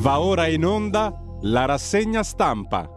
Va ora in onda la rassegna stampa.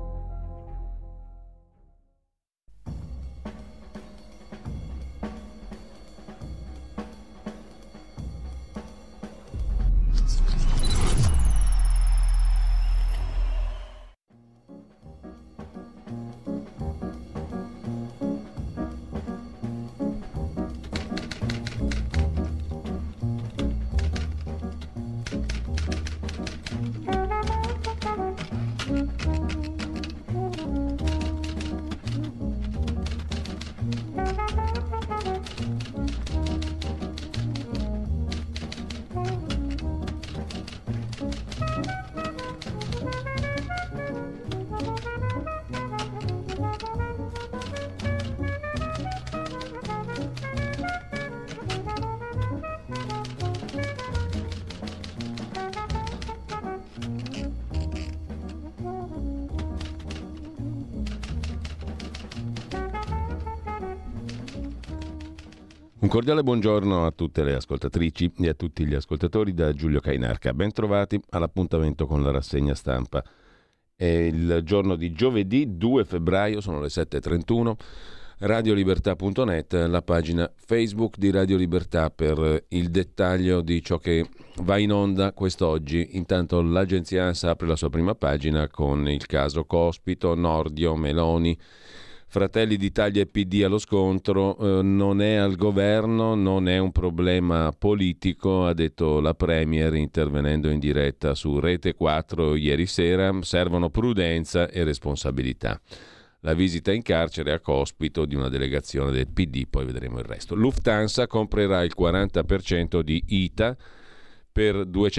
Un cordiale buongiorno a tutte le ascoltatrici e a tutti gli ascoltatori da Giulio Cainarca. Ben trovati all'appuntamento con la rassegna stampa. È il giorno di giovedì 2 febbraio, sono le 7.31, radiolibertà.net, la pagina Facebook di Radio Libertà per il dettaglio di ciò che va in onda quest'oggi. Intanto l'agenzia ANSA apre la sua prima pagina con il caso Cospito, Nordio, Meloni. Fratelli d'Italia e PD allo scontro, non è al governo, non è un problema politico, ha detto la Premier intervenendo in diretta su Rete 4 ieri sera, servono prudenza e responsabilità. La visita in carcere a Cospito di una delegazione del PD, poi vedremo il resto. Lufthansa comprerà il 40% di ITA per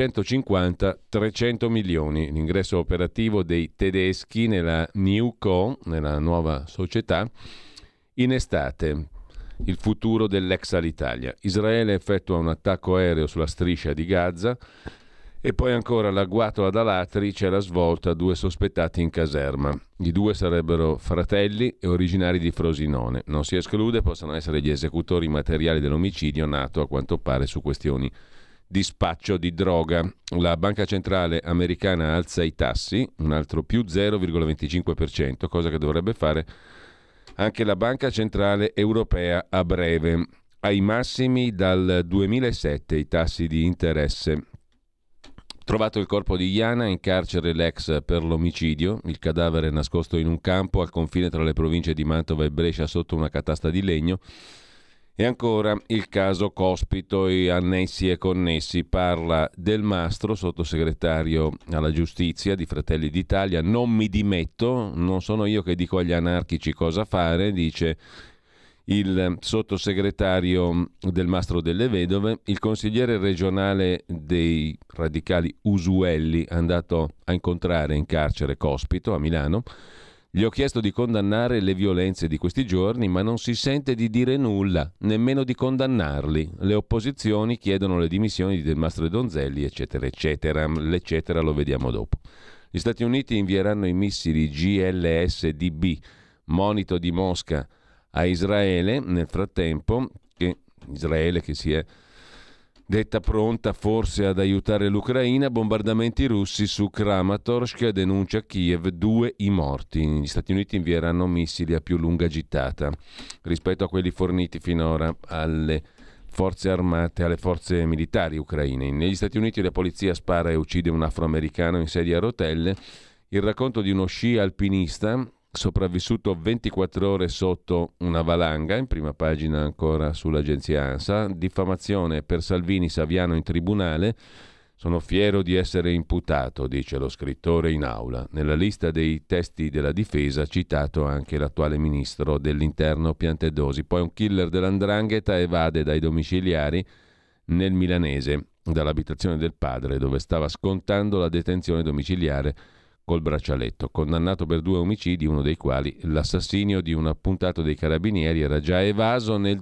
250-300 milioni. L'ingresso operativo dei tedeschi nella NewCo, nella nuova società, in estate. Il futuro dell'ex Alitalia. Israele effettua un attacco aereo sulla striscia di Gaza e poi ancora l'agguato ad Alatri, c'è la svolta, 2 sospettati in caserma. I 2 sarebbero fratelli e originari di Frosinone. Non si esclude possano essere gli esecutori materiali dell'omicidio nato a quanto pare su questioni di spaccio di droga. La banca centrale americana alza i tassi, un altro più 0,25%, cosa che dovrebbe fare anche la banca centrale europea a breve. Ai massimi dal 2007 i tassi di interesse. Trovato il corpo di Iana, in carcere l'ex per l'omicidio, il cadavere nascosto in un campo al confine tra le province di Mantova e Brescia sotto una catasta di legno. E ancora il caso Cospito e annessi e connessi. Parla Del Mastro, sottosegretario alla giustizia di Fratelli d'Italia. Non mi dimetto, non sono io che dico agli anarchici cosa fare, dice il sottosegretario Del Mastro delle Vedove. Il consigliere regionale dei radicali Usuelli è andato a incontrare in carcere Cospito a Milano. Gli ho chiesto di condannare le violenze di questi giorni, ma non si sente di dire nulla, nemmeno di condannarli. Le opposizioni chiedono le dimissioni di Del Mastro e Donzelli, eccetera, eccetera. L'eccetera lo vediamo dopo. Gli Stati Uniti invieranno i missili GLSDB, monito di Mosca, a Israele. Nel frattempo, Israele che si è detta pronta forse ad aiutare l'Ucraina, bombardamenti russi su Kramatorsk, denuncia Kiev, 2 i morti. Gli Stati Uniti invieranno missili a più lunga gittata rispetto a quelli forniti finora alle forze armate, alle forze militari ucraine. Negli Stati Uniti la polizia spara e uccide un afroamericano in sedia a rotelle. Il racconto di uno sci alpinista sopravvissuto 24 ore sotto una valanga, in prima pagina ancora sull'agenzia ANSA. Diffamazione per Salvini, Saviano in tribunale. Sono fiero di essere imputato, dice lo scrittore in aula. Nella lista dei testi della difesa citato anche l'attuale ministro dell'interno Piantedosi. Poi un killer dell''ndrangheta evade dai domiciliari nel milanese, dall'abitazione del padre dove stava scontando la detenzione domiciliare col braccialetto. Condannato per 2 omicidi, uno dei quali l'assassinio di un appuntato dei carabinieri, era già evaso nel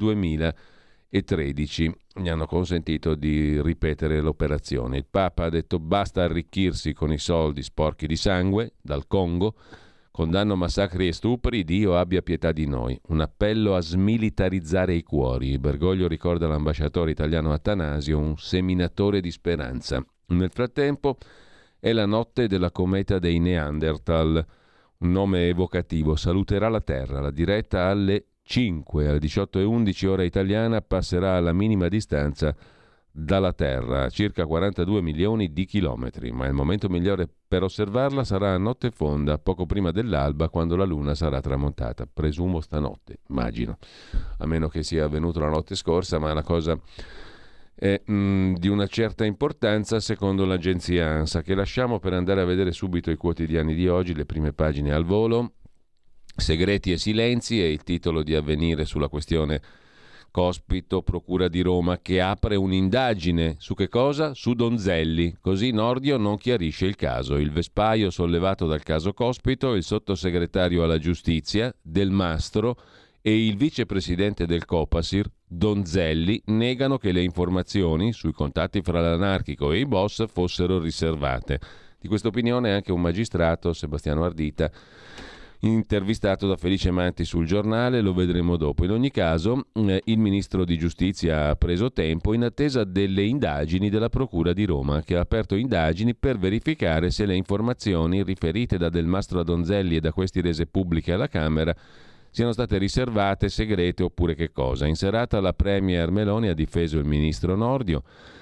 2013. Gli hanno consentito di ripetere l'operazione. Il Papa ha detto basta arricchirsi con i soldi sporchi di sangue dal Congo, condanno massacri e stupri, Dio abbia pietà di noi. Un appello a smilitarizzare i cuori. Bergoglio ricorda l'ambasciatore italiano Attanasio, un seminatore di speranza. Nel frattempo È la notte della cometa dei Neanderthal, un nome evocativo. Saluterà la Terra. La diretta alle 5, alle 18:11 ora italiana, passerà alla minima distanza dalla Terra, circa 42 milioni di chilometri, ma il momento migliore per osservarla sarà a notte fonda, poco prima dell'alba, quando la Luna sarà tramontata. Presumo stanotte, immagino, a meno che sia avvenuto la notte scorsa, ma la cosa è di una certa importanza secondo l'agenzia ANSA, che lasciamo per andare a vedere subito i quotidiani di oggi, le prime pagine al volo. Segreti e silenzi è il titolo di Avvenire sulla questione Cospito, Procura di Roma, che apre un'indagine su che cosa? Su Donzelli. Così Nordio non chiarisce il caso. Il vespaio sollevato dal caso Cospito, il sottosegretario alla giustizia, Del Mastro, e il vicepresidente del Copasir, Donzelli, negano che le informazioni sui contatti fra l'anarchico e i boss fossero riservate. Di questa opinione anche un magistrato, Sebastiano Ardita, intervistato da Felice Manti sul Giornale, lo vedremo dopo. In ogni caso, il ministro di Giustizia ha preso tempo in attesa delle indagini della Procura di Roma, che ha aperto indagini per verificare se le informazioni riferite da Del Mastro a Donzelli e da questi rese pubbliche alla Camera siano state riservate, segrete oppure che cosa. In serata la Premier Meloni ha difeso il ministro Nordio,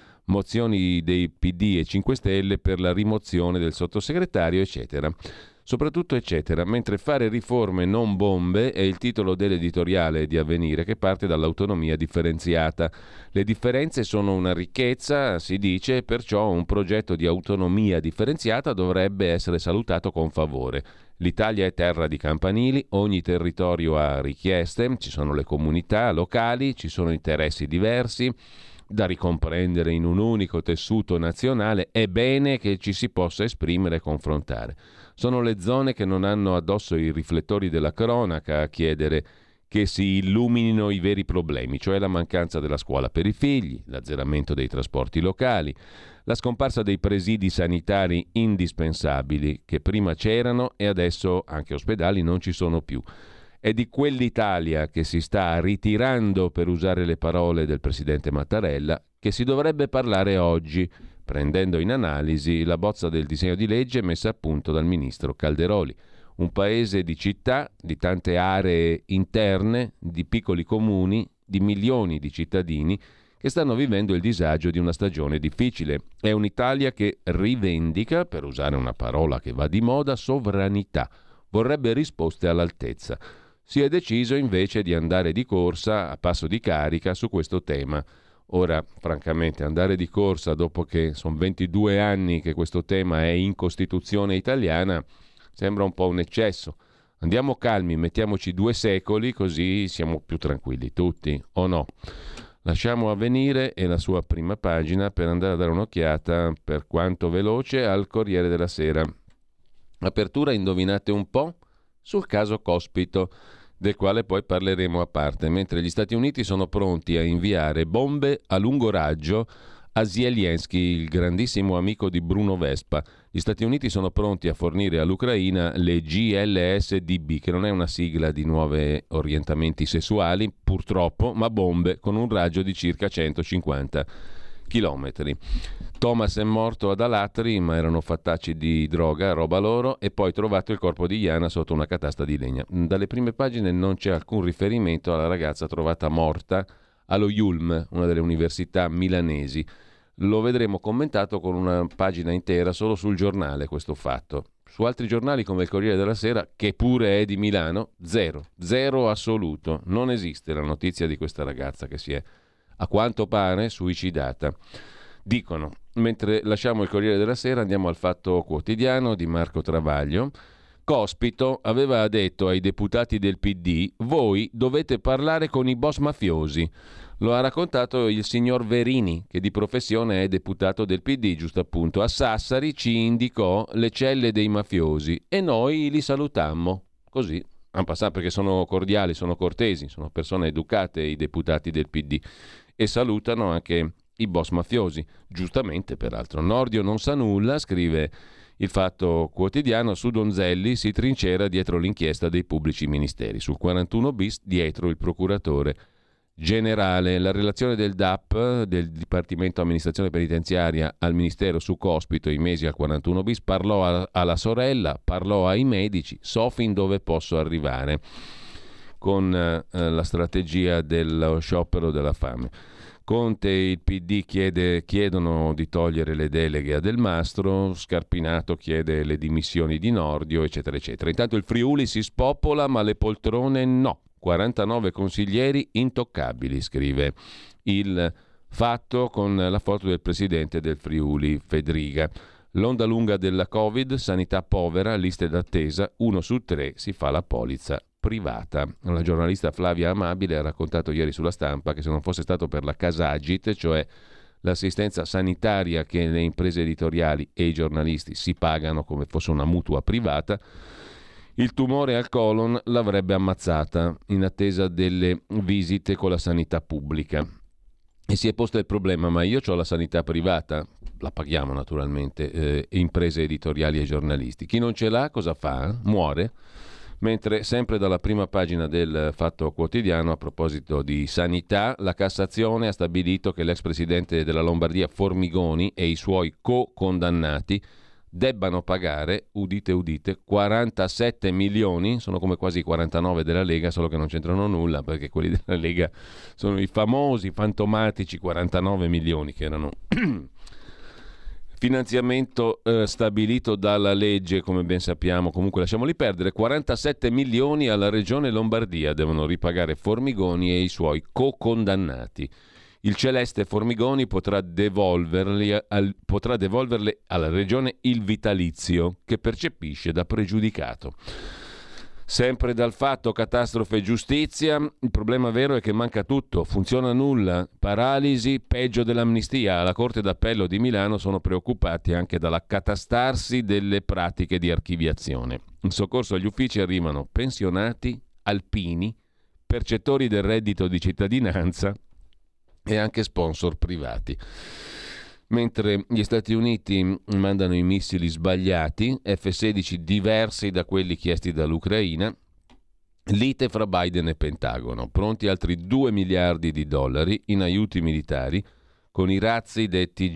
mozioni dei PD e 5 Stelle per la rimozione del sottosegretario, eccetera. Soprattutto eccetera, mentre fare riforme non bombe è il titolo dell'editoriale di Avvenire, che parte dall'autonomia differenziata. Le differenze sono una ricchezza, si dice, e perciò un progetto di autonomia differenziata dovrebbe essere salutato con favore. L'Italia è terra di campanili, ogni territorio ha richieste, ci sono le comunità locali, ci sono interessi diversi da ricomprendere in un unico tessuto nazionale. È bene che ci si possa esprimere e confrontare. Sono le zone che non hanno addosso i riflettori della cronaca a chiedere che si illuminino i veri problemi, cioè la mancanza della scuola per i figli, l'azzeramento dei trasporti locali, la scomparsa dei presidi sanitari indispensabili che prima c'erano e adesso anche ospedali non ci sono più. È di quell'Italia che si sta ritirando, per usare le parole del presidente Mattarella, che si dovrebbe parlare oggi, prendendo in analisi la bozza del disegno di legge messa a punto dal ministro Calderoli. Un paese di città, di tante aree interne, di piccoli comuni, di milioni di cittadini che stanno vivendo il disagio di una stagione difficile. È un'Italia che rivendica, per usare una parola che va di moda, sovranità. Vorrebbe risposte all'altezza. Si è deciso invece di andare di corsa a passo di carica su questo tema. Ora, francamente, andare di corsa dopo che sono 22 anni che questo tema è in Costituzione italiana sembra un po' un eccesso. Andiamo calmi, mettiamoci 2 secoli, così siamo più tranquilli tutti, o no? Lasciamo Avvenire e la sua prima pagina per andare a dare un'occhiata, per quanto veloce, al Corriere della Sera. Apertura, indovinate un po', sul caso Cospito, del quale poi parleremo a parte, mentre gli Stati Uniti sono pronti a inviare bombe a lungo raggio a Zelensky, il grandissimo amico di Bruno Vespa. Gli Stati Uniti sono pronti a fornire all'Ucraina le GLSDB, che non è una sigla di nuovi orientamenti sessuali, purtroppo, ma bombe con un raggio di circa 150 chilometri. Thomas è morto ad Alatri, ma erano fattacci di droga, roba loro, e poi trovato il corpo di Iana sotto una catasta di legna. Dalle prime pagine non c'è alcun riferimento alla ragazza trovata morta allo Yulm, una delle università milanesi. Lo vedremo commentato con una pagina intera solo sul Giornale, questo fatto. Su altri giornali come il Corriere della Sera, che pure è di Milano, zero assoluto. Non esiste la notizia di questa ragazza che si è, a quanto pare, suicidata. Dicono. Mentre lasciamo il Corriere della Sera andiamo al Fatto Quotidiano di Marco Travaglio. Cospito aveva detto ai deputati del PD: voi dovete parlare con i boss mafiosi. Lo ha raccontato il signor Verini, che di professione è deputato del PD, giusto appunto. A Sassari ci indicò le celle dei mafiosi e noi li salutammo. Così, en passant, perché sono cordiali, sono cortesi, sono persone educate i deputati del PD e salutano anche i boss mafiosi, giustamente peraltro. Nordio non sa nulla, scrive il Fatto Quotidiano. Su Donzelli si trincera dietro l'inchiesta dei pubblici ministeri. Sul 41 bis dietro il procuratore generale. La relazione del DAP, del Dipartimento Amministrazione Penitenziaria, al Ministero su Cospito, i mesi al 41 bis, parlò alla sorella, parlò ai medici, so fin dove posso arrivare con la strategia dello sciopero della fame. Conte e il PD chiedono di togliere le deleghe a Del Mastro, Scarpinato chiede le dimissioni di Nordio, eccetera, eccetera. Intanto il Friuli si spopola, ma le poltrone no. 49 consiglieri intoccabili, scrive il Fatto con la foto del presidente del Friuli, Fedriga. L'onda lunga della Covid, sanità povera, liste d'attesa, 1 su 3 si fa la polizza privata. La giornalista Flavia Amabile ha raccontato ieri sulla Stampa che se non fosse stato per la Casagit, cioè l'assistenza sanitaria che le imprese editoriali e i giornalisti si pagano come fosse una mutua privata, il tumore al colon l'avrebbe ammazzata in attesa delle visite con la sanità pubblica. E si è posto il problema, ma io ho la sanità privata, la paghiamo naturalmente, imprese editoriali e giornalisti. Chi non ce l'ha cosa fa? Muore. Mentre sempre dalla prima pagina del Fatto Quotidiano, a proposito di sanità, la Cassazione ha stabilito che l'ex presidente della Lombardia Formigoni e i suoi co-condannati debbano pagare, udite udite, 47 milioni, sono come quasi i 49 della Lega, solo che non c'entrano nulla perché quelli della Lega sono i famosi fantomatici 49 milioni che erano finanziamento stabilito dalla legge, come ben sappiamo, comunque lasciamoli perdere. 47 milioni alla Regione Lombardia devono ripagare Formigoni e i suoi co-condannati. Il Celeste Formigoni potrà devolverle alla Regione il vitalizio che percepisce da pregiudicato. Sempre dal Fatto, catastrofe e giustizia, il problema vero è che manca tutto, funziona nulla, paralisi, peggio dell'amnistia. Alla Corte d'Appello di Milano sono preoccupati anche dall'accatastarsi delle pratiche di archiviazione. In soccorso agli uffici arrivano pensionati, alpini, percettori del reddito di cittadinanza e anche sponsor privati. Mentre gli Stati Uniti mandano i missili sbagliati, F-16 diversi da quelli chiesti dall'Ucraina, lite fra Biden e Pentagono, pronti altri 2 miliardi di dollari in aiuti militari con i razzi detti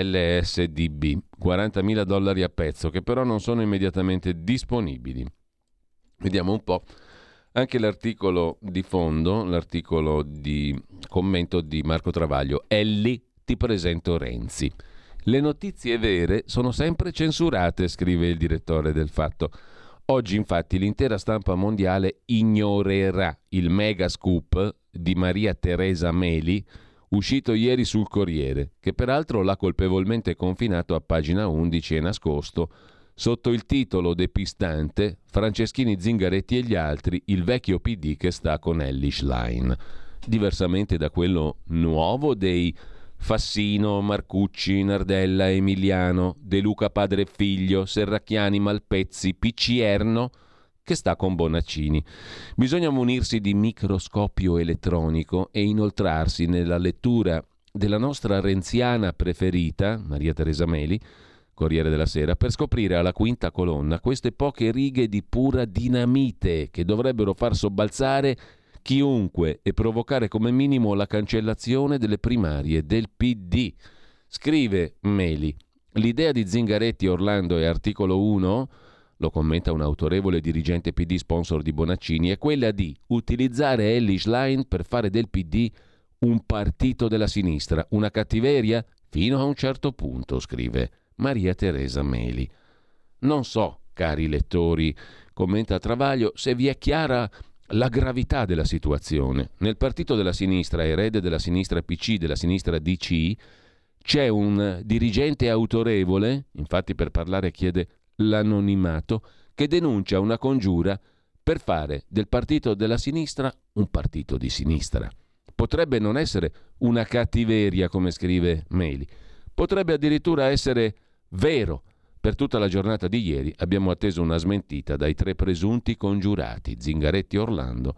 GLSDB, 40.000 dollari a pezzo, che però non sono immediatamente disponibili. Vediamo un po' anche l'articolo di fondo, l'articolo di commento di Marco Travaglio. Elli, ti presento Renzi. Le notizie vere sono sempre censurate, scrive il direttore del Fatto. Oggi infatti l'intera stampa mondiale ignorerà il mega scoop di Maria Teresa Meli, uscito ieri sul Corriere, che peraltro l'ha colpevolmente confinato a pagina 11 e nascosto sotto il titolo depistante Franceschini, Zingaretti e gli altri, il vecchio PD che sta con Elly Schlein. Diversamente da quello nuovo dei Fassino, Marcucci, Nardella, Emiliano, De Luca padre e figlio, Serracchiani, Malpezzi, Piccierno, che sta con Bonaccini. Bisogna munirsi di microscopio elettronico e inoltrarsi nella lettura della nostra renziana preferita, Maria Teresa Meli, Corriere della Sera, per scoprire alla quinta colonna queste poche righe di pura dinamite che dovrebbero far sobbalzare chiunque e provocare come minimo la cancellazione delle primarie del PD. Scrive Meli: l'idea di Zingaretti, Orlando e Articolo 1, lo commenta un autorevole dirigente PD sponsor di Bonaccini, è quella di utilizzare Elly Schlein per fare del PD un partito della sinistra, una cattiveria fino a un certo punto, scrive Maria Teresa Meli. Non so, cari lettori, commenta Travaglio, se vi è chiara la gravità della situazione. Nel partito della sinistra, erede della sinistra PC, della sinistra DC, c'è un dirigente autorevole, infatti per parlare chiede l'anonimato, che denuncia una congiura per fare del partito della sinistra un partito di sinistra. Potrebbe non essere una cattiveria, come scrive Meli, potrebbe addirittura essere vero. Per tutta la giornata di ieri abbiamo atteso una smentita dai 3 presunti congiurati, Zingaretti, Orlando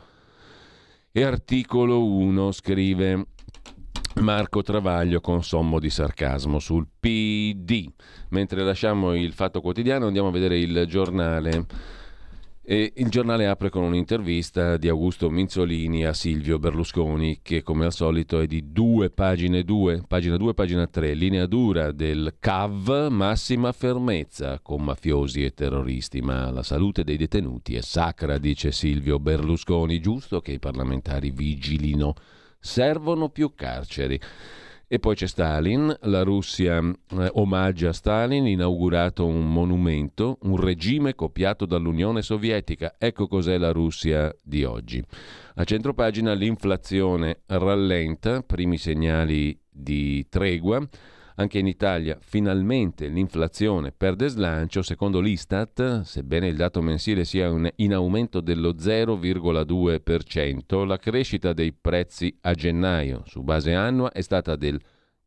e Articolo 1, scrive Marco Travaglio con sommo di sarcasmo sul PD. Mentre lasciamo il Fatto Quotidiano andiamo a vedere il Giornale. E il giornale apre con un'intervista di Augusto Minzolini a Silvio Berlusconi, che come al solito è di pagina 2, pagina 3, linea dura del CAV, massima fermezza con mafiosi e terroristi, ma la salute dei detenuti è sacra, dice Silvio Berlusconi, giusto che i parlamentari vigilino, servono più carceri. E poi c'è Stalin, la Russia omaggia Stalin, inaugurato un monumento, un regime copiato dall'Unione Sovietica. Ecco cos'è la Russia di oggi. A centropagina l'inflazione rallenta, primi segnali di tregua. Anche in Italia finalmente l'inflazione perde slancio, secondo l'Istat, sebbene il dato mensile sia in aumento dello 0,2%, la crescita dei prezzi a gennaio su base annua è stata del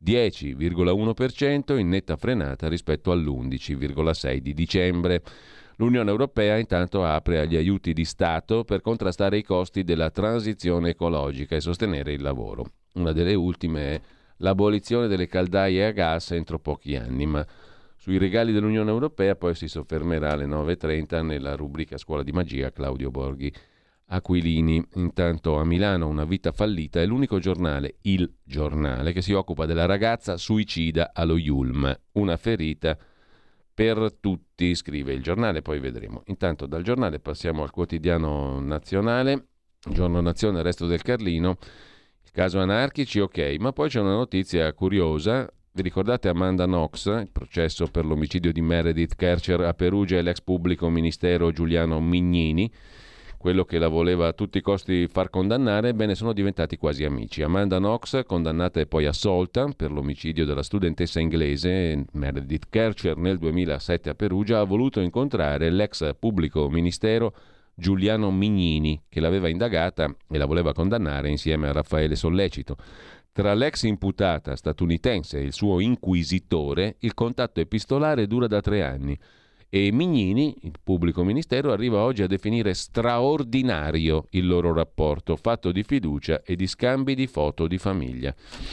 10,1% in netta frenata rispetto all'11,6% di dicembre. L'Unione Europea intanto apre agli aiuti di Stato per contrastare i costi della transizione ecologica e sostenere il lavoro. Una delle ultime è l'abolizione delle caldaie a gas entro pochi anni, ma sui regali dell'Unione Europea poi si soffermerà alle 9.30 nella rubrica Scuola di Magia Claudio Borghi Aquilini. Intanto a Milano Una vita fallita è l'unico giornale, Il Giornale, che si occupa della ragazza suicida allo Yulm, una ferita per tutti, scrive il giornale, poi vedremo. Intanto dal giornale passiamo al quotidiano nazionale, Giorno Nazione, Resto del Carlino. Caso anarchici, ok, ma poi c'è una notizia curiosa. Vi ricordate Amanda Knox, il processo per l'omicidio di Meredith Kercher a Perugia e l'ex pubblico ministero Giuliano Mignini, quello che la voleva a tutti i costi far condannare? Ebbene, sono diventati quasi amici. Amanda Knox, condannata e poi assolta per l'omicidio della studentessa inglese Meredith Kercher nel 2007 a Perugia, ha voluto incontrare l'ex pubblico ministero Giuliano Mignini, che l'aveva indagata e la voleva condannare insieme a Raffaele Sollecito. Tra l'ex imputata statunitense e il suo inquisitore, il contatto epistolare dura da 3 anni e Mignini, il pubblico ministero, arriva oggi a definire straordinario il loro rapporto, fatto di fiducia e di scambi di foto di famiglia.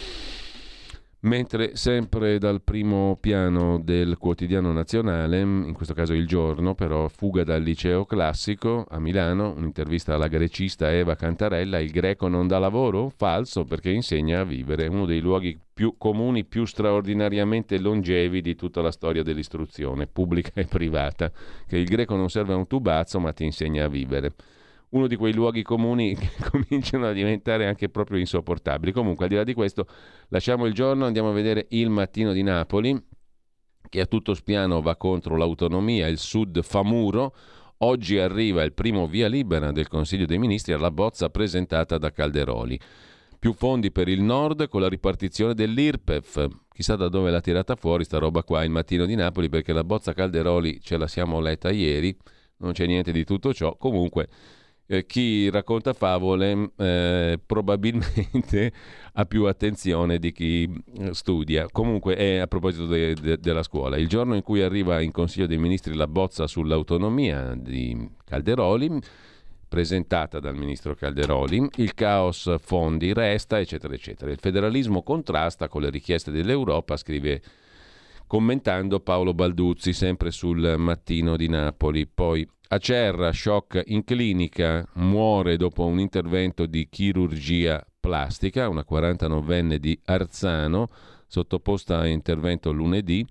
Mentre sempre dal primo piano del quotidiano nazionale, in questo caso Il Giorno, però fuga dal liceo classico a Milano, un'intervista alla grecista Eva Cantarella, il greco non dà lavoro? Falso, perché insegna a vivere, uno dei luoghi più comuni, più straordinariamente longevi di tutta la storia dell'istruzione, pubblica e privata, che il greco non serve a un tubazzo ma ti insegna a vivere. Uno di quei luoghi comuni che cominciano a diventare anche proprio insopportabili. Comunque, al di là di questo, lasciamo Il Giorno, andiamo a vedere Il Mattino di Napoli, che a tutto spiano va contro l'autonomia, il Sud fa muro. Oggi arriva il primo via libera del Consiglio dei Ministri alla bozza presentata da Calderoli. Più fondi per il Nord con la ripartizione dell'IRPEF. Chissà da dove l'ha tirata fuori sta roba qua, Il Mattino di Napoli, perché la bozza Calderoli ce la siamo letta ieri, non c'è niente di tutto ciò. Comunque, chi racconta favole probabilmente ha più attenzione di chi studia. Comunque è a proposito della scuola. Il giorno in cui arriva in Consiglio dei Ministri la bozza sull'autonomia di Calderoli, presentata dal ministro Calderoli, il caos fondi resta, eccetera, eccetera. Il federalismo contrasta con le richieste dell'Europa, scrive commentando Paolo Balduzzi, sempre sul Mattino di Napoli. Poi Acerra, shock in clinica, muore dopo un intervento di chirurgia plastica, una 49enne di Arzano, sottoposta a intervento lunedì,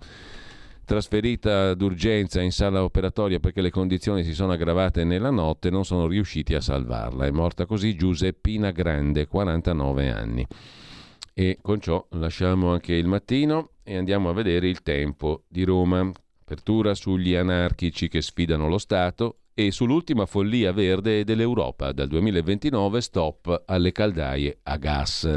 trasferita d'urgenza in sala operatoria perché le condizioni si sono aggravate nella notte, non sono riusciti a salvarla. È morta così Giuseppina Grande, 49 anni. E con ciò lasciamo anche Il Mattino e andiamo a vedere Il Tempo di Roma. Apertura sugli anarchici che sfidano lo Stato e sull'ultima follia verde dell'Europa. Dal 2029 stop alle caldaie a gas.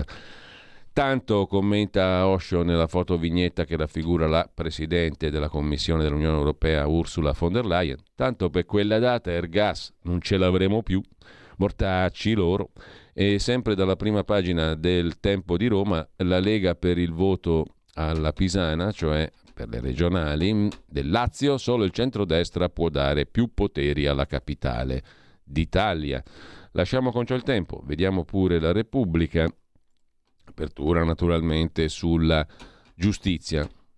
Tanto, commenta Osho nella fotovignetta che raffigura la Presidente della Commissione dell'Unione Europea Ursula von der Leyen, tanto per quella data il gas non ce l'avremo più, mortacci loro. E sempre dalla prima pagina del Tempo di Roma, la Lega per il voto alla Pisana, cioè per le regionali del Lazio, solo il centrodestra può dare più poteri alla capitale d'Italia. Lasciamo con ciò Il Tempo, vediamo pure la Repubblica. Apertura naturalmente sulla giustizia.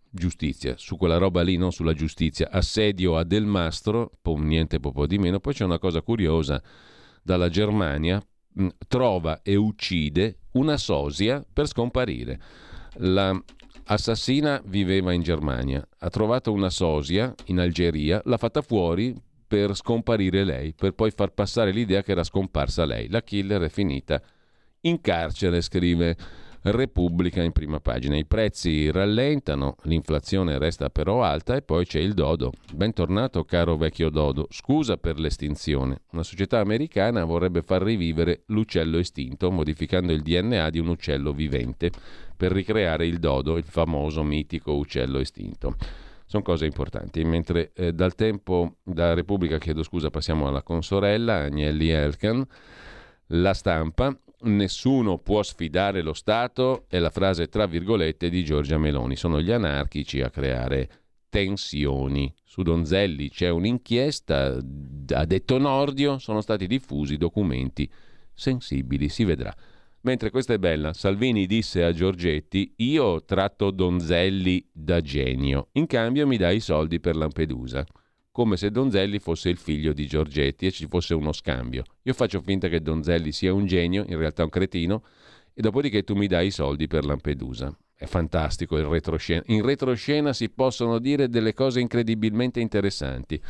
giustizia, su quella roba lì, non sulla giustizia. Assedio a Del Mastro, niente po' di meno. Poi c'è una cosa curiosa dalla Germania, trova e uccide una sosia per scomparire. La assassina viveva in Germania, ha trovato una sosia in Algeria, l'ha fatta fuori per scomparire lei, per poi far passare l'idea che era scomparsa lei. La killer è finita in carcere, scrive Repubblica in prima pagina. I prezzi rallentano, l'inflazione resta però alta e poi c'è il dodo. Bentornato caro vecchio dodo, scusa per l'estinzione. Una società americana vorrebbe far rivivere l'uccello estinto modificando il DNA di un uccello vivente per ricreare il dodo, il famoso mitico uccello estinto. Sono cose importanti. Mentre da Repubblica, passiamo alla consorella Agnelli Elkann. La Stampa: nessuno può sfidare lo Stato, è la frase tra virgolette di Giorgia Meloni. Sono gli anarchici a creare tensioni. Su Donzelli c'è un'inchiesta, ha detto Nordio, sono stati diffusi documenti sensibili, si vedrà. Mentre questa è bella, Salvini disse a Giorgetti: io tratto Donzelli da genio, in cambio mi dai i soldi per Lampedusa. Come se Donzelli fosse il figlio di Giorgetti e ci fosse uno scambio. Io faccio finta che Donzelli sia un genio, in realtà un cretino, e dopodiché tu mi dai i soldi per Lampedusa. È fantastico il retroscena. In retroscena si possono dire delle cose incredibilmente interessanti.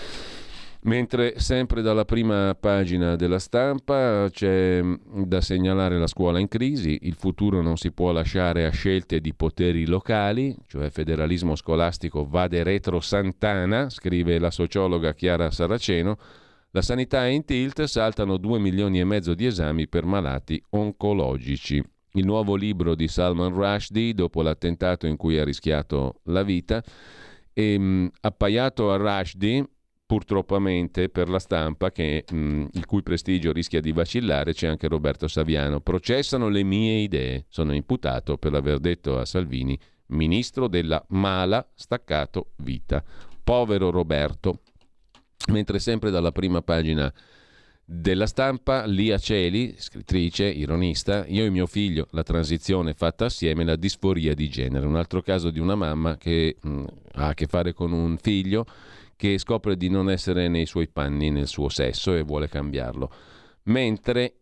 Mentre sempre dalla prima pagina della Stampa c'è da segnalare la scuola in crisi, il futuro non si può lasciare a scelte di poteri locali, cioè federalismo scolastico vade retro Santana, scrive la sociologa Chiara Saraceno, la sanità è in tilt, saltano 2,5 milioni di esami per malati oncologici. Il nuovo libro di Salman Rushdie, dopo l'attentato in cui ha rischiato la vita, e appaiato a Rushdie, purtroppamente per la Stampa, il cui prestigio rischia di vacillare, c'è anche Roberto Saviano. Processano le mie idee. Sono imputato per aver detto a Salvini, ministro della mala staccato vita. Povero Roberto. Mentre sempre dalla prima pagina della Stampa, Lia Celi, scrittrice, ironista, io e mio figlio, la transizione fatta assieme, la disforia di genere. Un altro caso di una mamma che ha a che fare con un figlio che scopre di non essere nei suoi panni, nel suo sesso, e vuole cambiarlo. Mentre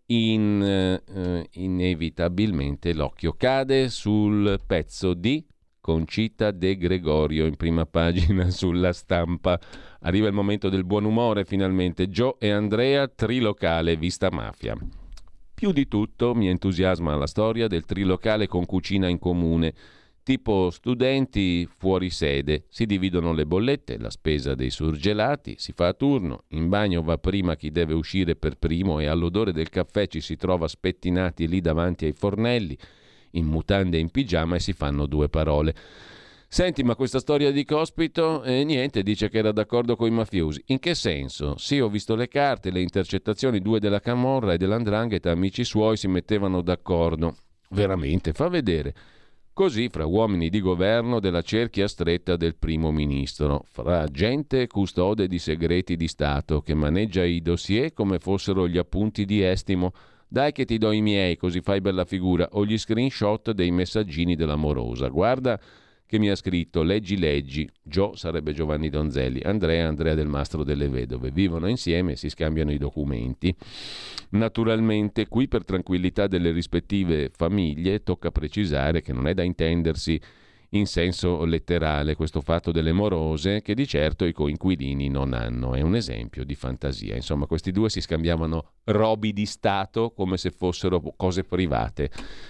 inevitabilmente l'occhio cade sul pezzo di Concita De Gregorio in prima pagina sulla Stampa. Arriva il momento del buon umore finalmente. Joe e Andrea, trilocale vista mafia. Più di tutto mi entusiasma la storia del trilocale con cucina in comune, tipo studenti fuori sede, si dividono le bollette, la spesa dei surgelati, si fa a turno, in bagno va prima chi deve uscire per primo e all'odore del caffè ci si trova spettinati lì davanti ai fornelli, in mutande e in pigiama, e si fanno due parole. Senti, ma questa storia di Cospito, niente, dice che era d'accordo con i mafiosi. In che senso? Sì, ho visto le carte, le intercettazioni, 2 della Camorra e dell''Ndrangheta, amici suoi, si mettevano d'accordo. Veramente, fa vedere. Così, fra uomini di governo della cerchia stretta del primo ministro, fra gente custode di segreti di Stato che maneggia i dossier come fossero gli appunti di estimo. Dai che ti do i miei, così fai bella figura, o gli screenshot dei messaggini dell'amorosa. Guarda che mi ha scritto, leggi. Joe sarebbe Giovanni Donzelli, Andrea Del Mastro delle Vedove. Vivono insieme e si scambiano i documenti. Naturalmente qui, per tranquillità delle rispettive famiglie, tocca precisare che non è da intendersi in senso letterale questo fatto delle morose, che di certo i coinquilini non hanno. È un esempio di fantasia. Insomma, questi due si scambiavano robi di Stato come se fossero cose private.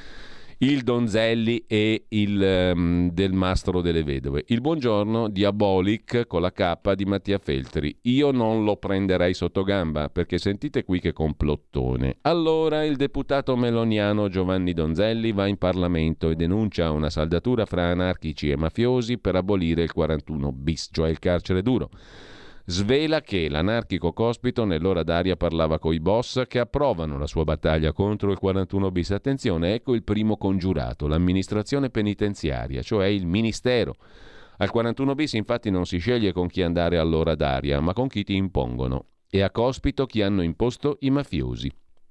Il Donzelli e il Del Mastro delle Vedove. Il buongiorno Diabolic con la K di Mattia Feltri. Io non lo prenderei sotto gamba, perché sentite qui che complottone. Allora il deputato meloniano Giovanni Donzelli va in Parlamento e denuncia una saldatura fra anarchici e mafiosi per abolire il 41 bis, cioè il carcere duro. Svela che l'anarchico Cospito nell'ora d'aria parlava coi boss che approvano la sua battaglia contro il 41 bis. Attenzione, ecco il primo congiurato, l'amministrazione penitenziaria, cioè il ministero. Al 41 bis infatti non si sceglie con chi andare all'ora d'aria, ma con chi ti impongono. E a Cospito chi hanno imposto i mafiosi.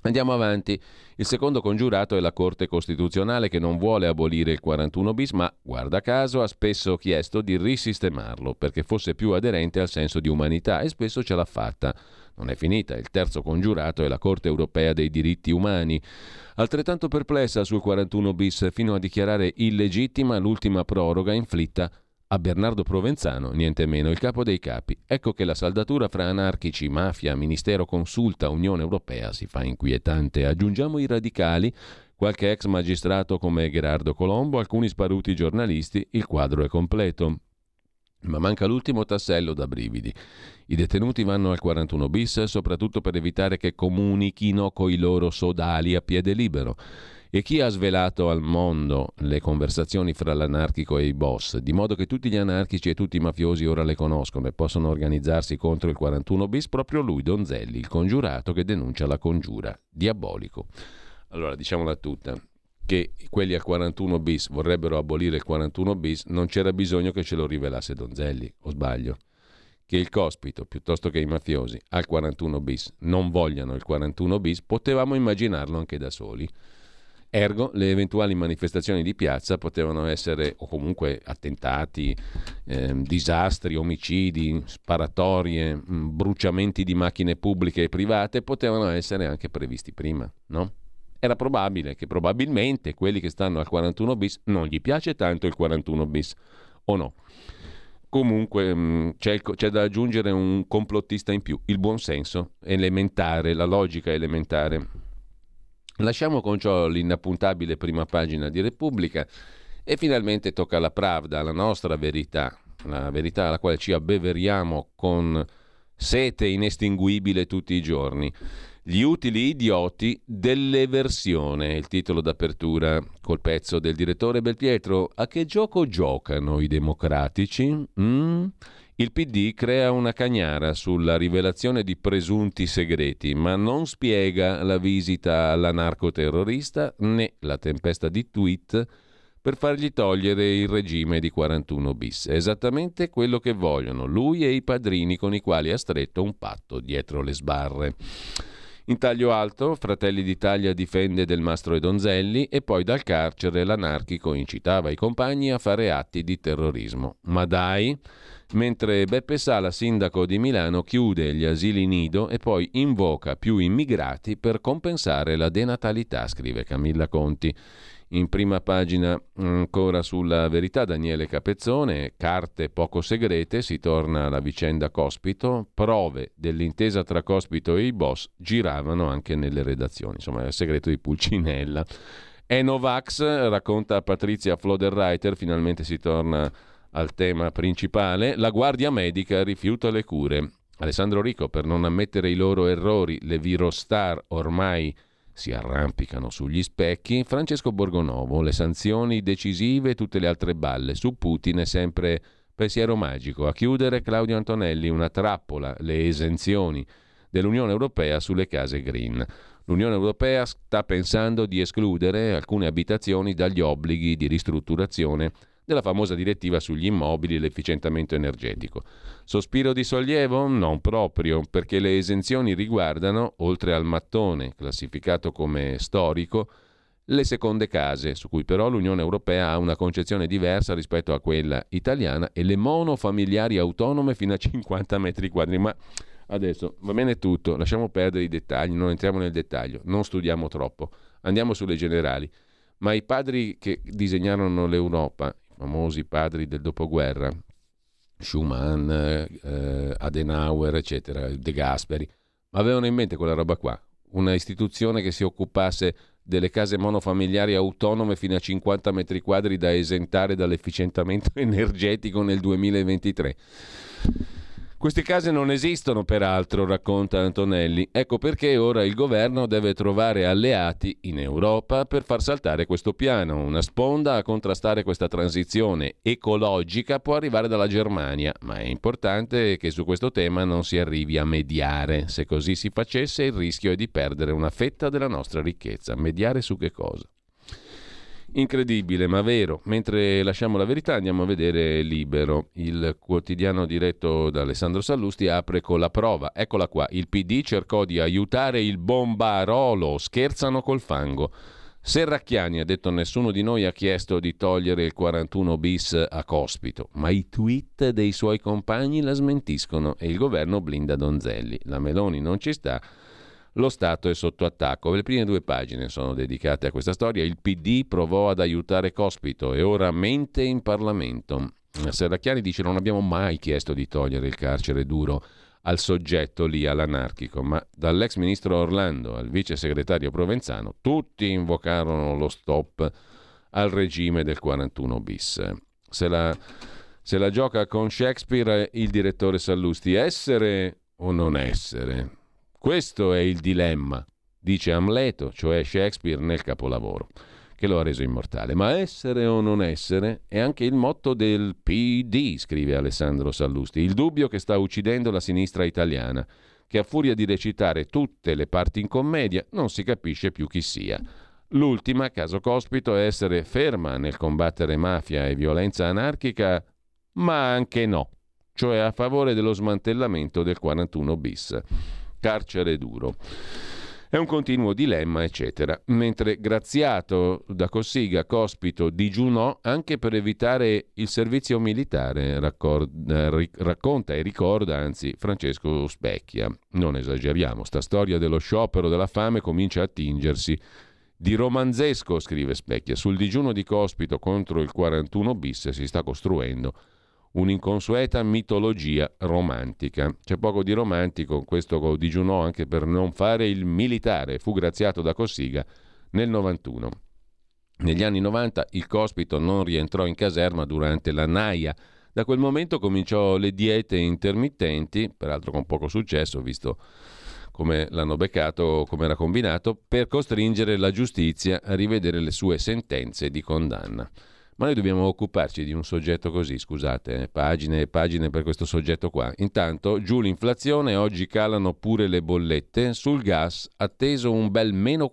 Andiamo avanti. Il secondo congiurato è la Corte Costituzionale, che non vuole abolire il 41 bis, ma, guarda caso, ha spesso chiesto di risistemarlo perché fosse più aderente al senso di umanità, e spesso ce l'ha fatta. Non è finita. Il terzo congiurato è la Corte Europea dei Diritti Umani, altrettanto perplessa sul 41 bis, fino a dichiarare illegittima l'ultima proroga inflitta a Bernardo Provenzano, niente meno, il capo dei capi. Ecco che la saldatura fra anarchici, mafia, Ministero Consulta, Unione Europea si fa inquietante. Aggiungiamo i radicali, qualche ex magistrato come Gherardo Colombo, alcuni sparuti giornalisti, il quadro è completo. Ma manca l'ultimo tassello da brividi. I detenuti vanno al 41 bis soprattutto per evitare che comunichino coi loro sodali a piede libero. E chi ha svelato al mondo le conversazioni fra l'anarchico e i boss, di modo che tutti gli anarchici e tutti i mafiosi ora le conoscono e possono organizzarsi contro il 41 bis? Proprio lui, Donzelli, il congiurato che denuncia la congiura. Diabolico. Allora, diciamola tutta, che quelli al 41 bis vorrebbero abolire il 41 bis, non c'era bisogno che ce lo rivelasse Donzelli, o sbaglio? Che il Cospito, piuttosto che i mafiosi, al 41 bis non vogliano il 41 bis, potevamo immaginarlo anche da soli. Ergo, le eventuali manifestazioni di piazza potevano essere, o comunque attentati, disastri, omicidi, sparatorie, bruciamenti di macchine pubbliche e private, potevano essere anche previsti prima, no? Era probabile che probabilmente quelli che stanno al 41 bis non gli piace tanto il 41 bis, o no? Comunque c'è da aggiungere un complottista in più, il buonsenso elementare, la logica elementare. Lasciamo con ciò l'inappuntabile prima pagina di Repubblica e finalmente tocca la Pravda, la nostra verità, la verità alla quale ci abbeveriamo con sete inestinguibile tutti i giorni. Gli utili idioti dell'eversione, il titolo d'apertura col pezzo del direttore Belpietro. A che gioco giocano i democratici? Il PD crea una cagnara sulla rivelazione di presunti segreti, ma non spiega la visita all'anarcoterrorista né la tempesta di tweet per fargli togliere il regime di 41 bis. È esattamente quello che vogliono lui e i padrini con i quali ha stretto un patto dietro le sbarre. In taglio alto, Fratelli d'Italia difende Del Mastro e Donzelli, e poi dal carcere l'anarchico incitava i compagni a fare atti di terrorismo. Ma dai! Mentre Beppe Sala, sindaco di Milano, chiude gli asili nido e poi invoca più immigrati per compensare la denatalità, scrive Camilla Conti. In prima pagina ancora sulla Verità Daniele Capezzone, carte poco segrete, si torna alla vicenda Cospito, prove dell'intesa tra Cospito e i boss giravano anche nelle redazioni, insomma il segreto di Pulcinella. E Novax, racconta Patrizia Floderreiter, finalmente si torna al tema principale, la guardia medica rifiuta le cure. Alessandro Rico, per non ammettere i loro errori, le virostar ormai si arrampicano sugli specchi. Francesco Borgonovo, le sanzioni decisive e tutte le altre balle. Su Putin è sempre pensiero magico. A chiudere Claudio Antonelli, una trappola, le esenzioni dell'Unione Europea sulle case green. L'Unione Europea sta pensando di escludere alcune abitazioni dagli obblighi di ristrutturazione della famosa direttiva sugli immobili e l'efficientamento energetico. Sospiro di sollievo? Non proprio, perché le esenzioni riguardano, oltre al mattone classificato come storico, le seconde case, su cui però l'Unione Europea ha una concezione diversa rispetto a quella italiana, e le monofamiliari autonome fino a 50 metri quadri. Ma adesso va bene tutto, lasciamo perdere i dettagli, non entriamo nel dettaglio, non studiamo troppo, andiamo sulle generali. Ma i padri che disegnarono l'Europa, famosi padri del dopoguerra, Schumann, Adenauer, eccetera, De Gasperi, ma avevano in mente quella roba qua, una istituzione che si occupasse delle case monofamiliari autonome fino a 50 metri quadri da esentare dall'efficientamento energetico nel 2023. Queste case non esistono, peraltro, racconta Antonelli. Ecco perché ora il governo deve trovare alleati in Europa per far saltare questo piano. Una sponda a contrastare questa transizione ecologica può arrivare dalla Germania, ma è importante che su questo tema non si arrivi a mediare. Se così si facesse, il rischio è di perdere una fetta della nostra ricchezza. Mediare su che cosa? Incredibile, ma vero. Mentre lasciamo la verità andiamo a vedere Libero. Il quotidiano diretto da Alessandro Sallusti apre con la prova. Eccola qua. Il PD cercò di aiutare il bombarolo. Scherzano col fango. Serracchiani ha detto: nessuno di noi ha chiesto di togliere il 41 bis a Cospito, ma i tweet dei suoi compagni la smentiscono e il governo blinda Donzelli. La Meloni non ci sta. Lo Stato è sotto attacco. Le prime 2 pagine sono dedicate a questa storia. Il PD provò ad aiutare Cospito e ora mente in Parlamento. Serracchiani dice: non abbiamo mai chiesto di togliere il carcere duro al soggetto lì, all'anarchico, ma dall'ex ministro Orlando al vice segretario Provenzano tutti invocarono lo stop al regime del 41 bis. Se la gioca con Shakespeare il direttore Sallusti: essere o non essere? Questo è il dilemma, dice Amleto, cioè Shakespeare nel capolavoro, che lo ha reso immortale. Ma essere o non essere è anche il motto del PD, scrive Alessandro Sallusti, il dubbio che sta uccidendo la sinistra italiana, che a furia di recitare tutte le parti in commedia non si capisce più chi sia. L'ultima, caso Cospito, è essere ferma nel combattere mafia e violenza anarchica, ma anche no, cioè a favore dello smantellamento del 41 bis. Carcere duro. È un continuo dilemma, eccetera. Mentre graziato da Cossiga, Cospito digiunò anche per evitare il servizio militare, racconta e ricorda, anzi, Francesco Specchia. Non esageriamo, sta storia dello sciopero della fame comincia a tingersi di romanzesco, scrive Specchia. Sul digiuno di Cospito contro il 41 bis si sta costruendo un'inconsueta mitologia romantica. C'è poco di romantico in questo digiunò anche per non fare il militare. Fu graziato da Cossiga nel 91. Negli anni 90 il Cospito non rientrò in caserma durante la naia. Da quel momento cominciò le diete intermittenti, peraltro con poco successo, visto come l'hanno beccato, come era combinato, per costringere la giustizia a rivedere le sue sentenze di condanna. Ma noi dobbiamo occuparci di un soggetto così, scusate, pagine e pagine per questo soggetto qua. Intanto giù l'inflazione, oggi calano pure le bollette, sul gas atteso un bel meno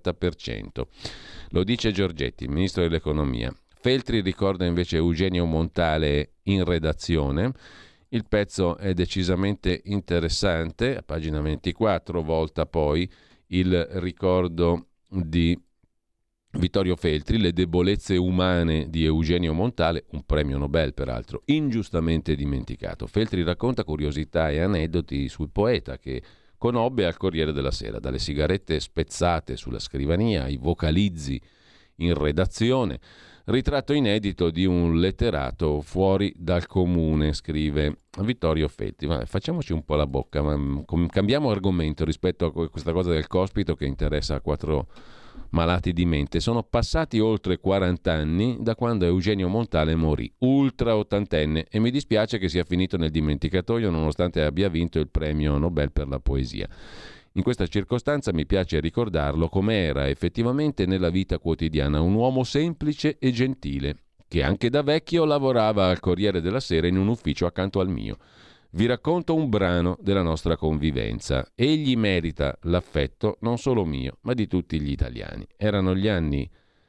40%. Lo dice Giorgetti, ministro dell'economia. Feltri ricorda invece Eugenio Montale in redazione. Il pezzo è decisamente interessante, a pagina 24 volta poi il ricordo di Vittorio Feltri, le debolezze umane di Eugenio Montale, un premio Nobel peraltro, ingiustamente dimenticato. Feltri racconta curiosità e aneddoti sul poeta che conobbe al Corriere della Sera, dalle sigarette spezzate sulla scrivania ai vocalizzi in redazione. Ritratto inedito di un letterato fuori dal comune, scrive Vittorio Feltri. Ma facciamoci un po' la bocca, ma cambiamo argomento rispetto a questa cosa del Cospito che interessa a 4 malati di mente. Sono passati oltre 40 anni da quando Eugenio Montale morì, ultra ottantenne, e mi dispiace che sia finito nel dimenticatoio nonostante abbia vinto il premio Nobel per la poesia. In questa circostanza mi piace ricordarlo come era effettivamente nella vita quotidiana, un uomo semplice e gentile, che anche da vecchio lavorava al Corriere della Sera in un ufficio accanto al mio. Vi racconto un brano della nostra convivenza. Egli merita l'affetto non solo mio, ma di tutti gli italiani. Erano gli anni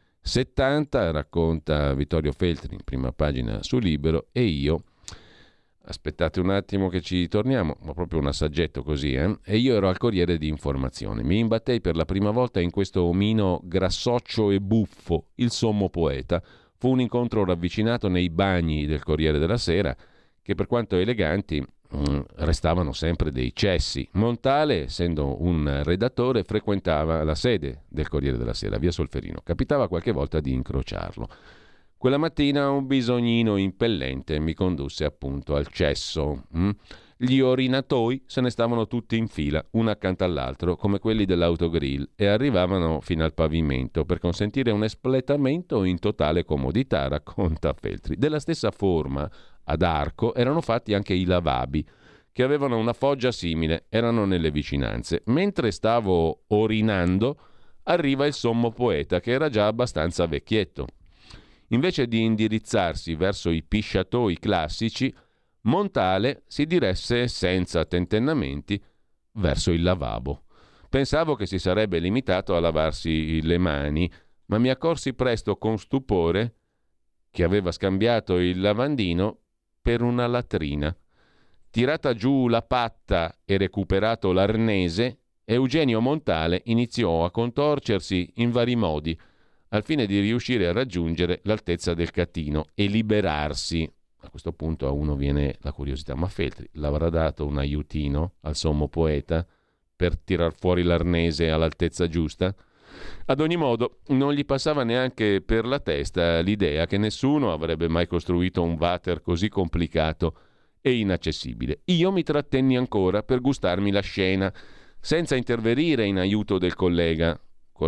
70, racconta Vittorio Feltri in prima pagina su Libero, e io, aspettate un attimo che ci torniamo, ma proprio un assaggetto così, e io ero al Corriere di Informazione. Mi imbattei per la prima volta in questo omino grassoccio e buffo, il sommo poeta. Fu un incontro ravvicinato nei bagni del Corriere della Sera, che per quanto eleganti restavano sempre dei cessi. Montale, essendo un redattore, frequentava la sede del Corriere della Sera, via Solferino. Capitava qualche volta di incrociarlo. Quella mattina un bisognino impellente mi condusse appunto al cesso. Gli orinatoi se ne stavano tutti in fila, uno accanto all'altro, come quelli dell'autogrill, e arrivavano fino al pavimento per consentire un espletamento in totale comodità, racconta Feltri. Della stessa forma, ad arco, erano fatti anche i lavabbi, che avevano una foggia simile, erano nelle vicinanze. Mentre stavo orinando, arriva il sommo poeta, che era già abbastanza vecchietto. Invece di indirizzarsi verso i pisciatoi classici, Montale si diresse senza tentennamenti verso il lavabo. Pensavo che si sarebbe limitato a lavarsi le mani, ma mi accorsi presto con stupore che aveva scambiato il lavandino per una latrina. Tirata giù la patta e recuperato l'arnese, Eugenio Montale iniziò a contorcersi in vari modi al fine di riuscire a raggiungere l'altezza del catino e liberarsi. A questo punto a uno viene la curiosità: ma Feltri l'avrà dato un aiutino al sommo poeta per tirar fuori l'arnese all'altezza giusta? Ad ogni modo, non gli passava neanche per la testa l'idea che nessuno avrebbe mai costruito un water così complicato e inaccessibile. Io mi trattenni ancora per gustarmi la scena, senza intervenire in aiuto del collega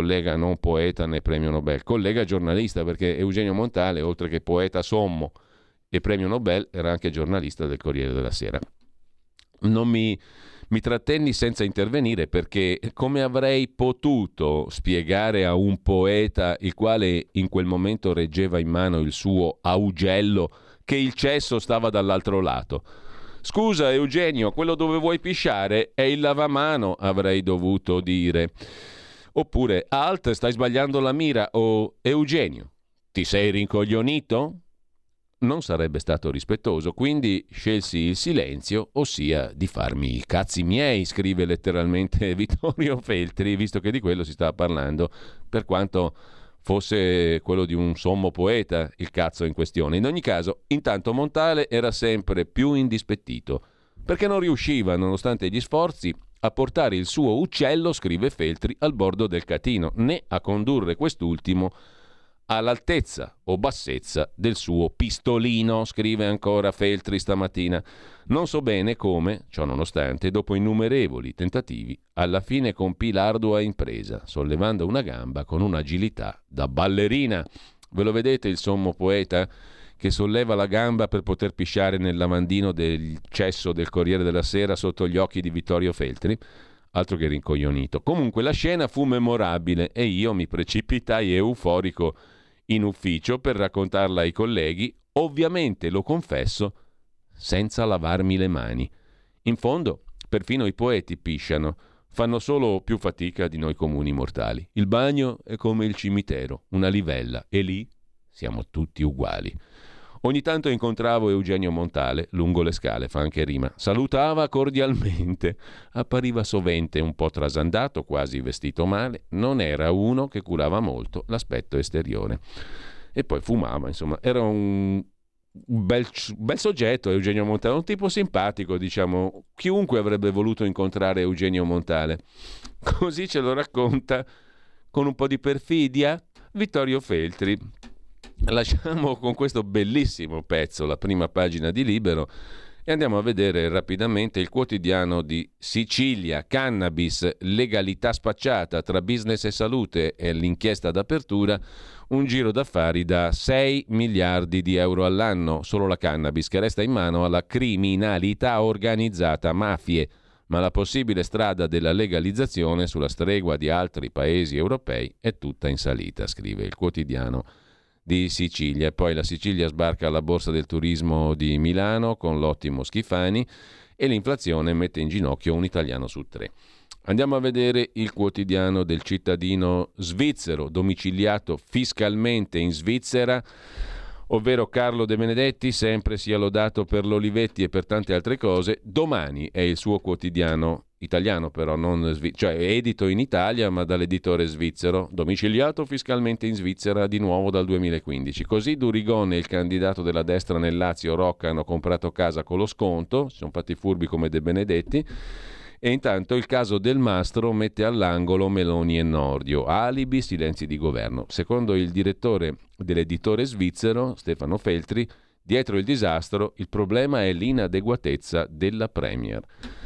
non poeta né premio Nobel, collega giornalista, perché Eugenio Montale, oltre che poeta sommo e premio Nobel, era anche giornalista del Corriere della Sera. Non mi trattenni senza intervenire, perché come avrei potuto spiegare a un poeta, il quale in quel momento reggeva in mano il suo augello, che il cesso stava dall'altro lato? Scusa Eugenio, quello dove vuoi pisciare è il lavamano, avrei dovuto dire. Oppure, alt, stai sbagliando la mira, o Eugenio, ti sei rincoglionito? Non sarebbe stato rispettoso, quindi scelsi il silenzio, ossia di farmi i cazzi miei, scrive letteralmente Vittorio Feltri, visto che di quello si stava parlando, per quanto fosse quello di un sommo poeta il cazzo in questione. In ogni caso, intanto Montale era sempre più indispettito, perché non riusciva, nonostante gli sforzi, a portare il suo uccello, scrive Feltri, al bordo del catino, né a condurre quest'ultimo all'altezza o bassezza del suo pistolino, scrive ancora Feltri stamattina. Non so bene come, ciò nonostante, dopo innumerevoli tentativi, alla fine compì l'ardua impresa, sollevando una gamba con un'agilità da ballerina. Ve lo vedete il sommo poeta che solleva la gamba per poter pisciare nel lavandino del cesso del Corriere della Sera sotto gli occhi di Vittorio Feltri? Altro che rincoglionito. Comunque la scena fu memorabile e io mi precipitai euforico in ufficio per raccontarla ai colleghi, ovviamente, lo confesso, senza lavarmi le mani. In fondo, perfino i poeti pisciano, fanno solo più fatica di noi comuni mortali. Il bagno è come il cimitero, una livella, e lì siamo tutti uguali. Ogni tanto incontravo Eugenio Montale lungo le scale, fa anche rima. Salutava cordialmente, appariva sovente un po' trasandato, quasi vestito male. Non era uno che curava molto l'aspetto esteriore. E poi fumava, insomma, era un bel soggetto Eugenio Montale, un tipo simpatico, diciamo. Chiunque avrebbe voluto incontrare Eugenio Montale. Così ce lo racconta, con un po' di perfidia, Vittorio Feltri. Lasciamo con questo bellissimo pezzo la prima pagina di Libero e andiamo a vedere rapidamente il quotidiano di Sicilia. Cannabis, legalità spacciata tra business e salute e l'inchiesta d'apertura, un giro d'affari da 6 miliardi di euro all'anno. Solo la cannabis che resta in mano alla criminalità organizzata, mafie, ma la possibile strada della legalizzazione sulla stregua di altri paesi europei è tutta in salita, scrive il quotidiano di Sicilia. E poi la Sicilia sbarca alla borsa del turismo di Milano con l'ottimo Schifani e l'inflazione mette in ginocchio un italiano su 3. Andiamo a vedere il quotidiano del cittadino svizzero, domiciliato fiscalmente in Svizzera, ovvero Carlo De Benedetti, sempre sia lodato per l'Olivetti e per tante altre cose. Domani è il suo quotidiano italiano, però non cioè è edito in Italia ma dall'editore svizzero, domiciliato fiscalmente in Svizzera di nuovo dal 2015. Così Durigon e il candidato della destra nel Lazio Rocca hanno comprato casa con lo sconto, si sono fatti furbi come De Benedetti. E intanto il caso del Mastro mette all'angolo Meloni e Nordio, alibi, silenzi di governo. Secondo il direttore dell'editore svizzero, Stefano Feltri, dietro il disastro il problema è l'inadeguatezza della Premier.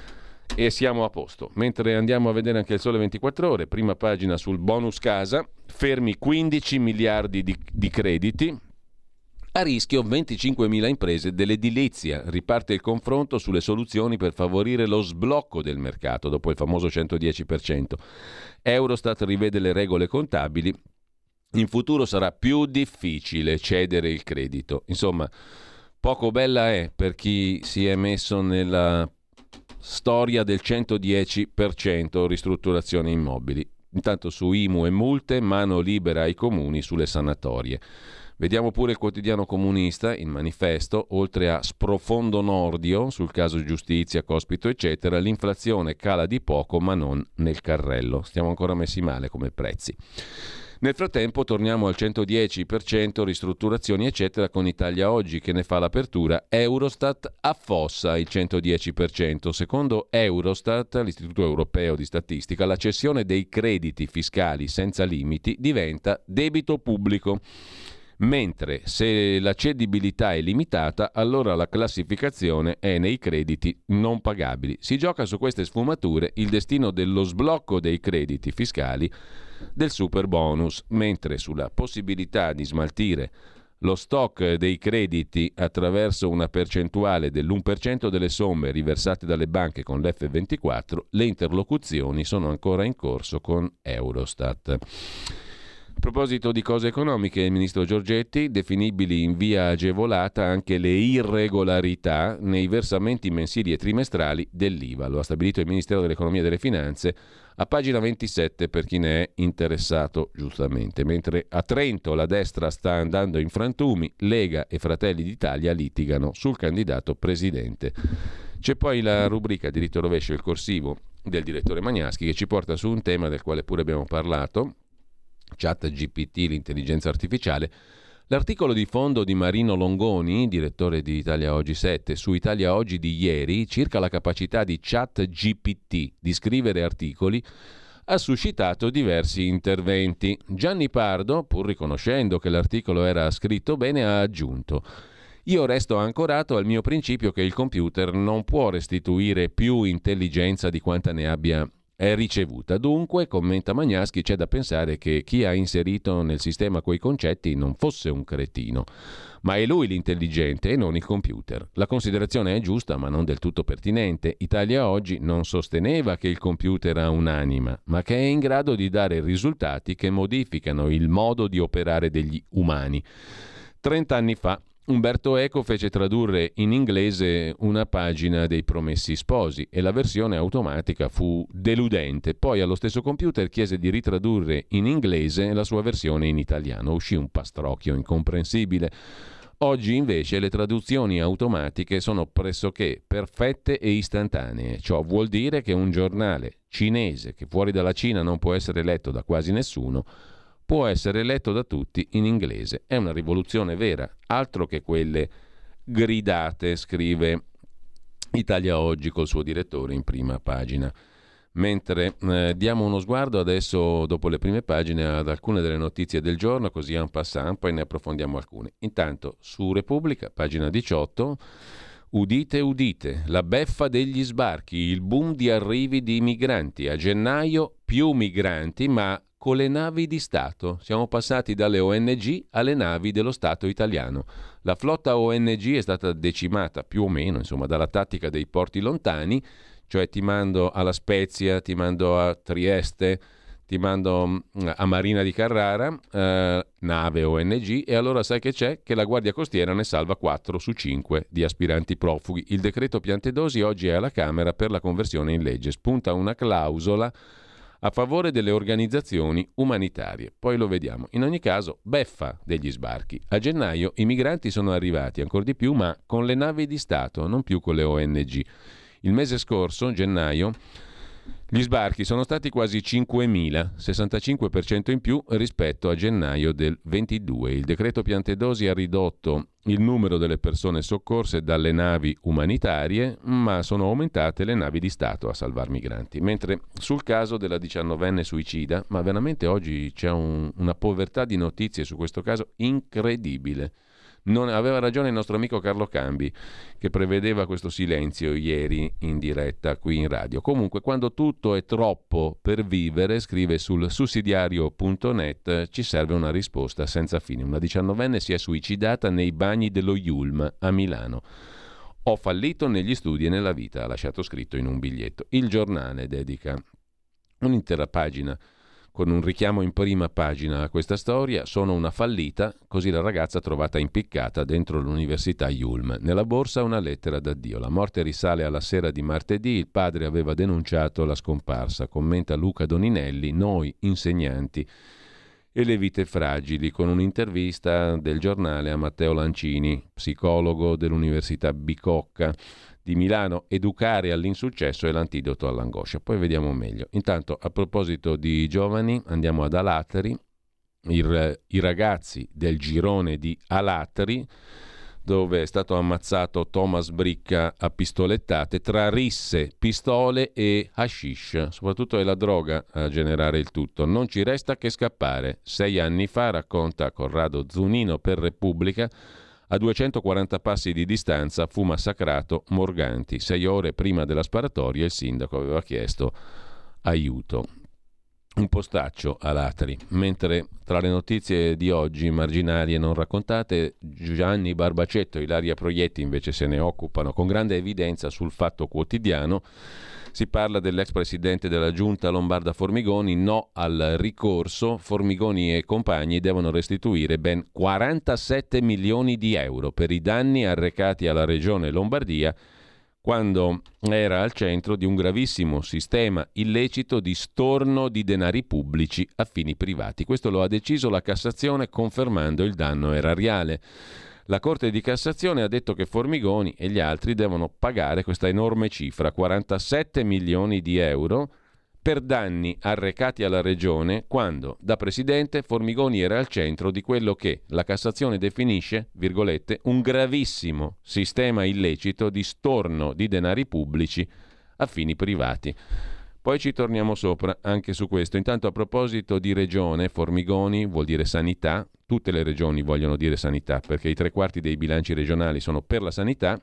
E siamo a posto. Mentre andiamo a vedere anche il Sole 24 Ore, prima pagina sul bonus casa, fermi 15 miliardi di crediti, a rischio 25.000 imprese dell'edilizia. Riparte il confronto sulle soluzioni per favorire lo sblocco del mercato dopo il famoso 110%. Eurostat rivede le regole contabili. In futuro sarà più difficile cedere il credito. Insomma, poco bella è per chi si è messo nella storia del 110% ristrutturazione immobili. Intanto su IMU e multe, mano libera ai comuni sulle sanatorie. Vediamo pure il quotidiano comunista, il Manifesto, oltre a sprofondo nordio sul caso giustizia, Cospito eccetera, l'inflazione cala di poco ma non nel carrello. Stiamo ancora messi male come prezzi. Nel frattempo torniamo al 110%, ristrutturazioni eccetera con Italia Oggi che ne fa l'apertura. Eurostat affossa il 110%. Secondo Eurostat, l'Istituto Europeo di Statistica, la cessione dei crediti fiscali senza limiti diventa debito pubblico. Mentre se la cedibilità è limitata, allora la classificazione è nei crediti non pagabili. Si gioca su queste sfumature il destino dello sblocco dei crediti fiscali del super bonus, mentre sulla possibilità di smaltire lo stock dei crediti attraverso una percentuale dell'1% delle somme riversate dalle banche con l'F24, le interlocuzioni sono ancora in corso con Eurostat. A proposito di cose economiche, il ministro Giorgetti, definibili in via agevolata anche le irregolarità nei versamenti mensili e trimestrali dell'IVA. Lo ha stabilito il Ministero dell'Economia e delle Finanze a pagina 27 per chi ne è interessato giustamente. Mentre a Trento la destra sta andando in frantumi, Lega e Fratelli d'Italia litigano sul candidato presidente. C'è poi la rubrica Diritto rovescio, il corsivo del direttore Magnaschi, che ci porta su un tema del quale pure abbiamo parlato, ChatGPT, l'intelligenza artificiale. L'articolo di fondo di Marino Longoni, direttore di Italia Oggi 7, su Italia Oggi di ieri, circa la capacità di ChatGPT di scrivere articoli, ha suscitato diversi interventi. Gianni Pardo, pur riconoscendo che l'articolo era scritto bene, ha aggiunto: io resto ancorato al mio principio che il computer non può restituire più intelligenza di quanta ne abbia è ricevuta. Dunque, commenta Magnaschi, c'è da pensare che chi ha inserito nel sistema quei concetti non fosse un cretino, ma è lui l'intelligente e non il computer. La considerazione è giusta ma non del tutto pertinente. Italia Oggi non sosteneva che il computer ha un'anima, ma che è in grado di dare risultati che modificano il modo di operare degli umani. 30 anni fa Umberto Eco fece tradurre in inglese una pagina dei Promessi Sposi e la versione automatica fu deludente. Poi allo stesso computer chiese di ritradurre in inglese la sua versione in italiano. Uscì un pastrocchio incomprensibile. Oggi invece le traduzioni automatiche sono pressoché perfette e istantanee. Ciò vuol dire che un giornale cinese che fuori dalla Cina non può essere letto da quasi nessuno può essere letto da tutti in inglese. È una rivoluzione vera, altro che quelle gridate, scrive Italia Oggi col suo direttore in prima pagina. Mentre diamo uno sguardo adesso, dopo le prime pagine, ad alcune delle notizie del giorno, così en passant, poi ne approfondiamo alcune. Intanto, su Repubblica, pagina 18, udite, udite, la beffa degli sbarchi, il boom di arrivi di migranti. A gennaio più migranti, ma con le navi di Stato. Siamo passati dalle ONG alle navi dello Stato italiano. La flotta ONG è stata decimata più o meno, insomma, dalla tattica dei porti lontani, cioè ti mando alla Spezia, ti mando a Trieste, ti mando a Marina di Carrara, nave ONG, e allora sai che c'è? Che la Guardia Costiera ne salva 4 su 5 di aspiranti profughi. Il decreto Piantedosi oggi è alla Camera per la conversione in legge. Spunta una clausola a favore delle organizzazioni umanitarie. Poi lo vediamo. In ogni caso, beffa degli sbarchi. A gennaio i migranti sono arrivati ancora di più, ma con le navi di Stato, non più con le ONG. Il mese scorso, gennaio, gli sbarchi sono stati quasi 5.000, 65% in più rispetto a gennaio del 22. Il decreto Piantedosi ha ridotto il numero delle persone soccorse dalle navi umanitarie, ma sono aumentate le navi di Stato a salvar migranti. Mentre sul caso della 19enne suicida, ma veramente oggi c'è una povertà di notizie su questo caso incredibile. Non aveva ragione il nostro amico Carlo Cambi, che prevedeva questo silenzio ieri in diretta qui in radio. Comunque, quando tutto è troppo per vivere, scrive sul sussidiario.net, ci serve una risposta senza fine. Una 19enne si è suicidata nei bagni dello Yulm a Milano. Ho fallito negli studi e nella vita, ha lasciato scritto in un biglietto. Il Giornale dedica un'intera pagina con un richiamo in prima pagina a questa storia: sono una fallita, così la ragazza trovata impiccata dentro l'università Yulm. Nella borsa una lettera d'addio. La morte risale alla sera di martedì, il padre aveva denunciato la scomparsa. Commenta Luca Doninelli, noi insegnanti e le vite fragili, con un'intervista del giornale a Matteo Lancini, psicologo dell'Università Bicocca di Milano. Educare all'insuccesso è l'antidoto all'angoscia. Poi vediamo meglio. Intanto, a proposito di giovani, andiamo ad Alatri. I ragazzi del girone di Alatri, dove è stato ammazzato Thomas Bricca a pistolettate, tra risse, pistole e hashish. Soprattutto è la droga a generare il tutto. Non ci resta che scappare. 6 anni fa, racconta Corrado Zunino per Repubblica, a 240 passi di distanza fu massacrato Morganti. 6 ore prima della sparatoria il sindaco aveva chiesto aiuto. Un postaccio a Latri. Mentre tra le notizie di oggi, marginali e non raccontate, Gianni Barbacetto e Ilaria Proietti invece se ne occupano con grande evidenza sul Fatto Quotidiano. Si parla dell'ex presidente della giunta lombarda Formigoni, no al ricorso. Formigoni e compagni devono restituire ben 47 milioni di euro per i danni arrecati alla regione Lombardia quando era al centro di un gravissimo sistema illecito di storno di denari pubblici a fini privati. Questo lo ha deciso la Cassazione confermando il danno erariale. La Corte di Cassazione ha detto che Formigoni e gli altri devono pagare questa enorme cifra, 47 milioni di euro, per danni arrecati alla regione quando, da presidente, Formigoni era al centro di quello che la Cassazione definisce, virgolette, un gravissimo sistema illecito di storno di denari pubblici a fini privati. Poi ci torniamo sopra anche su questo. Intanto, a proposito di regione, Formigoni vuol dire sanità. Tutte le regioni vogliono dire sanità perché i 3/4 dei bilanci regionali sono per la sanità.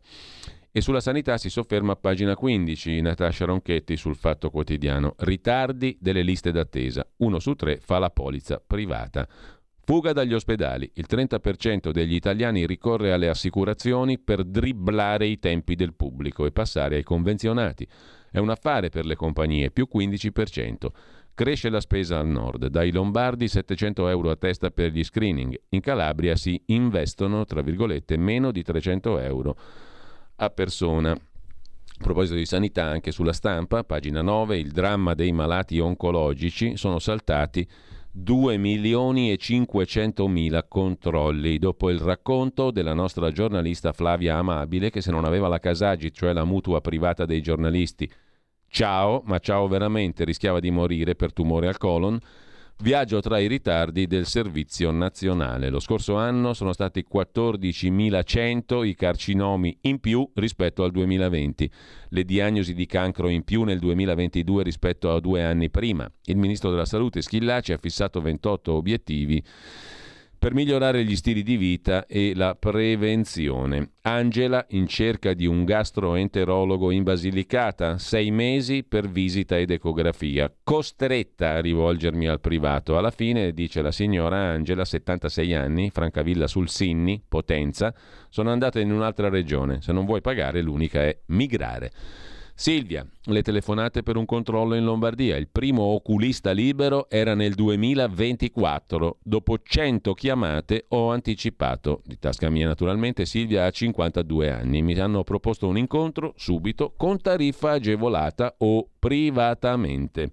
E sulla sanità si sofferma a pagina 15 Natascia Ronchetti sul Fatto Quotidiano. Ritardi delle liste d'attesa. 1 su 3 fa la polizza privata. Fuga dagli ospedali. Il 30% degli italiani ricorre alle assicurazioni per dribblare i tempi del pubblico e passare ai convenzionati. È un affare per le compagnie, più 15%. Cresce la spesa al nord. Dai lombardi 700 euro a testa per gli screening. In Calabria si investono, tra virgolette, meno di 300 euro a persona. A proposito di sanità, anche sulla Stampa, pagina 9, il dramma dei malati oncologici. Sono saltati 2.500.000 controlli. Dopo il racconto della nostra giornalista Flavia Amabile, che se non aveva la Casagi, cioè la mutua privata dei giornalisti, ciao, ma ciao veramente, rischiava di morire per tumore al colon. Viaggio tra i ritardi del servizio nazionale. Lo scorso anno sono stati 14.100 i carcinomi in più rispetto al 2020, le diagnosi di cancro in più nel 2022 rispetto a 2 anni prima. Il ministro della Salute Schillaci ha fissato 28 obiettivi per migliorare gli stili di vita e la prevenzione. Angela in cerca di un gastroenterologo in Basilicata, 6 mesi per visita ed ecografia. Costretta a rivolgermi al privato. Alla fine, dice la signora Angela, 76 anni, Francavilla sul Sinni, Potenza, sono andata in un'altra regione. Se non vuoi pagare, l'unica è migrare. Silvia, le telefonate per un controllo in Lombardia. Il primo oculista libero era nel 2024. Dopo 100 chiamate ho anticipato. Di tasca mia, naturalmente. Silvia ha 52 anni. Mi hanno proposto un incontro subito con tariffa agevolata o privatamente.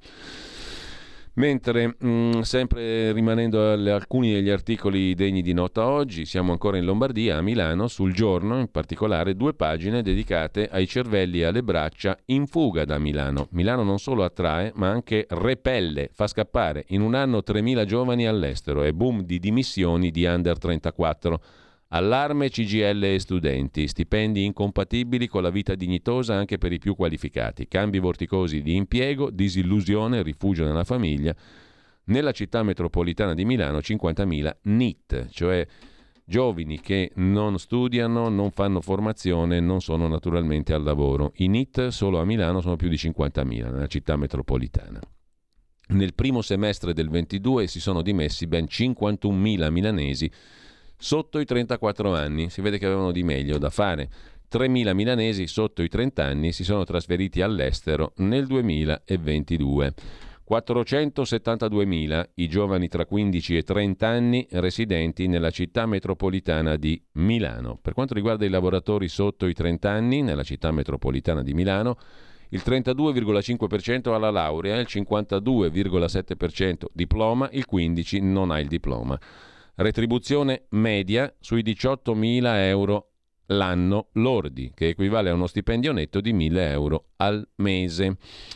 Mentre, sempre rimanendo a alcuni degli articoli degni di nota oggi, siamo ancora in Lombardia, a Milano, sul Giorno, in particolare 2 pagine dedicate ai cervelli e alle braccia in fuga da Milano. Milano non solo attrae, ma anche repelle, fa scappare. In un anno 3.000 giovani all'estero e boom di dimissioni di under 34. Allarme CGIL e studenti, stipendi incompatibili con la vita dignitosa anche per i più qualificati, cambi vorticosi di impiego, disillusione, rifugio nella famiglia. Nella città metropolitana di Milano 50.000 NEET, cioè giovani che non studiano, non fanno formazione, non sono naturalmente al lavoro. I NEET solo a Milano sono più di 50.000 nella città metropolitana. Nel primo semestre del 22 si sono dimessi ben 51.000 milanesi sotto i 34 anni, si vede che avevano di meglio da fare. 3.000 milanesi sotto i 30 anni si sono trasferiti all'estero nel 2022. 472.000 i giovani tra 15 e 30 anni residenti nella città metropolitana di Milano. Per quanto riguarda i lavoratori sotto i 30 anni nella città metropolitana di Milano, il 32,5% ha la laurea, il 52,7% diploma, il 15% non ha il diploma. Retribuzione media sui 18.000 euro l'anno lordi, che equivale a uno stipendio netto di 1.000 euro al mese.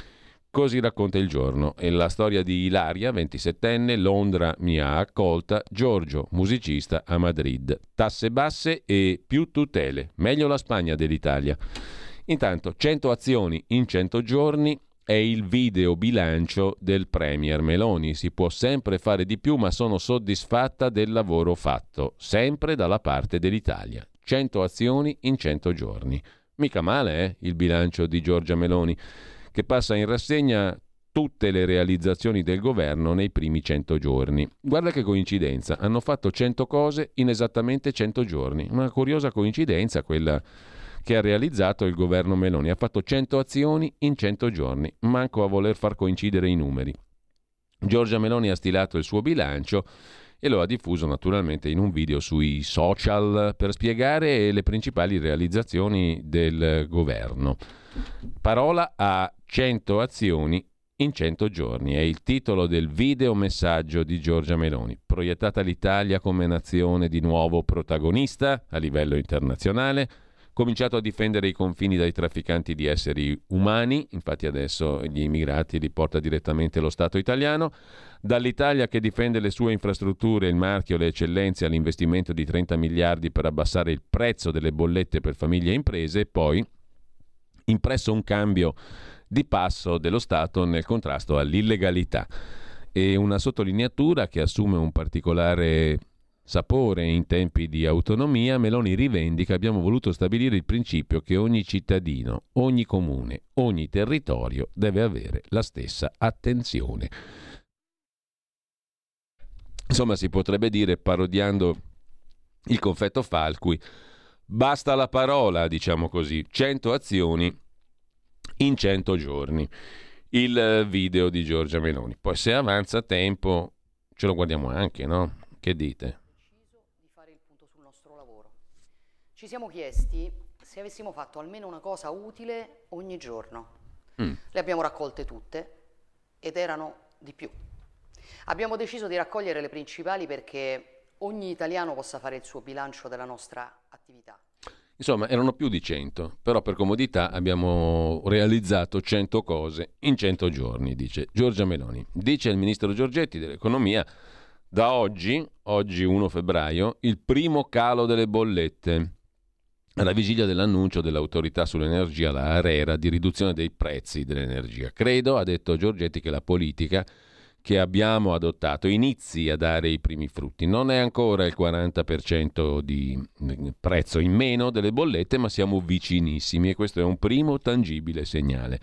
Così racconta Il Giorno. E la storia di Ilaria, 27enne, Londra mi ha accolta, Giorgio, musicista a Madrid. Tasse basse e più tutele. Meglio la Spagna dell'Italia. Intanto, 100 azioni in 100 giorni è il video bilancio del Premier Meloni. Si può sempre fare di più, ma sono soddisfatta del lavoro fatto. Sempre dalla parte dell'Italia. 100 azioni in 100 giorni. Mica male, il bilancio di Giorgia Meloni, che passa in rassegna tutte le realizzazioni del governo nei primi 100 giorni. Guarda che coincidenza, hanno fatto 100 cose in esattamente 100 giorni. Una curiosa coincidenza quella che ha realizzato il governo Meloni. Ha fatto 100 azioni in 100 giorni, manco a voler far coincidere i numeri. Giorgia Meloni ha stilato il suo bilancio e lo ha diffuso naturalmente in un video sui social per spiegare le principali realizzazioni del governo. Parola a 100 azioni in 100 giorni è il titolo del video messaggio di Giorgia Meloni. Proiettata l'Italia come nazione di nuovo protagonista a livello internazionale, cominciato a difendere i confini dai trafficanti di esseri umani, infatti adesso gli immigrati li porta direttamente lo Stato italiano, dall'Italia che difende le sue infrastrutture, il marchio, le eccellenze all'investimento di 30 miliardi per abbassare il prezzo delle bollette per famiglie e imprese, e poi impresso un cambio di passo dello Stato nel contrasto all'illegalità. E una sottolineatura che assume un particolare sapore in tempi di autonomia. Meloni rivendica: abbiamo voluto stabilire il principio che ogni cittadino, ogni comune, ogni territorio deve avere la stessa attenzione. Insomma, si potrebbe dire, parodiando il confetto Falqui, basta la parola, diciamo così, 100 azioni in 100 giorni. Il video di Giorgia Meloni. Poi se avanza tempo ce lo guardiamo anche, no? Che dite? Di fare il punto sul nostro lavoro. Ci siamo chiesti se avessimo fatto almeno una cosa utile ogni giorno. Le abbiamo raccolte tutte ed erano di più. Abbiamo deciso di raccogliere le principali perché ogni italiano possa fare il suo bilancio della nostra attività. Insomma, erano più di 100, però per comodità abbiamo realizzato 100 cose in 100 giorni, dice Giorgia Meloni. Dice il ministro Giorgetti dell'Economia: da oggi 1 febbraio, il primo calo delle bollette, alla vigilia dell'annuncio dell'autorità sull'energia, la ARERA, di riduzione dei prezzi dell'energia. Credo, ha detto Giorgetti, che la politica che abbiamo adottato inizi a dare i primi frutti. Non è ancora il 40% di prezzo in meno delle bollette, ma siamo vicinissimi e questo è un primo tangibile segnale.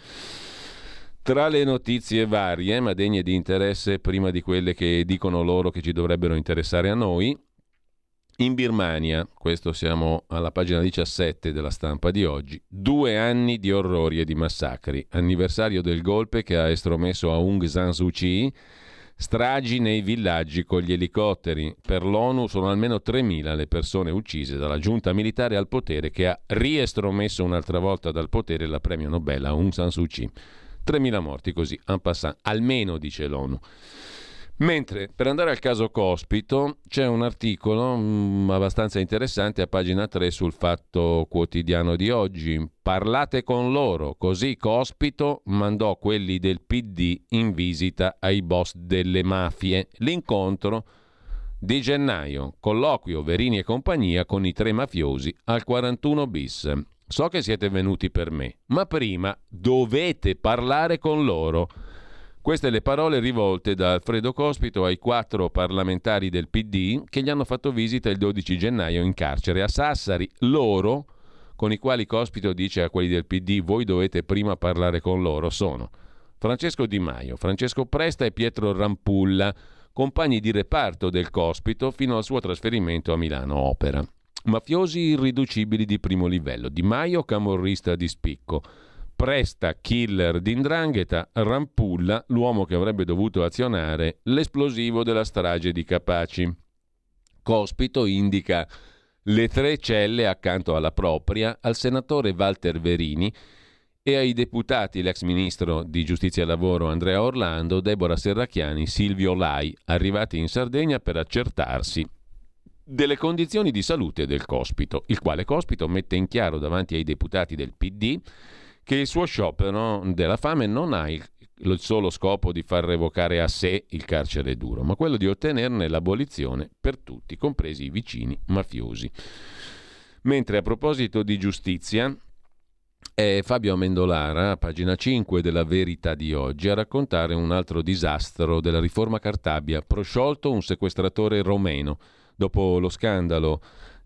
Tra le notizie varie, ma degne di interesse prima di quelle che dicono loro che ci dovrebbero interessare a noi, in Birmania, questo siamo alla pagina 17 della Stampa di oggi, 2 anni di orrori e di massacri, anniversario del golpe che ha estromesso Aung San Suu Kyi, stragi nei villaggi con gli elicotteri. Per l'ONU sono almeno 3.000 le persone uccise dalla giunta militare al potere che ha riestromesso un'altra volta dal potere la premio Nobel Aung San Suu Kyi. 3.000 morti così, en passant, almeno, dice l'ONU. Mentre, per andare al caso Cospito, c'è un articolo abbastanza interessante a pagina 3 sul Fatto Quotidiano di oggi. Parlate con loro, così Cospito mandò quelli del PD in visita ai boss delle mafie. L'incontro di gennaio, colloquio Verini e compagnia con i 3 mafiosi al 41 bis. So che siete venuti per me, ma prima dovete parlare con loro. Queste le parole rivolte da Alfredo Cospito ai 4 parlamentari del PD che gli hanno fatto visita il 12 gennaio in carcere a Sassari. Loro, con i quali Cospito dice a quelli del PD: voi dovete prima parlare con loro, sono Francesco Di Maio, Francesco Presta e Pietro Rampulla, compagni di reparto del Cospito fino al suo trasferimento a Milano Opera. Mafiosi irriducibili di primo livello. Di Maio camorrista di spicco. Presta, killer di 'ndrangheta, Rampulla, l'uomo che avrebbe dovuto azionare l'esplosivo della strage di Capaci. Cospito indica le 3 celle accanto alla propria al senatore Walter Verini e ai deputati l'ex ministro di Giustizia e Lavoro Andrea Orlando, Deborah Serracchiani, Silvio Lai, arrivati in Sardegna per accertarsi delle condizioni di salute del Cospito, il quale Cospito mette in chiaro davanti ai deputati del PD che il suo sciopero della fame non ha il solo scopo di far revocare a sé il carcere duro, ma quello di ottenerne l'abolizione per tutti, compresi i vicini mafiosi. Mentre a proposito di giustizia, è Fabio Amendolara, a pagina 5 della Verità di oggi, a raccontare un altro disastro della riforma Cartabia. Prosciolto un sequestratore romeno. Dopo lo scandalo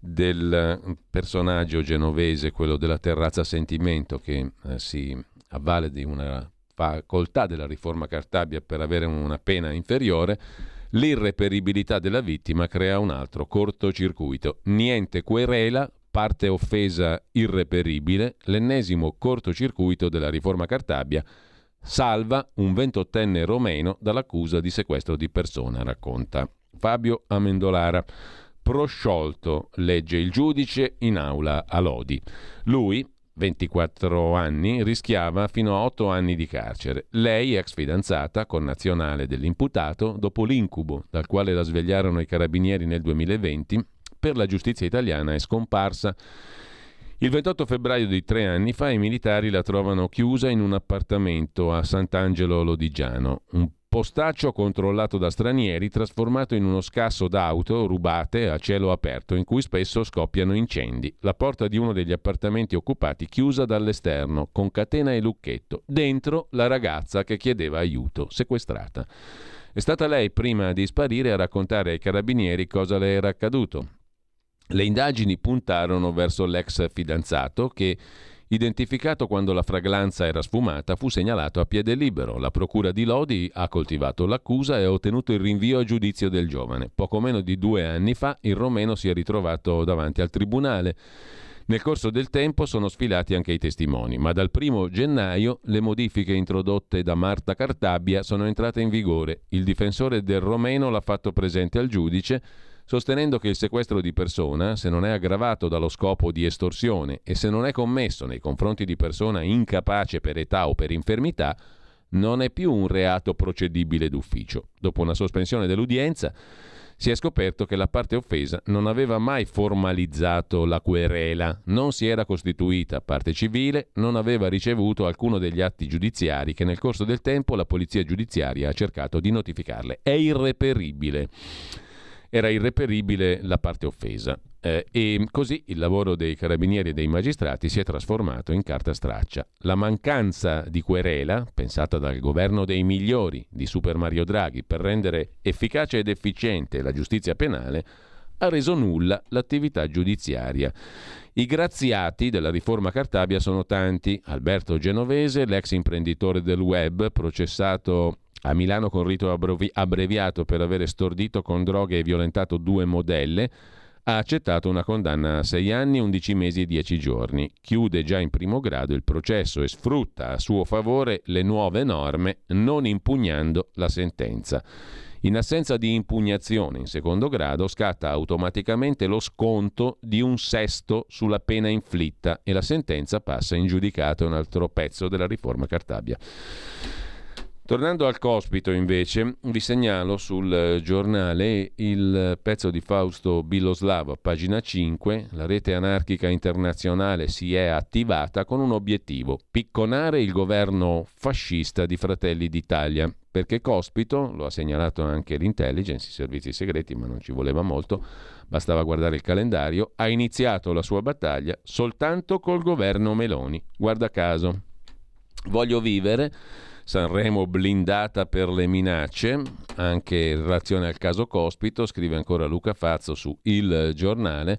del personaggio genovese, quello della terrazza sentimento, che si avvale di una facoltà della riforma Cartabia per avere una pena inferiore, l'irreperibilità della vittima crea un altro cortocircuito. Niente querela, parte offesa irreperibile, l'ennesimo cortocircuito della riforma Cartabia salva un 28enne romeno dall'accusa di sequestro di persona, racconta Fabio Amendolara. Prosciolto, legge il giudice in aula a Lodi. Lui, 24 anni, rischiava fino a 8 anni di carcere. Lei, ex fidanzata, connazionale dell'imputato, dopo l'incubo dal quale la svegliarono i carabinieri nel 2020, per la giustizia italiana è scomparsa. Il 28 febbraio di 3 anni fa i militari la trovano chiusa in un appartamento a Sant'Angelo Lodigiano, un postaccio controllato da stranieri trasformato in uno scasso d'auto rubate a cielo aperto in cui spesso scoppiano incendi. La porta di uno degli appartamenti occupati chiusa dall'esterno con catena e lucchetto. Dentro la ragazza che chiedeva aiuto, sequestrata. È stata lei prima di sparire a raccontare ai carabinieri cosa le era accaduto. Le indagini puntarono verso l'ex fidanzato che, identificato quando la fragranza era sfumata, fu segnalato a piede libero. La procura di Lodi ha coltivato l'accusa e ha ottenuto il rinvio a giudizio del giovane. Poco meno di 2 anni fa il romeno si è ritrovato davanti al tribunale. Nel corso del tempo sono sfilati anche i testimoni, ma dal 1 gennaio le modifiche introdotte da Marta Cartabia sono entrate in vigore. Il difensore del romeno l'ha fatto presente al giudice, sostenendo che il sequestro di persona, se non è aggravato dallo scopo di estorsione e se non è commesso nei confronti di persona incapace per età o per infermità, non è più un reato procedibile d'ufficio. Dopo una sospensione dell'udienza si è scoperto che la parte offesa non aveva mai formalizzato la querela, non si era costituita parte civile, non aveva ricevuto alcuno degli atti giudiziari che nel corso del tempo la polizia giudiziaria ha cercato di notificarle. È irreperibile. Era irreperibile la parte offesa e così il lavoro dei carabinieri e dei magistrati si è trasformato in carta straccia. La mancanza di querela, pensata dal governo dei migliori di Super Mario Draghi per rendere efficace ed efficiente la giustizia penale, ha reso nulla l'attività giudiziaria. I graziati della riforma Cartabia sono tanti. Alberto Genovese, l'ex imprenditore del web, processato a Milano con rito abbreviato per avere stordito con droghe e violentato 2 modelle, ha accettato una condanna a 6 anni, 11 mesi e 10 giorni. Chiude già in primo grado il processo e sfrutta a suo favore le nuove norme, non impugnando la sentenza. In assenza di impugnazione in secondo grado scatta automaticamente lo sconto di 1/6 sulla pena inflitta e la sentenza passa in giudicato, un altro pezzo della riforma Cartabia. Tornando al Cospito, invece, vi segnalo sul giornale il pezzo di Fausto Biloslavo, pagina 5. La rete anarchica internazionale si è attivata con un obiettivo: picconare il governo fascista di Fratelli d'Italia, perché Cospito, lo ha segnalato anche l'intelligence, i servizi segreti, ma non ci voleva molto, bastava guardare il calendario, ha iniziato la sua battaglia soltanto col governo Meloni. Guarda caso. Voglio vivere. Sanremo blindata per le minacce, anche in relazione al caso Cospito, scrive ancora Luca Fazzo su Il Giornale.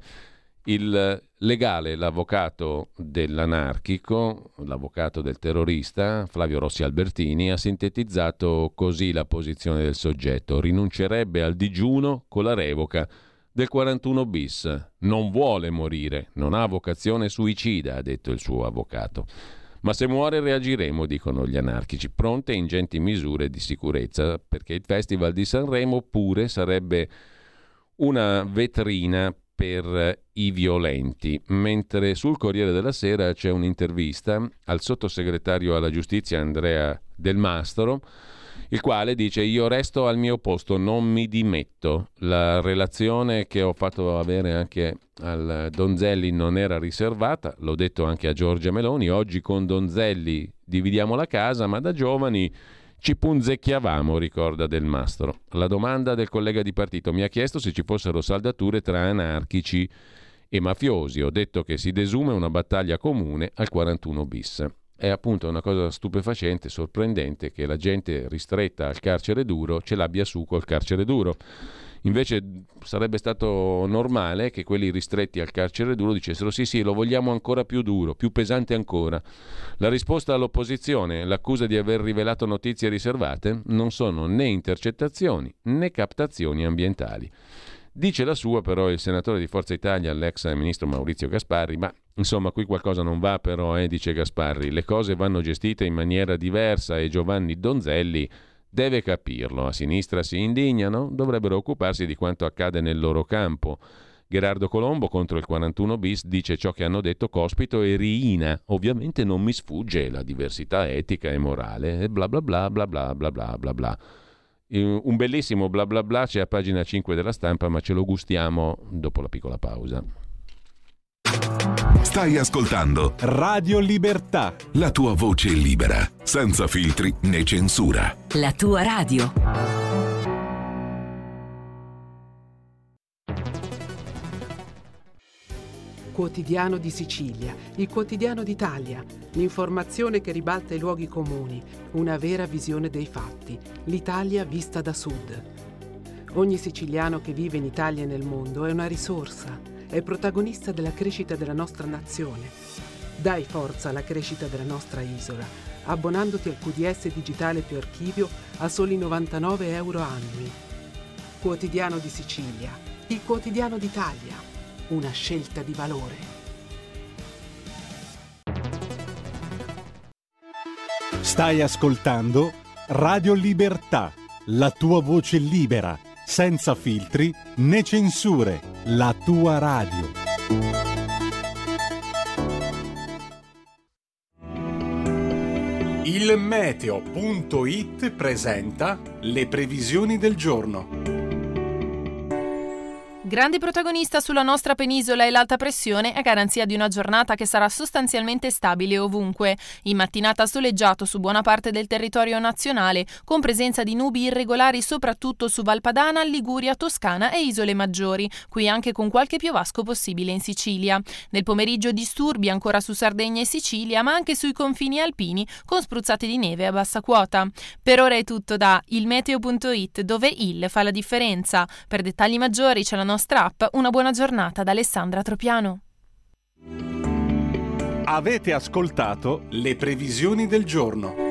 Il legale, l'avvocato dell'anarchico, l'avvocato del terrorista, Flavio Rossi Albertini, ha sintetizzato così la posizione del soggetto: rinuncerebbe al digiuno con la revoca del 41 bis. Non vuole morire, non ha vocazione suicida, ha detto il suo avvocato. Ma se muore reagiremo, dicono gli anarchici, pronte ingenti misure di sicurezza, perché il Festival di Sanremo pure sarebbe una vetrina per i violenti. Mentre sul Corriere della Sera c'è un'intervista al sottosegretario alla giustizia Andrea Del Mastro, il quale dice: io resto al mio posto, non mi dimetto. La relazione che ho fatto avere anche al Donzelli non era riservata, l'ho detto anche a Giorgia Meloni, oggi con Donzelli dividiamo la casa, ma da giovani ci punzecchiavamo, ricorda Del Mastro. La domanda del collega di partito mi ha chiesto se ci fossero saldature tra anarchici e mafiosi. Ho detto che si desume una battaglia comune al 41 bis. È appunto una cosa stupefacente, sorprendente, che la gente ristretta al carcere duro ce l'abbia su col carcere duro. Invece sarebbe stato normale che quelli ristretti al carcere duro dicessero sì, lo vogliamo ancora più duro, più pesante ancora. La risposta all'opposizione, l'accusa di aver rivelato notizie riservate, non sono né intercettazioni né captazioni ambientali. Dice la sua però il senatore di Forza Italia, l'ex ministro Maurizio Gasparri, ma insomma qui qualcosa non va però, dice Gasparri, le cose vanno gestite in maniera diversa e Giovanni Donzelli deve capirlo. A sinistra si indignano, dovrebbero occuparsi di quanto accade nel loro campo. Gerardo Colombo contro il 41 bis dice ciò che hanno detto Cospito e Riina. Ovviamente non mi sfugge la diversità etica e morale e bla bla bla bla bla bla bla bla bla. Un bellissimo bla bla bla c'è a pagina 5 della Stampa, ma ce lo gustiamo dopo la piccola pausa. Stai ascoltando Radio Libertà, la tua voce libera, senza filtri né censura. La tua radio. Quotidiano di Sicilia, il quotidiano d'Italia, l'informazione che ribalta i luoghi comuni, una vera visione dei fatti, l'Italia vista da sud. Ogni siciliano che vive in Italia e nel mondo è una risorsa, è protagonista della crescita della nostra nazione. Dai forza alla crescita della nostra isola, abbonandoti al QDS digitale più archivio a soli 99 euro annui. Quotidiano di Sicilia, il quotidiano d'Italia. Una scelta di valore. stai ascoltando Radio Libertà, la tua voce libera, senza filtri né censure, la tua radio. Il meteo.it presenta le previsioni del giorno. Grande protagonista sulla nostra penisola è l'alta pressione, a garanzia di una giornata che sarà sostanzialmente stabile ovunque. In mattinata soleggiato su buona parte del territorio nazionale, con presenza di nubi irregolari soprattutto su Valpadana, Liguria, Toscana e Isole Maggiori, qui anche con qualche piovasco possibile in Sicilia. Nel pomeriggio disturbi ancora su Sardegna e Sicilia, ma anche sui confini alpini, con spruzzate di neve a bassa quota. Per ora è tutto da ilmeteo.it, dove il fa la differenza. Per dettagli maggiori c'è la nostra app. Una buona giornata da Alessandra Tropiano. Avete ascoltato le previsioni del giorno.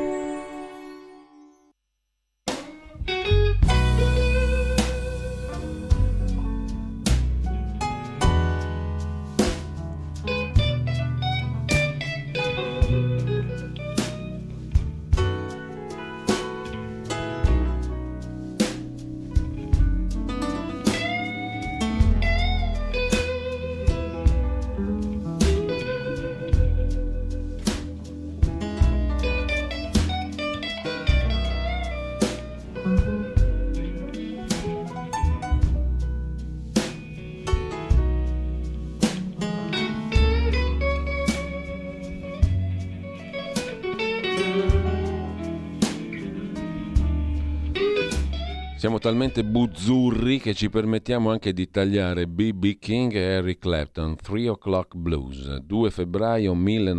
Siamo talmente buzzurri che ci permettiamo anche di tagliare B.B. King e Eric Clapton, 3 O'Clock Blues, 2 febbraio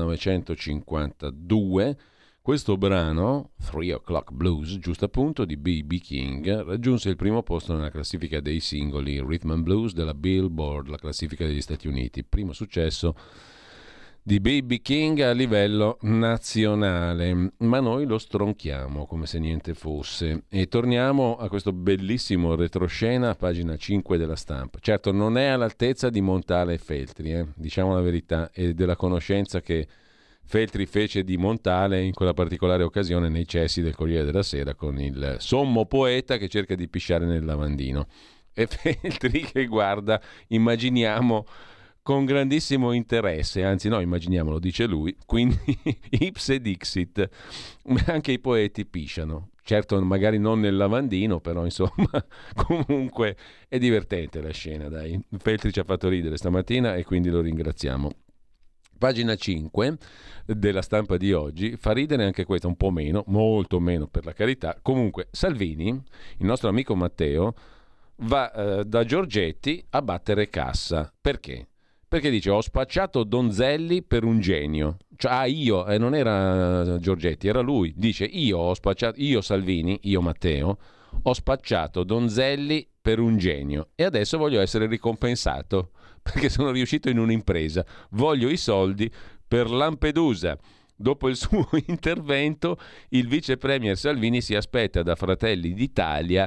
1952. Questo brano, 3 O'Clock Blues, giusto appunto, di B.B. King, raggiunse il primo posto nella classifica dei singoli Rhythm and Blues della Billboard, la classifica degli Stati Uniti. Primo successo di B.B. King a livello nazionale, ma noi lo stronchiamo come se niente fosse e torniamo a questo bellissimo retroscena a pagina 5 della Stampa. Certo non è all'altezza di Montale e Feltri, diciamo la verità, e della conoscenza che Feltri fece di Montale in quella particolare occasione nei cessi del Corriere della Sera con il sommo poeta che cerca di pisciare nel lavandino. E Feltri che guarda, immaginiamo, con grandissimo interesse, anzi no, immaginiamolo, dice lui, quindi ipse dixit, anche i poeti pisciano. Certo, magari non nel lavandino, però insomma, comunque è divertente la scena, dai. Feltri ci ha fatto ridere stamattina e quindi lo ringraziamo. Pagina 5 della Stampa di oggi, fa ridere anche questa, un po' meno, molto meno per la carità. Comunque Salvini, il nostro amico Matteo, va da Giorgetti a battere cassa. Perché? Perché dice: ho spacciato Donzelli per un genio. Cioè, io, non era Giorgetti, era lui. Dice: io Salvini, io Matteo, ho spacciato Donzelli per un genio e adesso voglio essere ricompensato perché sono riuscito in un'impresa. Voglio i soldi per Lampedusa. Dopo il suo intervento, il vice premier Salvini si aspetta da Fratelli d'Italia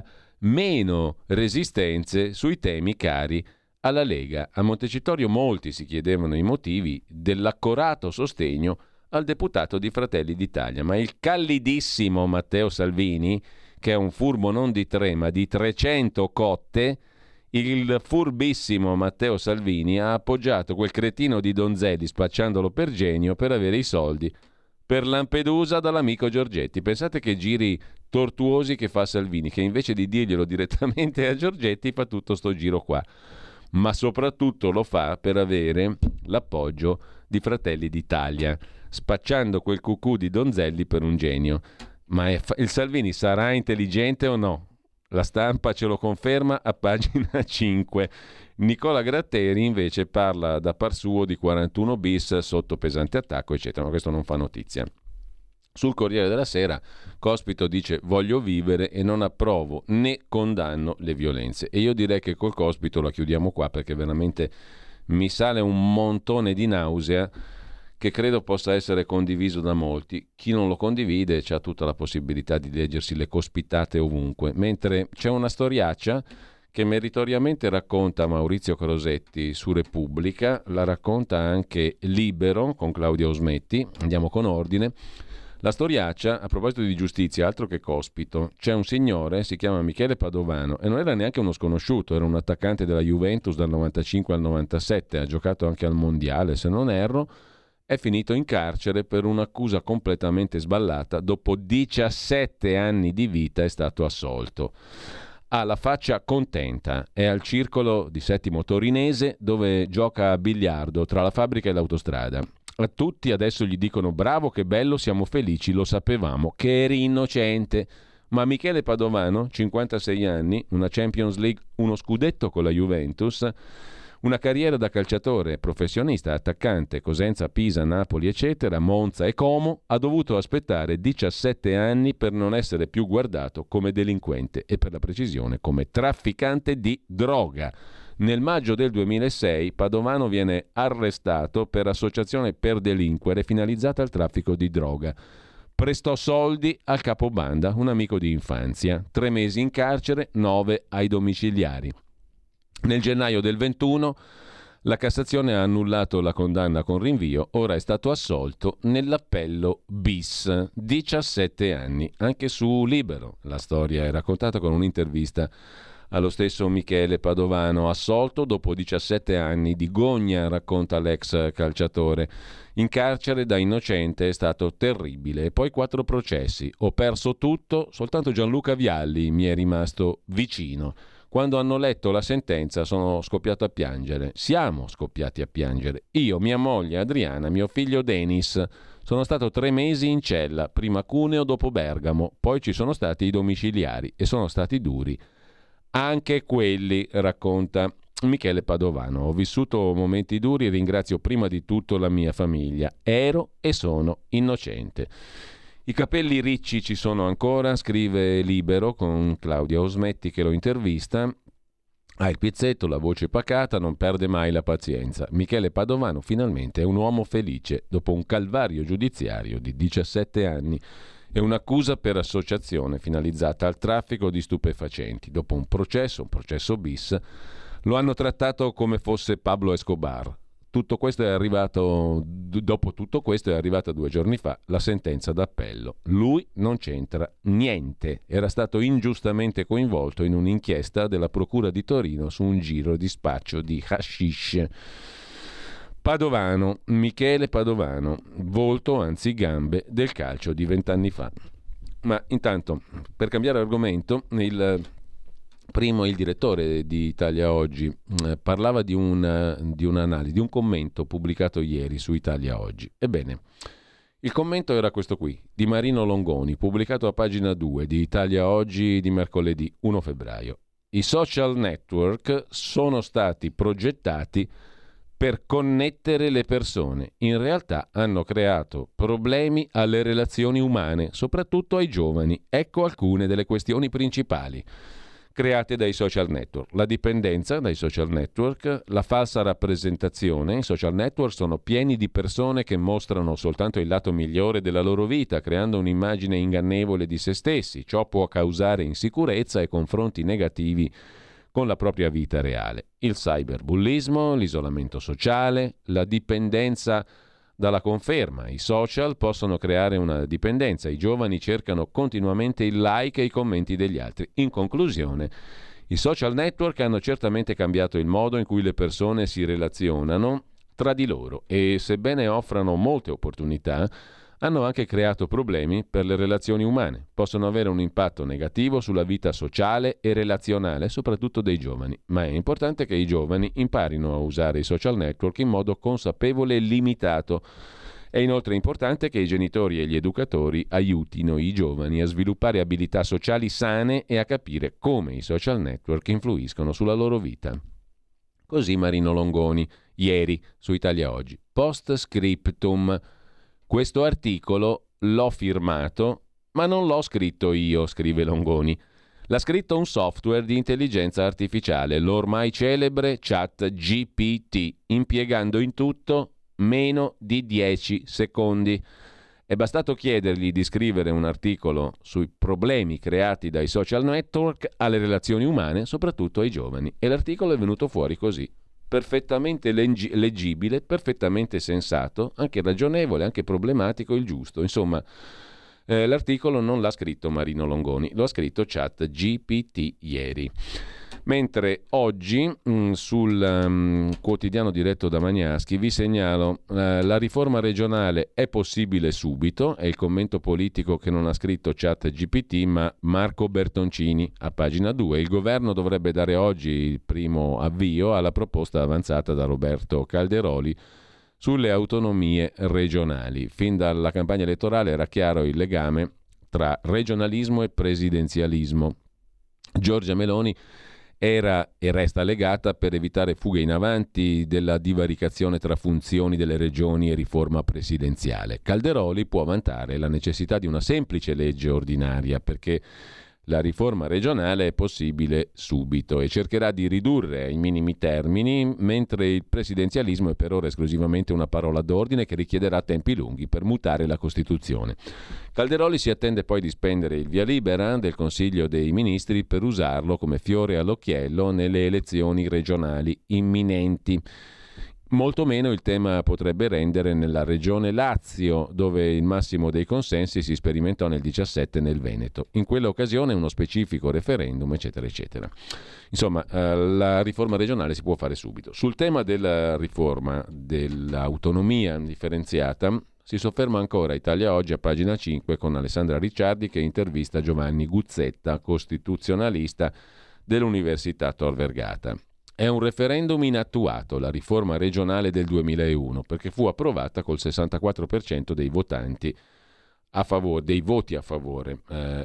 meno resistenze sui temi cari alla Lega. A Montecitorio molti si chiedevano i motivi dell'accorato sostegno al deputato di Fratelli d'Italia, ma il callidissimo Matteo Salvini, che è un furbo non di 3 ma di 300 cotte, il furbissimo Matteo Salvini ha appoggiato quel cretino di Donzelli spacciandolo per genio per avere i soldi per Lampedusa dall'amico Giorgetti. Pensate che giri tortuosi che fa Salvini, che invece di dirglielo direttamente a Giorgetti fa tutto sto giro qua. Ma soprattutto lo fa per avere l'appoggio di Fratelli d'Italia, spacciando quel cucù di Donzelli per un genio. Ma il Salvini sarà intelligente o no? La Stampa ce lo conferma a pagina 5. Nicola Gratteri invece parla da par suo di 41 bis sotto pesante attacco, eccetera, ma questo non fa notizia. Sul Corriere della Sera Cospito dice: voglio vivere e non approvo né condanno le violenze. E io direi che col Cospito la chiudiamo qua, perché veramente mi sale un montone di nausea che credo possa essere condiviso da molti. Chi non lo condivide c'ha tutta la possibilità di leggersi le cospitate ovunque, mentre c'è una storiaccia che meritoriamente racconta Maurizio Crosetti su Repubblica, la racconta anche Libero con Claudio Osmetti. Andiamo con ordine. La storiaccia, a proposito di giustizia, altro che Cospito, c'è un signore, si chiama Michele Padovano, e non era neanche uno sconosciuto, era un attaccante della Juventus dal 95 al 97, ha giocato anche al Mondiale, se non erro, è finito in carcere per un'accusa completamente sballata. Dopo 17 anni di vita è stato assolto. Ha la faccia contenta, è al circolo di Settimo Torinese dove gioca a biliardo tra la fabbrica e l'autostrada. A tutti adesso gli dicono: bravo, che bello, siamo felici, lo sapevamo, che eri innocente. Ma Michele Padovano, 56 anni, una Champions League, uno scudetto con la Juventus, una carriera da calciatore professionista, attaccante, Cosenza, Pisa, Napoli, eccetera, Monza e Como, ha dovuto aspettare 17 anni per non essere più guardato come delinquente e, per la precisione, come trafficante di droga. Nel maggio del 2006 Padovano viene arrestato per associazione per delinquere finalizzata al traffico di droga. Prestò soldi al capobanda, un amico di infanzia. 3 mesi in carcere, 9 ai domiciliari. Nel gennaio del 21 la Cassazione ha annullato la condanna con rinvio, ora è stato assolto nell'appello bis, 17 anni. Anche su Libero la storia è raccontata con un'intervista allo stesso Michele Padovano, assolto dopo 17 anni di gogna, racconta l'ex calciatore. In carcere da innocente è stato terribile, e poi 4 processi. Ho perso tutto, soltanto Gianluca Vialli mi è rimasto vicino. Quando hanno letto la sentenza sono scoppiato a piangere. Siamo scoppiati a piangere. Io, mia moglie Adriana, mio figlio Denis. Sono stato 3 mesi in cella, prima Cuneo, dopo Bergamo. Poi ci sono stati i domiciliari e sono stati duri. Anche quelli, racconta Michele Padovano. Ho vissuto momenti duri e ringrazio prima di tutto la mia famiglia. Ero e sono innocente. I capelli ricci ci sono ancora, scrive Libero con Claudia Osmetti che lo intervista. Ha il pizzetto, la voce pacata, non perde mai la pazienza. Michele Padovano finalmente è un uomo felice dopo un calvario giudiziario di 17 anni e un'accusa per associazione finalizzata al traffico di stupefacenti. Dopo un processo bis, lo hanno trattato come fosse Pablo Escobar. Tutto questo è arrivato, dopo tutto questo è arrivata 2 giorni fa la sentenza d'appello. Lui non c'entra niente, era stato ingiustamente coinvolto in un'inchiesta della Procura di Torino su un giro di spaccio di hashish. Padovano, Michele Padovano, volto, anzi gambe, del calcio di 20 anni fa. Ma intanto, per cambiare argomento, il direttore di Italia Oggi parlava di un'analisi, di un commento pubblicato ieri su Italia Oggi. Ebbene, il commento era questo qui, di Marino Longoni, pubblicato a pagina 2 di Italia Oggi di mercoledì 1 febbraio. I social network sono stati progettati per connettere le persone. In realtà hanno creato problemi alle relazioni umane, soprattutto ai giovani. Ecco alcune delle questioni principali create dai social network. La dipendenza dai social network, la falsa rappresentazione. I social network sono pieni di persone che mostrano soltanto il lato migliore della loro vita, creando un'immagine ingannevole di se stessi. Ciò può causare insicurezza e confronti negativi con la propria vita reale. Il cyberbullismo, l'isolamento sociale, la dipendenza dalla conferma. I social possono creare una dipendenza. I giovani cercano continuamente il like e i commenti degli altri. In conclusione, i social network hanno certamente cambiato il modo in cui le persone si relazionano tra di loro e, sebbene offrano molte opportunità, hanno anche creato problemi per le relazioni umane. Possono avere un impatto negativo sulla vita sociale e relazionale, soprattutto dei giovani. Ma è importante che i giovani imparino a usare i social network in modo consapevole e limitato. È inoltre importante che i genitori e gli educatori aiutino i giovani a sviluppare abilità sociali sane e a capire come i social network influiscono sulla loro vita. Così Marino Longoni, ieri, su Italia Oggi. Post scriptum. Questo articolo l'ho firmato, ma non l'ho scritto io, scrive Longoni. L'ha scritto un software di intelligenza artificiale, l'ormai celebre ChatGPT, impiegando in tutto meno di 10 secondi. È bastato chiedergli di scrivere un articolo sui problemi creati dai social network alle relazioni umane, soprattutto ai giovani, e l'articolo è venuto fuori così. Perfettamente leggibile, perfettamente sensato, anche ragionevole, anche problematico, il giusto. Insomma, l'articolo non l'ha scritto Marino Longoni, lo ha scritto ChatGPT ieri. Mentre oggi sul quotidiano diretto da Magnaschi vi segnalo la riforma regionale è possibile subito, è il commento politico che non ha scritto ChatGPT ma Marco Bertoncini a pagina 2. Il governo dovrebbe dare oggi il primo avvio alla proposta avanzata da Roberto Calderoli sulle autonomie regionali. Fin dalla campagna elettorale era chiaro il legame tra regionalismo e presidenzialismo. Giorgia Meloni era e resta legata per evitare fughe in avanti della divaricazione tra funzioni delle regioni e riforma presidenziale. Calderoli può vantare la necessità di una semplice legge ordinaria perché la riforma regionale è possibile subito e cercherà di ridurre ai minimi termini, mentre il presidenzialismo è per ora esclusivamente una parola d'ordine che richiederà tempi lunghi per mutare la Costituzione. Calderoli si attende poi di spendere il via libera del Consiglio dei Ministri per usarlo come fiore all'occhiello nelle elezioni regionali imminenti. Molto meno il tema potrebbe rendere nella regione Lazio, dove il massimo dei consensi si sperimentò nel 2017 nel Veneto. In quella occasione uno specifico referendum, eccetera, eccetera. Insomma, la riforma regionale si può fare subito. Sul tema della riforma dell'autonomia differenziata si sofferma ancora Italia Oggi a pagina 5 con Alessandra Ricciardi che intervista Giovanni Guzzetta, costituzionalista dell'Università Tor Vergata. È un referendum inattuato, la riforma regionale del 2001, perché fu approvata col 64% dei votanti a favore, dei voti a favore.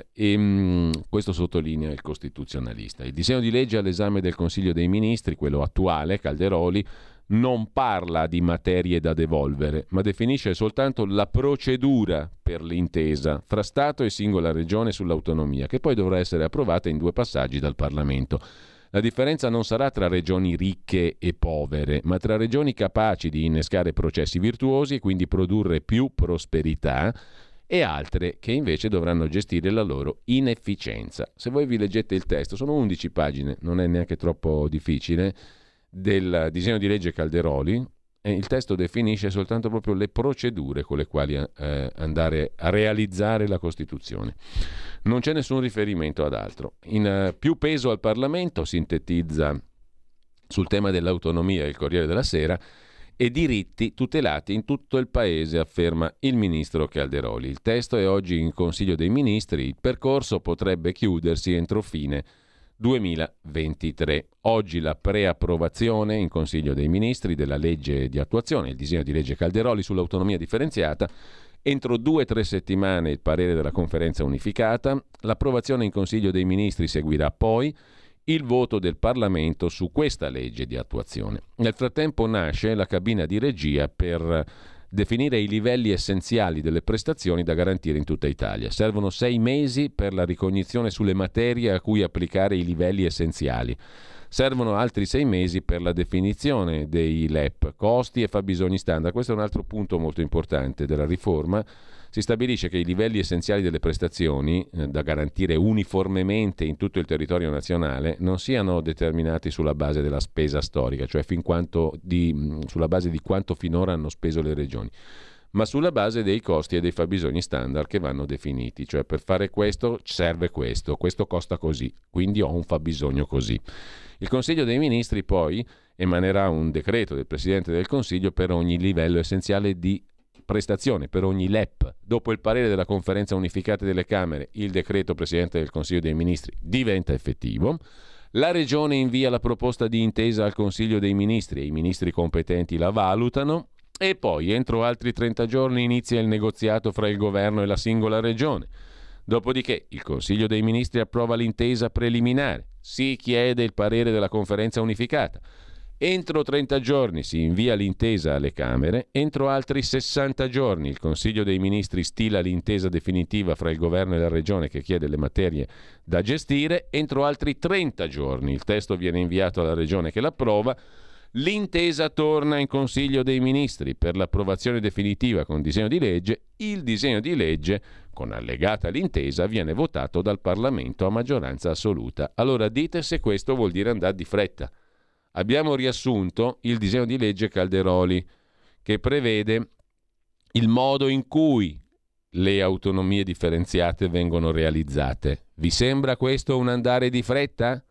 Questo sottolinea il costituzionalista. Il disegno di legge all'esame del Consiglio dei Ministri, quello attuale, Calderoli, non parla di materie da devolvere, ma definisce soltanto la procedura per l'intesa fra Stato e singola regione sull'autonomia, che poi dovrà essere approvata in 2 passaggi dal Parlamento. La differenza non sarà tra regioni ricche e povere, ma tra regioni capaci di innescare processi virtuosi e quindi produrre più prosperità e altre che invece dovranno gestire la loro inefficienza. Se voi vi leggete il testo, sono 11 pagine, non è neanche troppo difficile, del disegno di legge Calderoli, il testo definisce soltanto proprio le procedure con le quali andare a realizzare la Costituzione. Non c'è nessun riferimento ad altro. In più peso al Parlamento, sintetizza sul tema dell'autonomia il Corriere della Sera, e diritti tutelati in tutto il paese, afferma il ministro Calderoli. Il testo è oggi in Consiglio dei Ministri, il percorso potrebbe chiudersi entro fine 2023. Oggi la preapprovazione in Consiglio dei Ministri della legge di attuazione, il disegno di legge Calderoli sull'autonomia differenziata, entro 2-3 settimane il parere della Conferenza Unificata, l'approvazione in Consiglio dei Ministri seguirà poi il voto del Parlamento su questa legge di attuazione. Nel frattempo nasce la cabina di regia per definire i livelli essenziali delle prestazioni da garantire in tutta Italia. Servono 6 mesi per la ricognizione sulle materie a cui applicare i livelli essenziali. Servono altri 6 mesi per la definizione dei LEP, costi e fabbisogni standard. Questo è un altro punto molto importante della riforma. Si stabilisce che i livelli essenziali delle prestazioni, da garantire uniformemente in tutto il territorio nazionale, non siano determinati sulla base della spesa storica, cioè sulla base di quanto finora hanno speso le regioni, ma sulla base dei costi e dei fabbisogni standard che vanno definiti. Cioè, per fare questo serve questo costa così, quindi ho un fabbisogno così. Il Consiglio dei Ministri poi emanerà un decreto del Presidente del Consiglio per ogni livello essenziale di prestazione, per ogni LEP. Dopo il parere della Conferenza Unificata delle Camere, il decreto Presidente del Consiglio dei Ministri diventa effettivo. La Regione invia la proposta di intesa al Consiglio dei Ministri e i ministri competenti la valutano, e poi entro altri 30 giorni inizia il negoziato fra il governo e la singola regione. Dopodiché il Consiglio dei Ministri approva l'intesa preliminare, si chiede il parere della Conferenza Unificata. Entro 30 giorni si invia l'intesa alle Camere, entro altri 60 giorni il Consiglio dei Ministri stila l'intesa definitiva fra il Governo e la Regione che chiede le materie da gestire, entro altri 30 giorni il testo viene inviato alla Regione che l'approva, l'intesa torna in Consiglio dei Ministri per l'approvazione definitiva con disegno di legge, il disegno di legge con allegata l'intesa viene votato dal Parlamento a maggioranza assoluta. Allora dite se questo vuol dire andare di fretta. Abbiamo riassunto il disegno di legge Calderoli che prevede il modo in cui le autonomie differenziate vengono realizzate. Vi sembra questo un andare di fretta?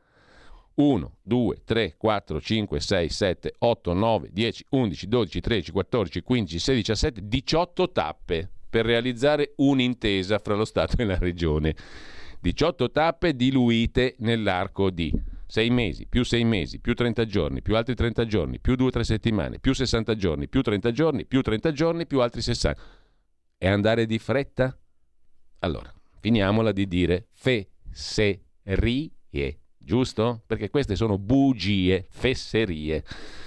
1, 2, 3, 4, 5, 6, 7, 8, 9, 10, 11, 12, 13, 14, 15, 16, 17, 18 tappe per realizzare un'intesa fra lo Stato e la Regione. 18 tappe diluite nell'arco di 6 mesi, più 6 mesi, più 30 giorni, più altri 30 giorni, più 2-3 settimane, più 60 giorni, più 30 giorni, più 30 giorni, più altri 60. È andare di fretta? Allora, finiamola di dire fesserie, giusto? Perché queste sono bugie, fesserie.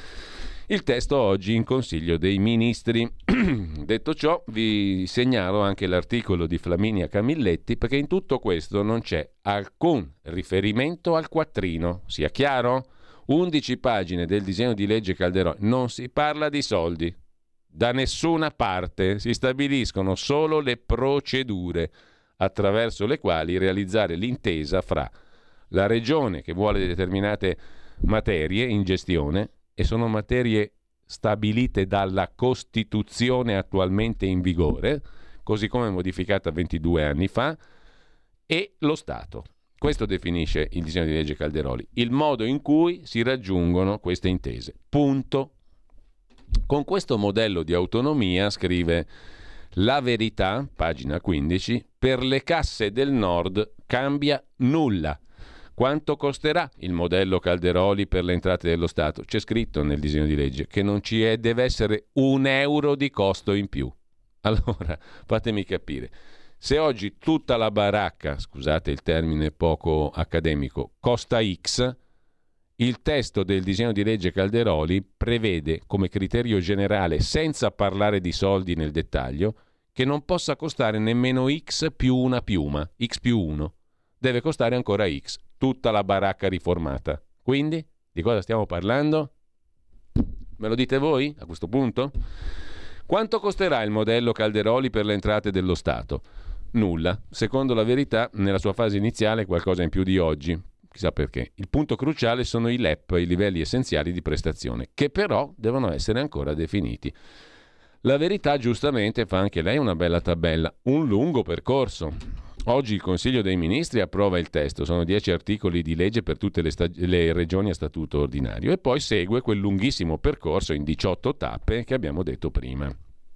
Il testo oggi in Consiglio dei Ministri. Detto ciò, vi segnalo anche l'articolo di Flaminia Camilletti, perché in tutto questo non c'è alcun riferimento al quattrino. Sia chiaro? 11 pagine del disegno di legge Calderoli. Non si parla di soldi. Da nessuna parte si stabiliscono solo le procedure attraverso le quali realizzare l'intesa fra la Regione che vuole determinate materie in gestione, e sono materie stabilite dalla Costituzione attualmente in vigore, così come modificata 22 anni fa, e lo Stato. Questo definisce il disegno di legge Calderoli, il modo in cui si raggiungono queste intese. Punto. Con questo modello di autonomia, scrive La Verità, pagina 15, per le casse del Nord cambia nulla. Quanto costerà il modello Calderoli per le entrate dello Stato? C'è scritto nel disegno di legge che non ci è, deve essere €1 di costo in più. Allora, fatemi capire. Se oggi tutta la baracca, scusate il termine poco accademico, costa X, il testo del disegno di legge Calderoli prevede come criterio generale, senza parlare di soldi nel dettaglio, che non possa costare nemmeno X più una piuma, X più 1. Deve costare ancora X, tutta la baracca riformata. Quindi, di cosa stiamo parlando? Me lo dite voi a questo punto? Quanto costerà il modello Calderoli per le entrate dello Stato? Nulla. Secondo La Verità, nella sua fase iniziale qualcosa in più di oggi. chissà perché. Il punto cruciale sono i LEP, i livelli essenziali di prestazione, che però devono essere ancora definiti. La Verità giustamente fa anche lei una bella tabella, un lungo percorso. Oggi il Consiglio dei Ministri approva il testo, sono 10 articoli di legge per tutte le regioni a statuto ordinario e poi segue quel lunghissimo percorso in 18 tappe che abbiamo detto prima.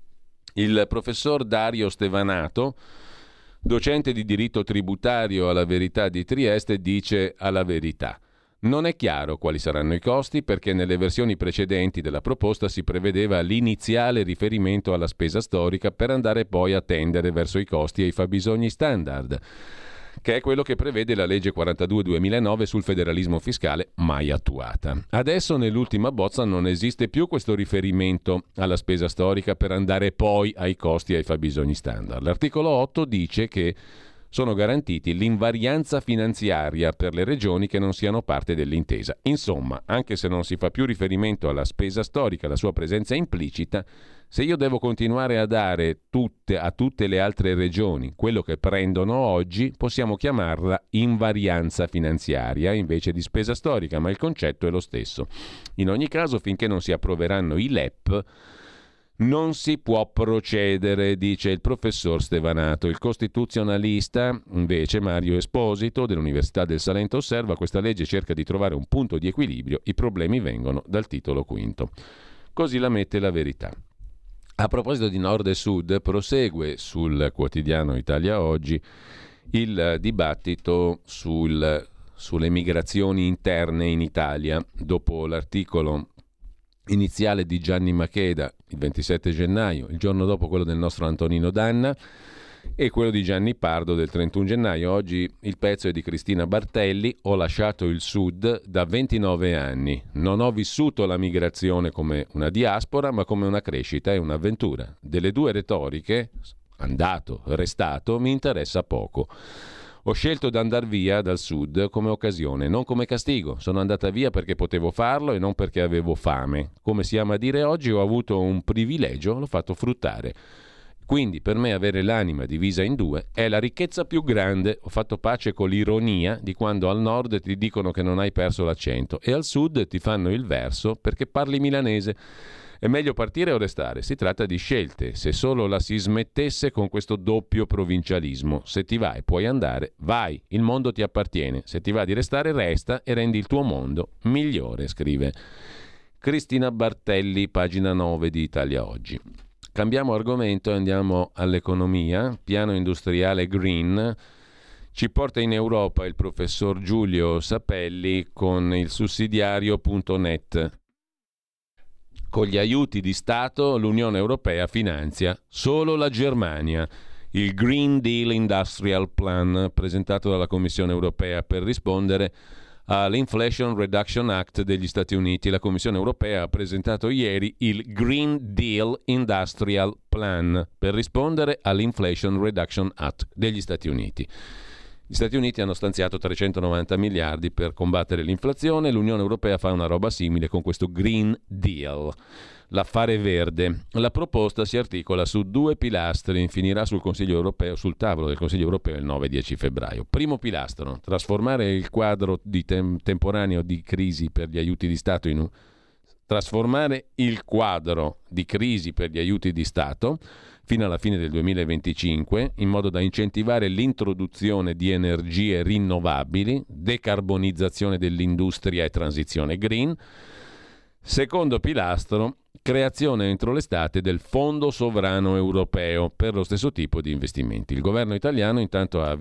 Il professor Dario Stevanato, docente di diritto tributario alla Verità di Trieste, dice alla Verità: non è chiaro quali saranno i costi perché nelle versioni precedenti della proposta si prevedeva l'iniziale riferimento alla spesa storica per andare poi a tendere verso i costi e i fabbisogni standard, che è quello che prevede la legge 42/2009 sul federalismo fiscale, mai attuata. Adesso nell'ultima bozza non esiste più questo riferimento alla spesa storica per andare poi ai costi e ai fabbisogni standard. L'articolo 8 dice che sono garantiti l'invarianza finanziaria per le regioni che non siano parte dell'intesa. Insomma, anche se non si fa più riferimento alla spesa storica, la sua presenza implicita, se io devo continuare a dare a tutte le altre regioni quello che prendono oggi, possiamo chiamarla invarianza finanziaria invece di spesa storica, ma il concetto è lo stesso. In ogni caso, finché non si approveranno i LEP, non si può procedere, dice il professor Stevanato. Il costituzionalista, invece, Mario Esposito, dell'Università del Salento, osserva: questa legge cerca di trovare un punto di equilibrio, i problemi vengono dal titolo quinto. Così la mette La Verità. A proposito di Nord e Sud, prosegue sul quotidiano Italia Oggi il dibattito sulle migrazioni interne in Italia. Dopo l'articolo iniziale di Gianni Macheda il 27 gennaio, il giorno dopo quello del nostro Antonino Danna e quello di Gianni Pardo del 31 gennaio. Oggi il pezzo è di Cristina Bartelli: ho lasciato il Sud da 29 anni, non ho vissuto la migrazione come una diaspora ma come una crescita e un'avventura. Delle due retoriche, andato, restato, mi interessa poco. Ho scelto di andare via dal Sud come occasione, non come castigo. Sono andata via perché potevo farlo e non perché avevo fame. Come si ama dire oggi, ho avuto un privilegio, l'ho fatto fruttare. Quindi per me avere l'anima divisa in due è la ricchezza più grande. Ho fatto pace con l'ironia di quando al nord ti dicono che non hai perso l'accento e al sud ti fanno il verso perché parli milanese. È meglio partire o restare? Si tratta di scelte. Se solo la si smettesse con questo doppio provincialismo. Se ti vai puoi andare, vai, il mondo ti appartiene. Se ti va di restare, resta e rendi il tuo mondo migliore, scrive Cristina Bartelli, pagina 9 di Italia Oggi. Cambiamo argomento e andiamo all'economia. Piano industriale green. Ci porta in Europa il professor Giulio Sapelli con il sussidiario.net. Con gli aiuti di Stato l'Unione Europea finanzia solo la Germania. Il Green Deal Industrial Plan presentato dalla Commissione Europea per rispondere all'Inflation Reduction Act degli Stati Uniti. La Commissione Europea ha presentato ieri il Green Deal Industrial Plan per rispondere all'Inflation Reduction Act degli Stati Uniti. Gli Stati Uniti hanno stanziato 390 miliardi per combattere l'inflazione, l'Unione Europea fa una roba simile con questo Green Deal, l'affare verde. La proposta si articola su due pilastri, finirà sul Consiglio Europeo, sul tavolo del Consiglio Europeo il 9-10 febbraio. Primo pilastro, trasformare il quadro di temporaneo di crisi per gli aiuti di Stato trasformare il quadro di crisi per gli aiuti di Stato fino alla fine del 2025, in modo da incentivare l'introduzione di energie rinnovabili, decarbonizzazione dell'industria e transizione green. Secondo pilastro, creazione entro l'estate del Fondo Sovrano Europeo per lo stesso tipo di investimenti. Il governo italiano intanto ha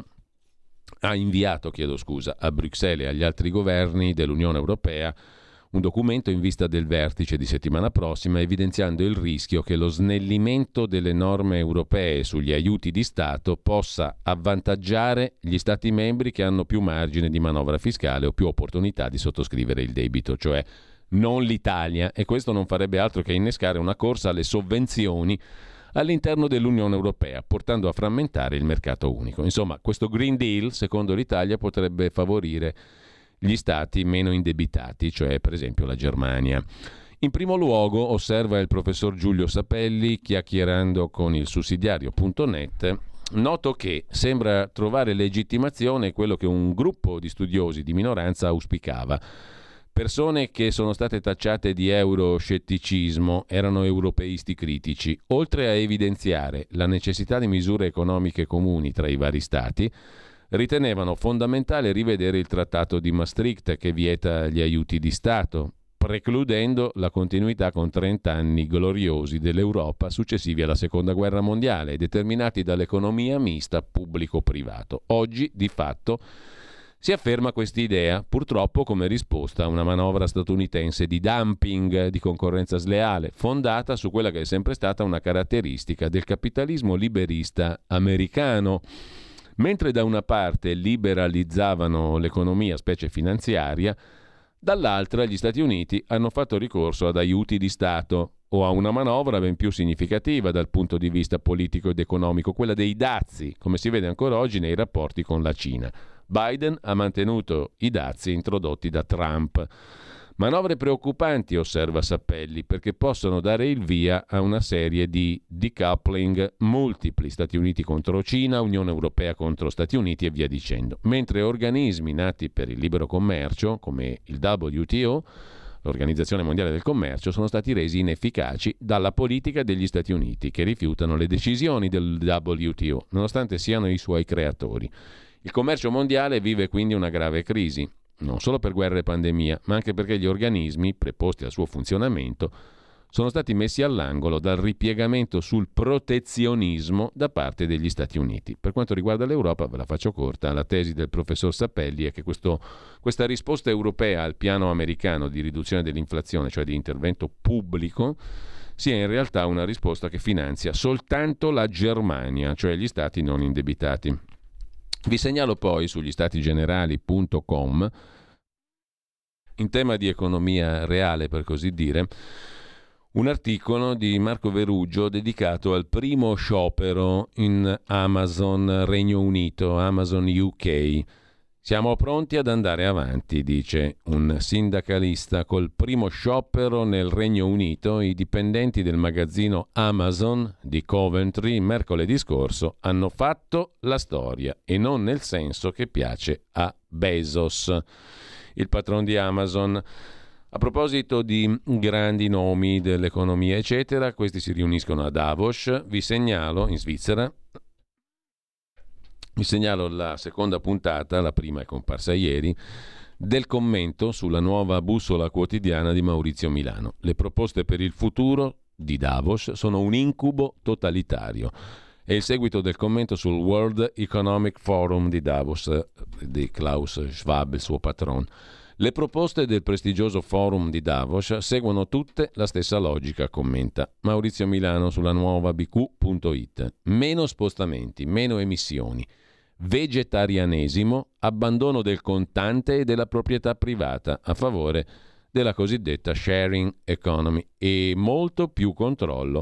inviato a Bruxelles e agli altri governi dell'Unione Europea un documento in vista del vertice di settimana prossima, evidenziando il rischio che lo snellimento delle norme europee sugli aiuti di Stato possa avvantaggiare gli Stati membri che hanno più margine di manovra fiscale o più opportunità di sottoscrivere il debito, cioè non l'Italia, e questo non farebbe altro che innescare una corsa alle sovvenzioni all'interno dell'Unione Europea, portando a frammentare il mercato unico. Insomma, questo Green Deal, secondo l'Italia, potrebbe favorire gli stati meno indebitati, cioè per esempio la Germania. In primo luogo, osserva il professor Giulio Sapelli, chiacchierando con il sussidiario.net, Noto che sembra trovare legittimazione quello che un gruppo di studiosi di minoranza auspicava. Persone che sono state tacciate di euroscetticismo erano europeisti critici. Oltre a evidenziare la necessità di misure economiche comuni tra i vari stati, ritenevano fondamentale rivedere il Trattato di Maastricht che vieta gli aiuti di Stato, precludendo la continuità con 30 anni gloriosi dell'Europa successivi alla Seconda Guerra Mondiale, determinati dall'economia mista pubblico-privato. Oggi, di fatto, si afferma quest'idea, purtroppo come risposta a una manovra statunitense di dumping, di concorrenza sleale, fondata su quella che è sempre stata una caratteristica del capitalismo liberista americano. Mentre da una parte liberalizzavano l'economia, specie finanziaria, dall'altra gli Stati Uniti hanno fatto ricorso ad aiuti di Stato o a una manovra ben più significativa dal punto di vista politico ed economico, quella dei dazi, come si vede ancora oggi nei rapporti con la Cina. Biden ha mantenuto i dazi introdotti da Trump. Manovre preoccupanti, osserva Sappelli, perché possono dare il via a una serie di decoupling multipli, Stati Uniti contro Cina, Unione Europea contro Stati Uniti e via dicendo. Mentre organismi nati per il libero commercio, come il WTO, l'Organizzazione Mondiale del Commercio, sono stati resi inefficaci dalla politica degli Stati Uniti, che rifiutano le decisioni del WTO, nonostante siano i suoi creatori. Il commercio mondiale vive quindi una grave crisi, non solo per guerra e pandemia, ma anche perché gli organismi preposti al suo funzionamento sono stati messi all'angolo dal ripiegamento sul protezionismo da parte degli Stati Uniti. Per quanto riguarda l'Europa, ve la faccio corta, la tesi del professor Sappelli è che questa risposta europea al piano americano di riduzione dell'inflazione, cioè di intervento pubblico, sia in realtà una risposta che finanzia soltanto la Germania, cioè gli stati non indebitati. Vi segnalo poi sugli statigenerali.com, in tema di economia reale per così dire, un articolo di Marco Verugio dedicato al primo sciopero in Amazon Regno Unito, Amazon UK. Siamo pronti ad andare avanti, dice un sindacalista. Col primo sciopero nel Regno Unito, i dipendenti del magazzino Amazon di Coventry mercoledì scorso hanno fatto la storia, e non nel senso che piace a Bezos, il patron di Amazon. A proposito di grandi nomi dell'economia, eccetera, questi si riuniscono a Davos. Vi segnalo, in Svizzera, la seconda puntata, la prima è comparsa ieri, del commento sulla nuova bussola quotidiana di Maurizio Milano. Le proposte per il futuro di Davos sono un incubo totalitario. È il seguito del commento sul World Economic Forum di Davos, di Klaus Schwab, il suo patron. Le proposte del prestigioso forum di Davos seguono tutte la stessa logica, commenta Maurizio Milano sulla nuova bq.it. Meno spostamenti, meno emissioni, vegetarianesimo, abbandono del contante e della proprietà privata a favore della cosiddetta sharing economy e molto più controllo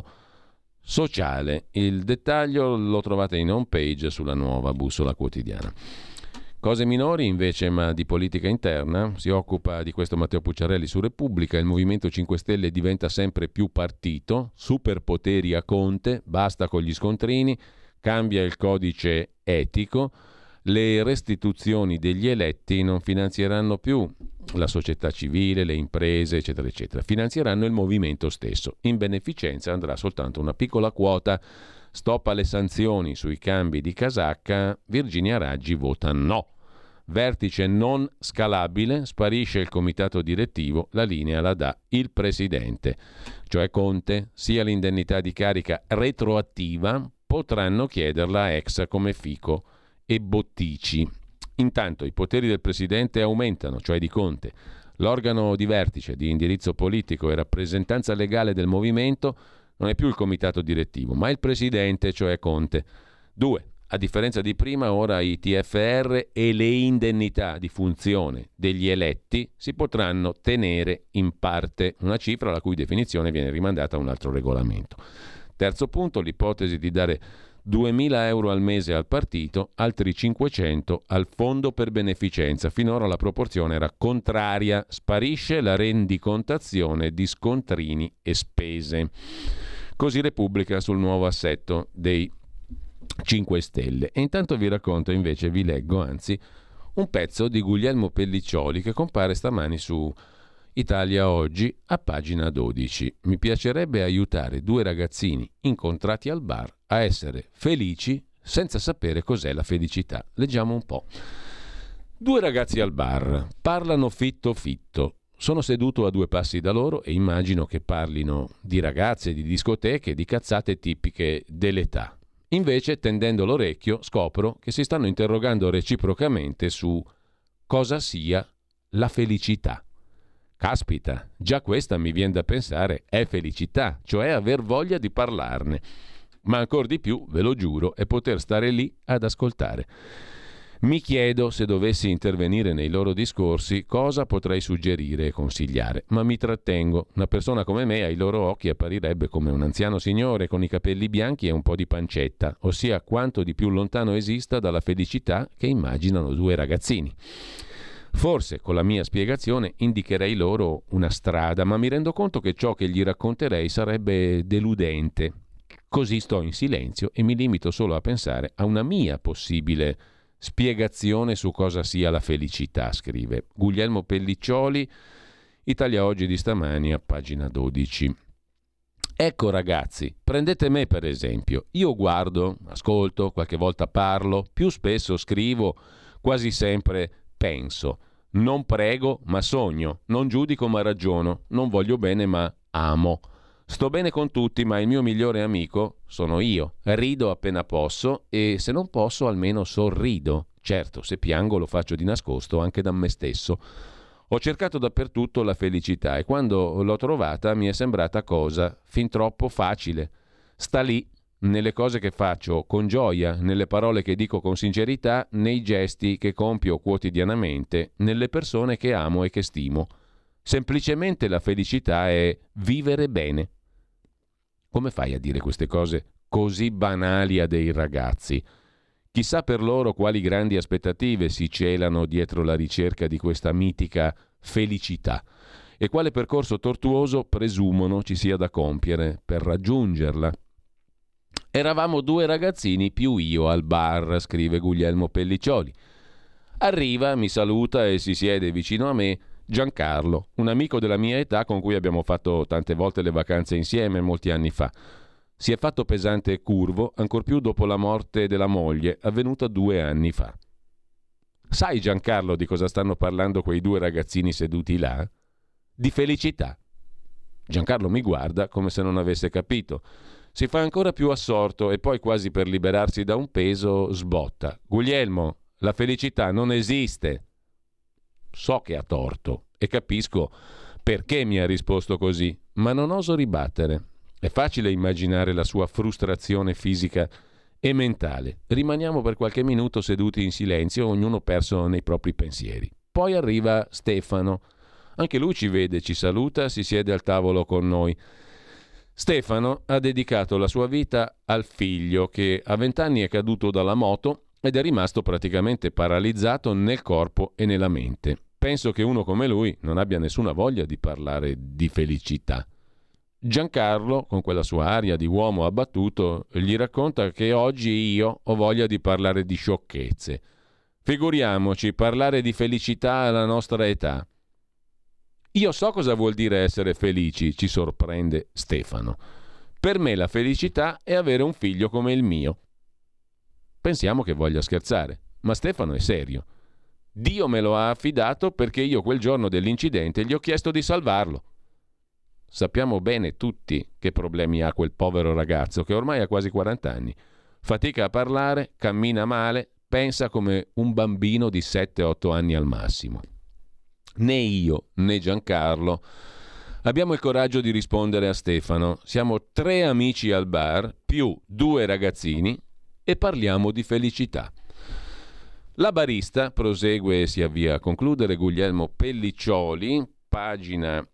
sociale. Il dettaglio lo trovate in home page sulla nuova bussola quotidiana. Cose minori invece, ma di politica interna, si occupa di questo Matteo Pucciarelli su Repubblica. Il Movimento 5 Stelle diventa sempre più partito, superpoteri a Conte, basta con gli scontrini, cambia il codice etico, le restituzioni degli eletti non finanzieranno più la società civile, le imprese, eccetera, eccetera. Finanzieranno il movimento stesso. In beneficenza andrà soltanto una piccola quota. Stop alle sanzioni sui cambi di casacca, Virginia Raggi vota no. Vertice non scalabile, sparisce il comitato direttivo, la linea la dà il presidente, cioè Conte. Sia l'indennità di carica retroattiva potranno chiederla ex come Fico e Bottici. Intanto i poteri del presidente aumentano, cioè di Conte. L'organo di vertice, di indirizzo politico e rappresentanza legale del movimento non è più il comitato direttivo, ma il presidente, cioè Conte. 2. A differenza di prima, ora i TFR e le indennità di funzione degli eletti si potranno tenere in parte, una cifra la cui definizione viene rimandata a un altro regolamento. Terzo punto, l'ipotesi di dare 2.000 euro al mese al partito, altri 500 al fondo per beneficenza. Finora la proporzione era contraria, sparisce la rendicontazione di scontrini e spese. Così Repubblica sul nuovo assetto dei 5 Stelle. E intanto vi racconto, invece vi leggo, anzi, un pezzo di Guglielmo Pelliccioli che compare stamani su Italia Oggi a pagina 12. Mi piacerebbe aiutare 2 ragazzini incontrati al bar a essere felici senza sapere cos'è la felicità. Leggiamo un po'. 2 ragazzi al bar, parlano fitto fitto. Sono seduto a 2 passi da loro e immagino che parlino di ragazze, di discoteche, di cazzate tipiche dell'età. Invece, tendendo l'orecchio, scopro che si stanno interrogando reciprocamente su cosa sia la felicità. Caspita, già questa mi viene da pensare è felicità, cioè aver voglia di parlarne. Ma ancor di più, ve lo giuro, è poter stare lì ad ascoltare. Mi chiedo, se dovessi intervenire nei loro discorsi, cosa potrei suggerire e consigliare, ma mi trattengo. Una persona come me ai loro occhi apparirebbe come un anziano signore con i capelli bianchi e un po' di pancetta, ossia quanto di più lontano esista dalla felicità che immaginano 2 ragazzini. Forse con la mia spiegazione indicherei loro una strada, ma mi rendo conto che ciò che gli racconterei sarebbe deludente. Così sto in silenzio e mi limito solo a pensare a una mia possibile spiegazione su cosa sia la felicità, scrive Guglielmo Pelliccioli, Italia Oggi di stamani a pagina 12. Ecco ragazzi, prendete me per esempio. Io guardo, ascolto, qualche volta parlo, più spesso scrivo, quasi sempre penso. Non prego ma sogno, non giudico ma ragiono, non voglio bene ma amo. Sto bene con tutti, ma il mio migliore amico sono io. Rido appena posso e se non posso almeno sorrido. Certo, se piango lo faccio di nascosto anche da me stesso. Ho cercato dappertutto la felicità e quando l'ho trovata mi è sembrata cosa fin troppo facile. Sta lì, nelle cose che faccio con gioia, nelle parole che dico con sincerità, nei gesti che compio quotidianamente, nelle persone che amo e che stimo. Semplicemente la felicità è vivere bene. Come fai a dire queste cose così banali a dei ragazzi? Chissà per loro quali grandi aspettative si celano dietro la ricerca di questa mitica felicità e quale percorso tortuoso presumono ci sia da compiere per raggiungerla. Eravamo 2 ragazzini più io al bar, scrive Guglielmo Pelliccioli. Arriva, mi saluta e si siede vicino a me Giancarlo, un amico della mia età con cui abbiamo fatto tante volte le vacanze insieme molti anni fa. Si è fatto pesante e curvo, ancor più dopo la morte della moglie, avvenuta 2 anni fa. Sai Giancarlo di cosa stanno parlando quei 2 ragazzini seduti là? Di felicità. Giancarlo mi guarda come se non avesse capito. Si fa ancora più assorto e poi quasi per liberarsi da un peso sbotta. Guglielmo, la felicità non esiste. So che ha torto e capisco perché mi ha risposto così, ma non oso ribattere. È facile immaginare la sua frustrazione fisica e mentale. Rimaniamo per qualche minuto seduti in silenzio, ognuno perso nei propri pensieri. Poi arriva Stefano. Anche lui ci vede, ci saluta, si siede al tavolo con noi. Stefano ha dedicato la sua vita al figlio che a 20 anni è caduto dalla moto ed è rimasto praticamente paralizzato nel corpo e nella mente. Penso che uno come lui non abbia nessuna voglia di parlare di felicità. Giancarlo, con quella sua aria di uomo abbattuto, gli racconta che oggi io ho voglia di parlare di sciocchezze. Figuriamoci, parlare di felicità alla nostra età. Io so cosa vuol dire essere felici, ci sorprende Stefano. Per me la felicità è avere un figlio come il mio. Pensiamo che voglia scherzare, ma Stefano è serio. Dio me lo ha affidato perché io quel giorno dell'incidente gli ho chiesto di salvarlo. Sappiamo bene tutti che problemi ha quel povero ragazzo che ormai ha quasi 40 anni. Fatica a parlare, cammina male, pensa come un bambino di 7-8 anni al massimo. Né io né Giancarlo abbiamo il coraggio di rispondere a Stefano. Siamo 3 amici al bar più 2 ragazzini e parliamo di felicità. La barista, prosegue e si avvia a concludere Guglielmo Pelliccioli, pagina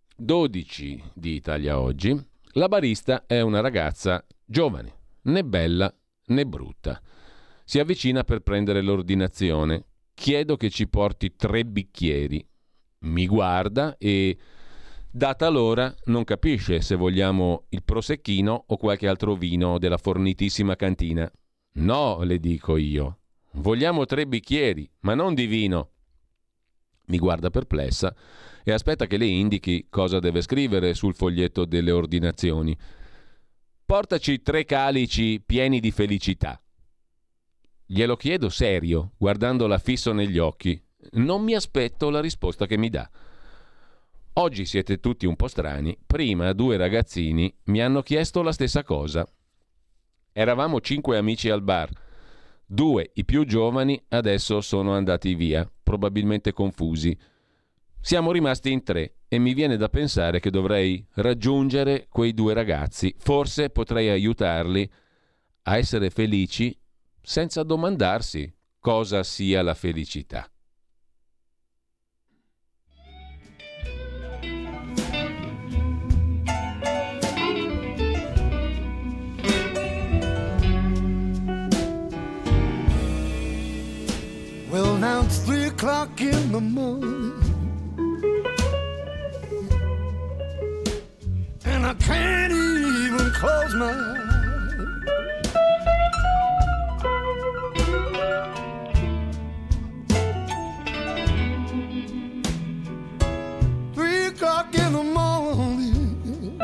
12 di Italia Oggi. La barista è una ragazza giovane, né bella né brutta. Si avvicina per prendere l'ordinazione. Chiedo che ci porti 3 bicchieri. Mi guarda e, data l'ora, non capisce se vogliamo il prosecchino o qualche altro vino della fornitissima cantina. No, le dico io. Vogliamo 3 bicchieri, ma non di vino. Mi guarda perplessa e aspetta che le indichi cosa deve scrivere sul foglietto delle ordinazioni. Portaci 3 calici pieni di felicità. Glielo chiedo serio, guardandola fisso negli occhi. Non mi aspetto la risposta che mi dà. Oggi siete tutti un po' strani. Prima 2 ragazzini mi hanno chiesto la stessa cosa. Eravamo 5 amici al bar. 2, i più giovani, adesso sono andati via, probabilmente confusi. Siamo rimasti in 3 e mi viene da pensare che dovrei raggiungere quei 2 ragazzi. Forse potrei aiutarli a essere felici senza domandarsi cosa sia la felicità. Well, now it's 3 o'clock in the morning, and I can't even close my eyes. 3 o'clock in the morning,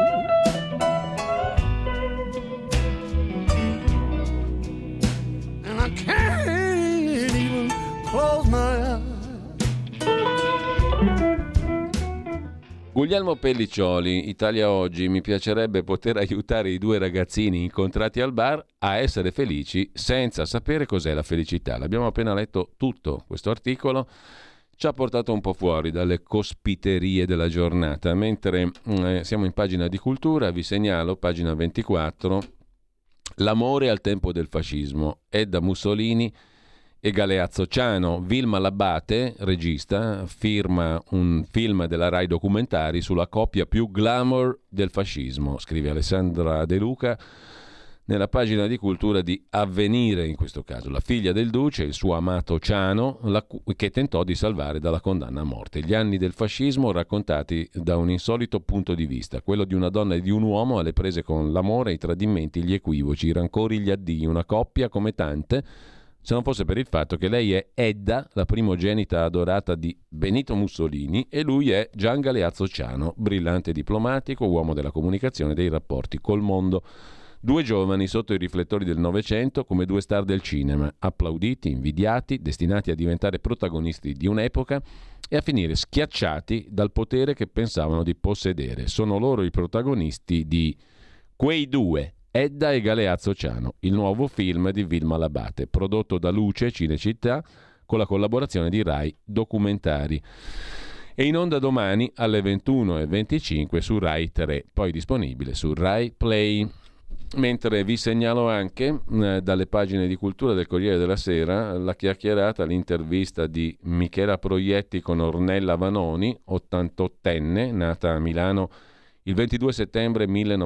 and I can't even close my eyes. Guglielmo Pelliccioli, Italia Oggi. Mi piacerebbe poter aiutare i 2 ragazzini incontrati al bar a essere felici senza sapere cos'è la felicità. L'abbiamo appena letto tutto, questo articolo ci ha portato un po' fuori dalle cospiterie della giornata. Mentre siamo in pagina di cultura, vi segnalo, pagina 24, L'amore al tempo del fascismo, Edda Mussolini e Galeazzo Ciano. Vilma Labate, regista, firma un film della Rai Documentari sulla coppia più glamour del fascismo, scrive Alessandra De Luca nella pagina di cultura di Avvenire, in questo caso. La figlia del duce, il suo amato Ciano, che tentò di salvare dalla condanna a morte. Gli anni del fascismo raccontati da un insolito punto di vista, quello di una donna e di un uomo alle prese con l'amore, i tradimenti, gli equivoci, i rancori, gli addii, una coppia come tante, se non fosse per il fatto che lei è Edda, la primogenita adorata di Benito Mussolini, e lui è Gian Galeazzo Ciano, brillante diplomatico, uomo della comunicazione e dei rapporti col mondo. 2 giovani sotto i riflettori del Novecento come 2 star del cinema, applauditi, invidiati, destinati a diventare protagonisti di un'epoca e a finire schiacciati dal potere che pensavano di possedere. Sono loro i protagonisti di Quei 2, Edda e Galeazzo Ciano, il nuovo film di Vilma Labate, prodotto da Luce Cinecittà con la collaborazione di Rai Documentari. E in onda domani alle 21:25 su Rai 3, poi disponibile su Rai Play. Mentre vi segnalo anche dalle pagine di cultura del Corriere della Sera la chiacchierata, l'intervista di Michela Proietti con Ornella Vanoni, 88enne, nata a Milano il 22 settembre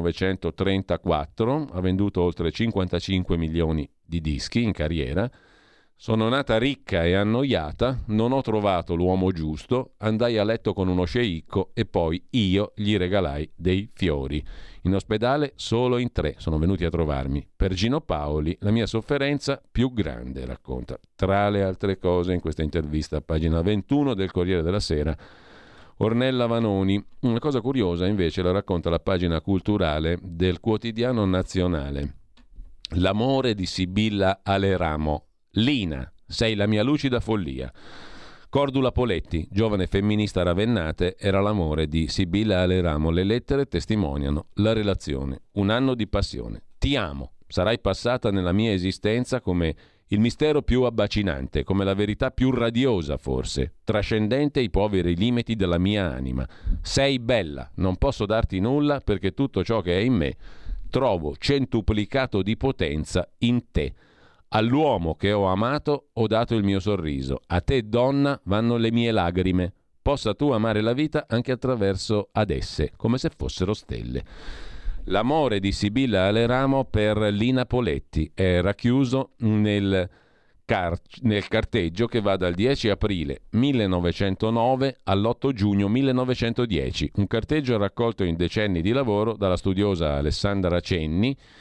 1934, ha venduto oltre 55 milioni di dischi in carriera. Sono nata ricca e annoiata, non ho trovato l'uomo giusto, andai a letto con uno sceicco e poi io gli regalai dei fiori. In ospedale solo in 3 sono venuti a trovarmi. Per Gino Paoli la mia sofferenza più grande, racconta. Tra le altre cose in questa intervista, pagina 21 del Corriere della Sera, Ornella Vanoni. Una cosa curiosa invece la racconta la pagina culturale del Quotidiano Nazionale. L'amore di Sibilla Aleramo. Lina, sei la mia lucida follia. Cordula Poletti, giovane femminista ravennate, era l'amore di Sibilla Aleramo. Le lettere testimoniano la relazione. 1 anno di passione. Ti amo. Sarai passata nella mia esistenza come il mistero più abbacinante, come la verità più radiosa forse, trascendente i poveri limiti della mia anima. Sei bella, non posso darti nulla perché tutto ciò che è in me trovo centuplicato di potenza in te. All'uomo che ho amato ho dato il mio sorriso, a te donna vanno le mie lagrime, possa tu amare la vita anche attraverso ad esse, come se fossero stelle. L'amore di Sibilla Aleramo per Lina Poletti è racchiuso nel carteggio che va dal 10 aprile 1909 all'8 giugno 1910, un carteggio raccolto in decenni di lavoro dalla studiosa Alessandra Cenni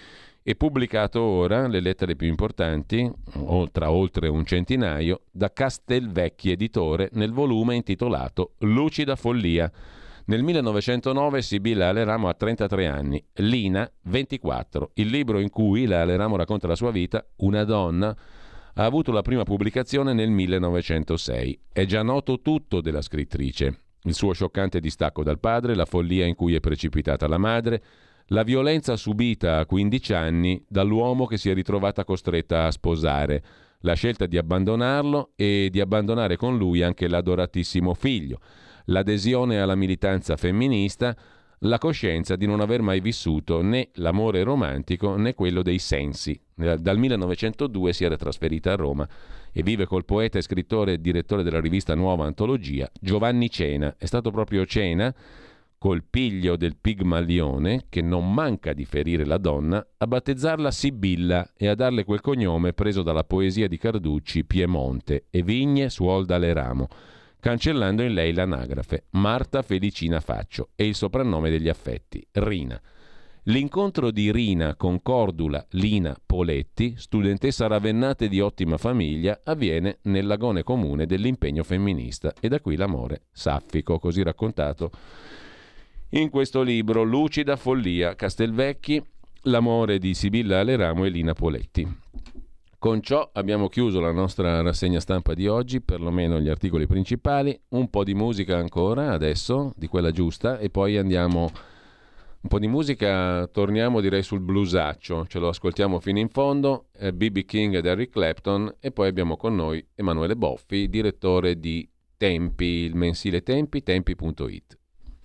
e pubblicato ora, le lettere più importanti, tra oltre un centinaio, da Castelvecchi Editore nel volume intitolato Lucida follia. Nel 1909 Sibilla Aleramo ha 33 anni, Lina 24, il libro in cui la Aleramo racconta la sua vita, Una donna, ha avuto la prima pubblicazione nel 1906. È già noto tutto della scrittrice: il suo scioccante distacco dal padre, la follia in cui è precipitata la madre, la violenza subita a 15 anni dall'uomo che si è ritrovata costretta a sposare, la scelta di abbandonarlo e di abbandonare con lui anche l'adoratissimo figlio, l'adesione alla militanza femminista, la coscienza di non aver mai vissuto né l'amore romantico né quello dei sensi. Dal 1902 si era trasferita a Roma e vive col poeta e scrittore e direttore della rivista Nuova Antologia, Giovanni Cena. È stato proprio Cena, col piglio del Pigmalione, che non manca di ferire la donna, a battezzarla Sibilla e a darle quel cognome preso dalla poesia di Carducci, Piemonte, e Vigne suol d'Aleramo, cancellando in lei l'anagrafe Marta Felicina Faccio e il soprannome degli affetti, Rina. L'incontro di Rina con Cordula Lina Poletti, studentessa ravennata di ottima famiglia, avviene nell'agone comune dell'impegno femminista, e da qui l'amore saffico, così raccontato in questo libro Lucida follia, Castelvecchi, l'amore di Sibilla Aleramo e Lina Poletti. Con ciò abbiamo chiuso la nostra rassegna stampa di oggi, perlomeno gli articoli principali. Un po' di musica ancora adesso, di quella giusta, e poi andiamo un po' di musica, torniamo direi sul bluesaccio, ce lo ascoltiamo fino in fondo, B.B. King ed Eric Clapton, e poi abbiamo con noi Emanuele Boffi, direttore di Tempi, il mensile Tempi, tempi.it.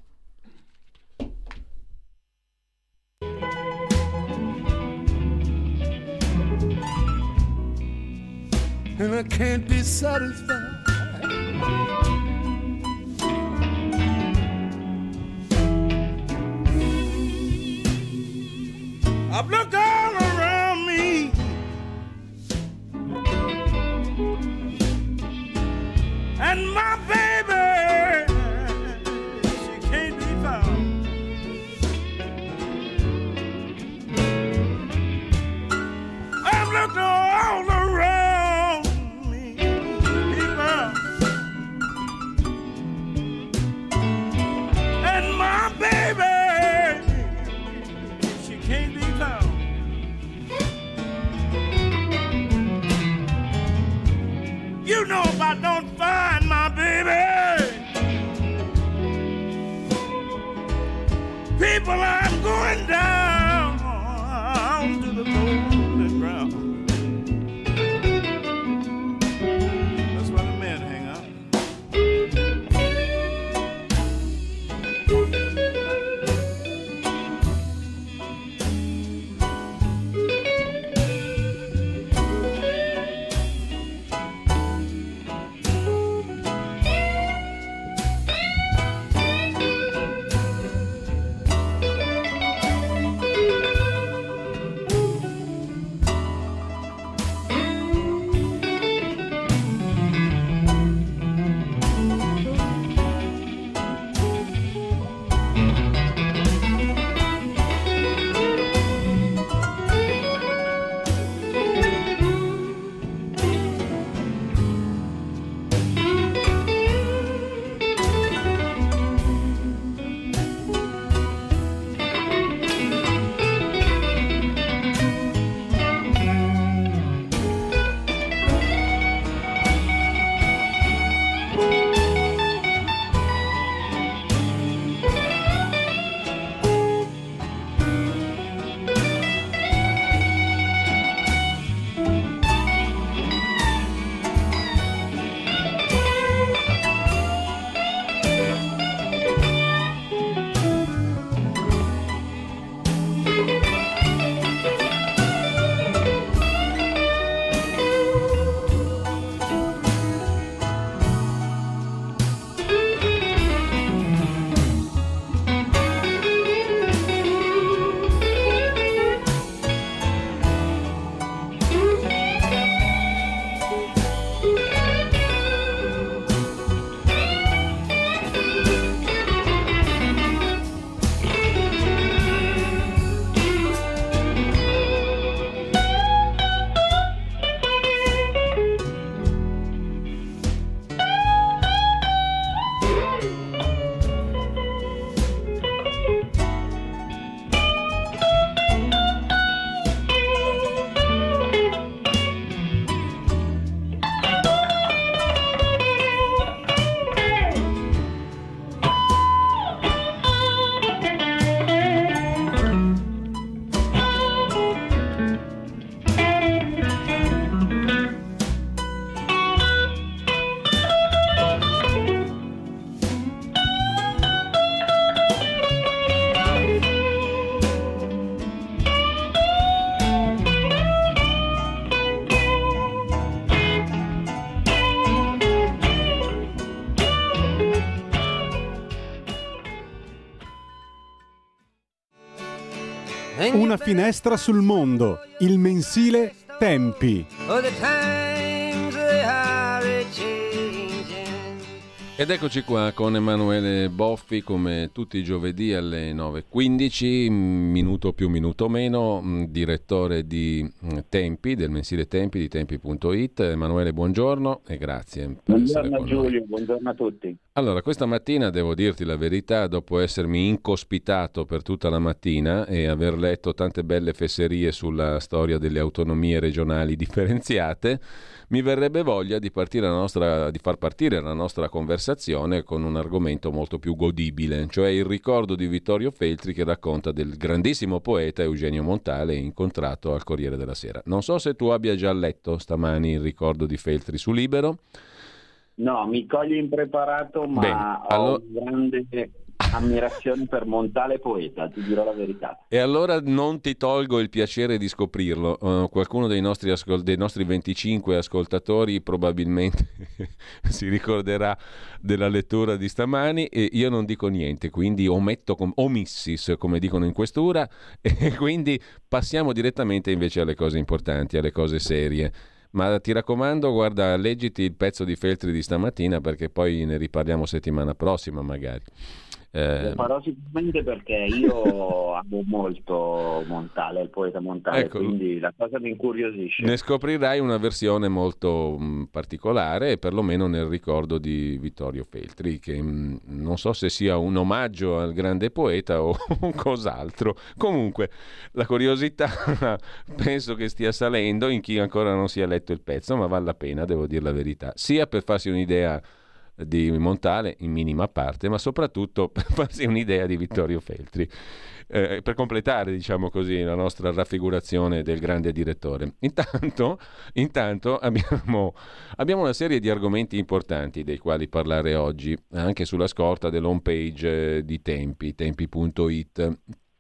And I can't be satisfied. I've looked all around me, and my baby, she can't be found. I've looked all around me, people, and my baby, she can't be found. You know if I don't find my baby, people, I'm going down to the golden ground. That's where the men hang out. Una finestra sul mondo, il mensile Tempi. Ed eccoci qua con Emanuele Boffi, come tutti i giovedì alle 9:15, minuto più minuto meno, direttore di Tempi, del mensile Tempi, di Tempi.it. Emanuele, buongiorno e grazie per essere con Giulio, noi. buongiorno a tutti. Allora, questa mattina devo dirti la verità, dopo essermi incospitato per tutta la mattina e aver letto tante belle fesserie sulla storia delle autonomie regionali differenziate, mi verrebbe voglia di far partire la nostra conversazione con un argomento molto più godibile, cioè il ricordo di Vittorio Feltri, che racconta del grandissimo poeta Eugenio Montale, incontrato al Corriere della Sera. Non so se tu abbia già letto stamani il ricordo di Feltri su Libero. No, mi coglie impreparato, ma Bene, ho grande ammirazione per Montale poeta, ti dirò la verità. E allora non ti tolgo il piacere di scoprirlo. Qualcuno dei nostri 25 ascoltatori probabilmente si ricorderà della lettura di stamani, e io non dico niente, quindi ometto omissis, come dicono in questura, e quindi passiamo direttamente invece alle cose importanti, alle cose serie. Ma ti raccomando, guarda, leggiti il pezzo di Feltri di stamattina, perché poi ne riparliamo settimana prossima magari. Lo farò sicuramente, perché io amo molto Montale, il poeta Montale, ecco, quindi la cosa mi incuriosisce. Ne scoprirai una versione molto particolare, perlomeno nel ricordo di Vittorio Feltri, che non so se sia un omaggio al grande poeta o cos'altro. Comunque la curiosità penso che stia salendo in chi ancora non si è letto il pezzo, ma vale la pena, devo dire la verità, sia per farsi un'idea di Montale in minima parte, ma soprattutto per farsi un'idea di Vittorio Feltri, per completare, diciamo così, la nostra raffigurazione del grande direttore. Intanto abbiamo una serie di argomenti importanti dei quali parlare oggi, anche sulla scorta dell'home page di Tempi.it.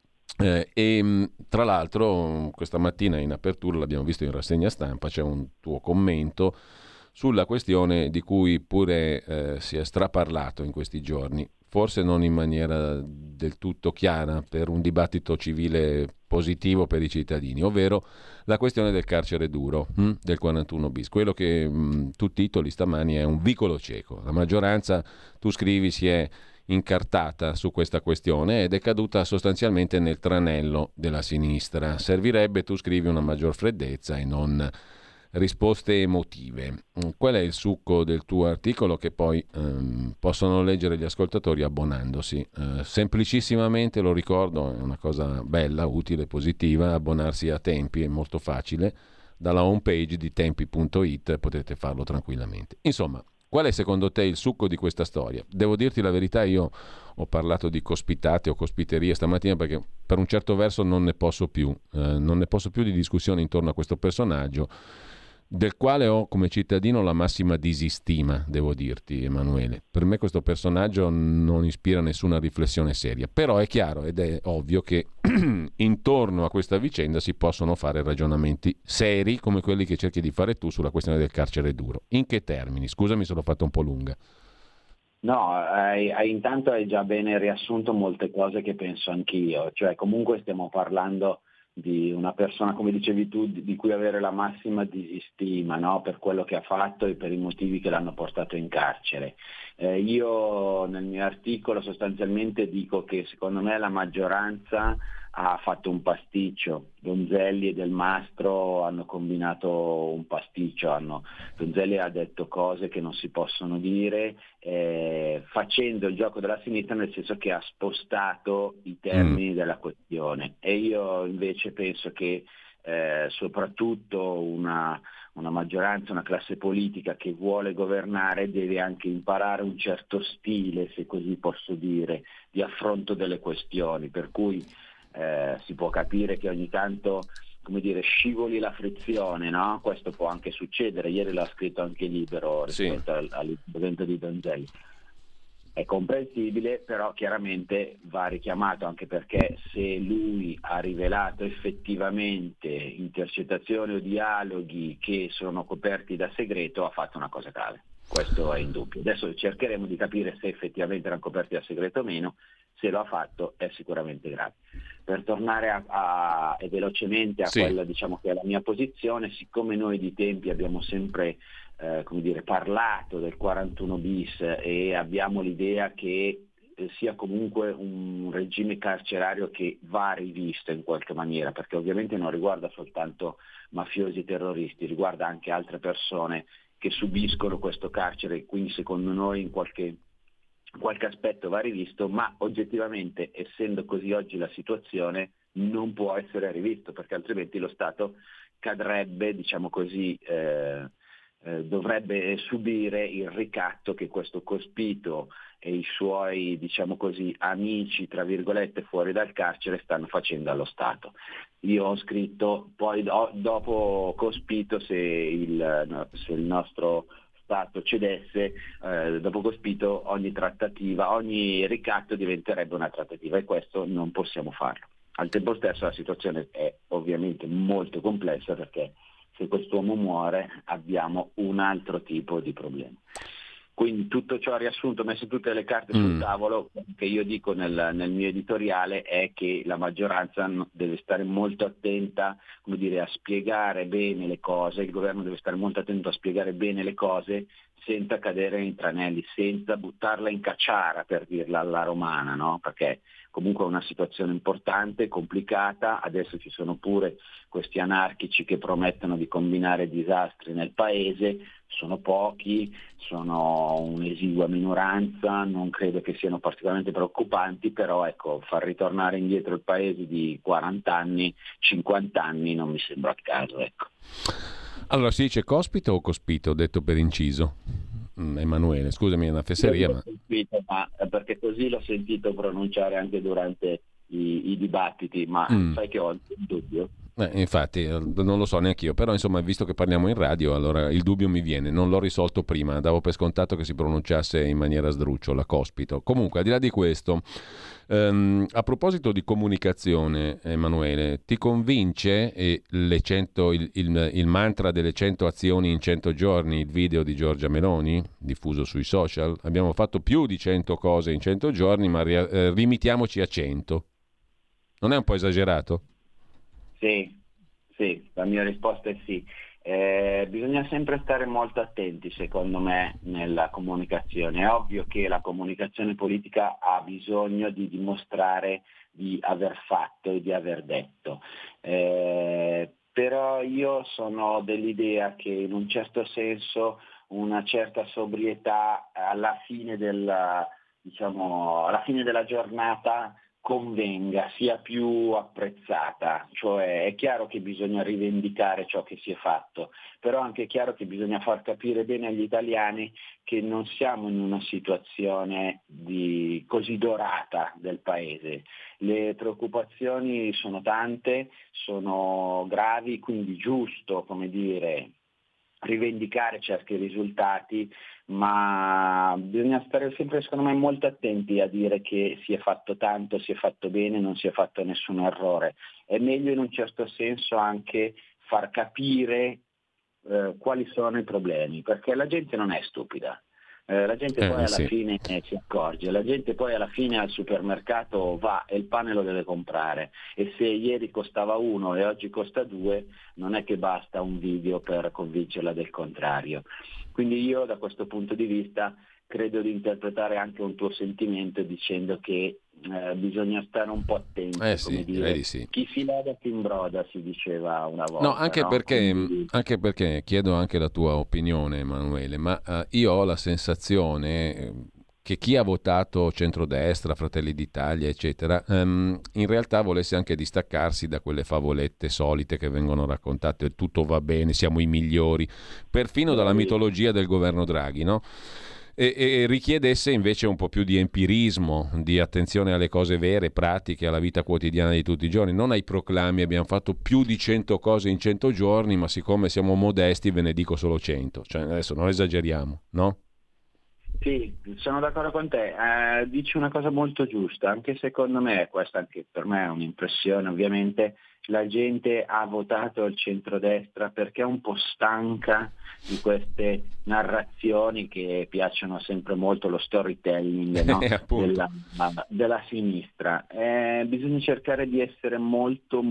E tra l'altro questa mattina in apertura, l'abbiamo visto in rassegna stampa, c'è un tuo commento sulla questione di cui pure si è straparlato in questi giorni, forse non in maniera del tutto chiara, per un dibattito civile positivo per i cittadini, ovvero la questione del carcere duro, del 41 bis. Quello che tu titoli stamani è un vicolo cieco. La maggioranza, tu scrivi, si è incartata su questa questione ed è caduta sostanzialmente nel tranello della sinistra. Servirebbe, tu scrivi, una maggior freddezza e non risposte emotive. Qual è il succo del tuo articolo, che poi possono leggere gli ascoltatori abbonandosi? Semplicissimamente, lo ricordo, è una cosa bella, utile, positiva, abbonarsi a Tempi, è molto facile, dalla home page di Tempi.it potete farlo tranquillamente. Insomma, qual è secondo te il succo di questa storia? Devo dirti la verità, io ho parlato di cospitate o cospiterie stamattina perché per un certo verso non ne posso più di discussione intorno a questo personaggio, del quale ho come cittadino la massima disistima, devo dirti, Emanuele. Per me questo personaggio non ispira nessuna riflessione seria, però è chiaro ed è ovvio che intorno a questa vicenda si possono fare ragionamenti seri come quelli che cerchi di fare tu sulla questione del carcere duro. In che termini? Scusami se l'ho fatta un po' lunga. No, intanto hai già bene riassunto molte cose che penso anch'io, cioè comunque stiamo parlando di una persona, come dicevi tu, di cui avere la massima disistima, no? Per quello che ha fatto e per i motivi che l'hanno portato in carcere. Io nel mio articolo sostanzialmente dico che secondo me la maggioranza ha fatto un pasticcio. Donzelli e Del Mastro hanno combinato un pasticcio, Donzelli ha detto cose che non si possono dire, facendo il gioco della sinistra, nel senso che ha spostato i termini della questione, e io invece penso che soprattutto una maggioranza, una classe politica che vuole governare deve anche imparare un certo stile, se così posso dire, di affronto delle questioni, per cui si può capire che ogni tanto, come dire, scivoli la frizione, no? Questo può anche succedere. Ieri l'ha scritto anche Libero rispetto all'intervento di Donzelli. È comprensibile, però chiaramente va richiamato, anche perché se lui ha rivelato effettivamente intercettazioni o dialoghi che sono coperti da segreto, ha fatto una cosa grave. Questo è indubbio. Adesso cercheremo di capire se effettivamente erano coperti da segreto o meno. se lo ha fatto è sicuramente grave. Per tornare e velocemente a quella, diciamo, che è la mia posizione, siccome noi di tempi abbiamo sempre parlato del 41 bis e abbiamo l'idea che sia comunque un regime carcerario che va rivisto in qualche maniera, perché ovviamente non riguarda soltanto mafiosi e terroristi, riguarda anche altre persone che subiscono questo carcere, quindi secondo noi in qualche aspetto va rivisto, ma oggettivamente, essendo così oggi la situazione, non può essere rivisto, perché altrimenti lo Stato cadrebbe, diciamo così, dovrebbe subire il ricatto che questo Cospito e i suoi, diciamo così, amici, tra virgolette, fuori dal carcere stanno facendo allo Stato. Io ho scritto, poi dopo Cospito, se il nostro Stato cedesse, dopo Cospito ogni ricatto diventerebbe una trattativa, e questo non possiamo farlo. Al tempo stesso la situazione è ovviamente molto complessa, perché se quest'uomo muore abbiamo un altro tipo di problema. Quindi tutto ciò riassunto, messo tutte le carte sul tavolo, che io dico nel mio editoriale è che la maggioranza deve stare molto attenta, come dire, a spiegare bene le cose, il governo deve stare molto attento a spiegare bene le cose senza cadere nei tranelli, senza buttarla in cacciara, per dirla alla romana, no? Perché comunque è una situazione importante, complicata, adesso ci sono pure questi anarchici che promettono di combinare disastri nel paese, sono pochi, sono un'esigua minoranza, non credo che siano particolarmente preoccupanti, però ecco, far ritornare indietro il paese di 40 anni, 50 anni non mi sembra il caso, ecco. Allora si dice Cospito o Cospito, detto per inciso? Emanuele, scusami, è una fesseria. Ma perché così l'ho sentito pronunciare anche durante i dibattiti, ma sai che ho un dubbio. Infatti, non lo so neanche io, però insomma, visto che parliamo in radio, allora il dubbio mi viene, non l'ho risolto prima, davo per scontato che si pronunciasse in maniera sdrucciola, Cospito. Comunque, al di là di questo, a proposito di comunicazione, Emanuele, ti convince il mantra delle 100 azioni in 100 giorni, il video di Giorgia Meloni, diffuso sui social? Abbiamo fatto più di 100 cose in 100 giorni, ma limitiamoci a 100. Non è un po' esagerato? Sì, la mia risposta è sì. Bisogna sempre stare molto attenti, secondo me, nella comunicazione. È ovvio che la comunicazione politica ha bisogno di dimostrare di aver fatto e di aver detto. Però io sono dell'idea che in un certo senso una certa sobrietà alla fine della giornata convenga, sia più apprezzata, cioè è chiaro che bisogna rivendicare ciò che si è fatto, però anche è chiaro che bisogna far capire bene agli italiani che non siamo in una situazione così dorata del paese. Le preoccupazioni sono tante, sono gravi, quindi giusto, come dire, rivendicare certi risultati, ma bisogna stare sempre, secondo me, molto attenti a dire che si è fatto tanto, si è fatto bene, non si è fatto nessun errore. È meglio in un certo senso anche far capire quali sono i problemi, perché la gente non è stupida. La gente poi alla fine si accorge, la gente poi alla fine al supermercato va e il pane lo deve comprare, e se ieri costava 1 e oggi costa 2 non è che basta un video per convincerla del contrario. Quindi io da questo punto di vista credo di interpretare anche un tuo sentimento dicendo che bisogna stare un po' attenti, come dire, di sì. Chi si loda si imbroda, si diceva una volta. No, anche perché chiedo anche la tua opinione, Emanuele, ma io ho la sensazione che chi ha votato centrodestra, Fratelli d'Italia, eccetera, in realtà volesse anche distaccarsi da quelle favolette solite che vengono raccontate, tutto va bene, siamo i migliori, perfino dalla mitologia del governo Draghi, no? E richiedesse invece un po' più di empirismo, di attenzione alle cose vere, pratiche, alla vita quotidiana di tutti i giorni, non ai proclami, abbiamo fatto più di 100 cose in 100 giorni, ma siccome siamo modesti ve ne dico solo 100, cioè adesso non esageriamo, no? Sì, sono d'accordo con te, dici una cosa molto giusta, anche secondo me, questa anche per me è un'impressione ovviamente, la gente ha votato il centrodestra perché è un po' stanca di queste narrazioni che piacciono sempre molto, lo storytelling, no? della sinistra. Bisogna cercare di essere molto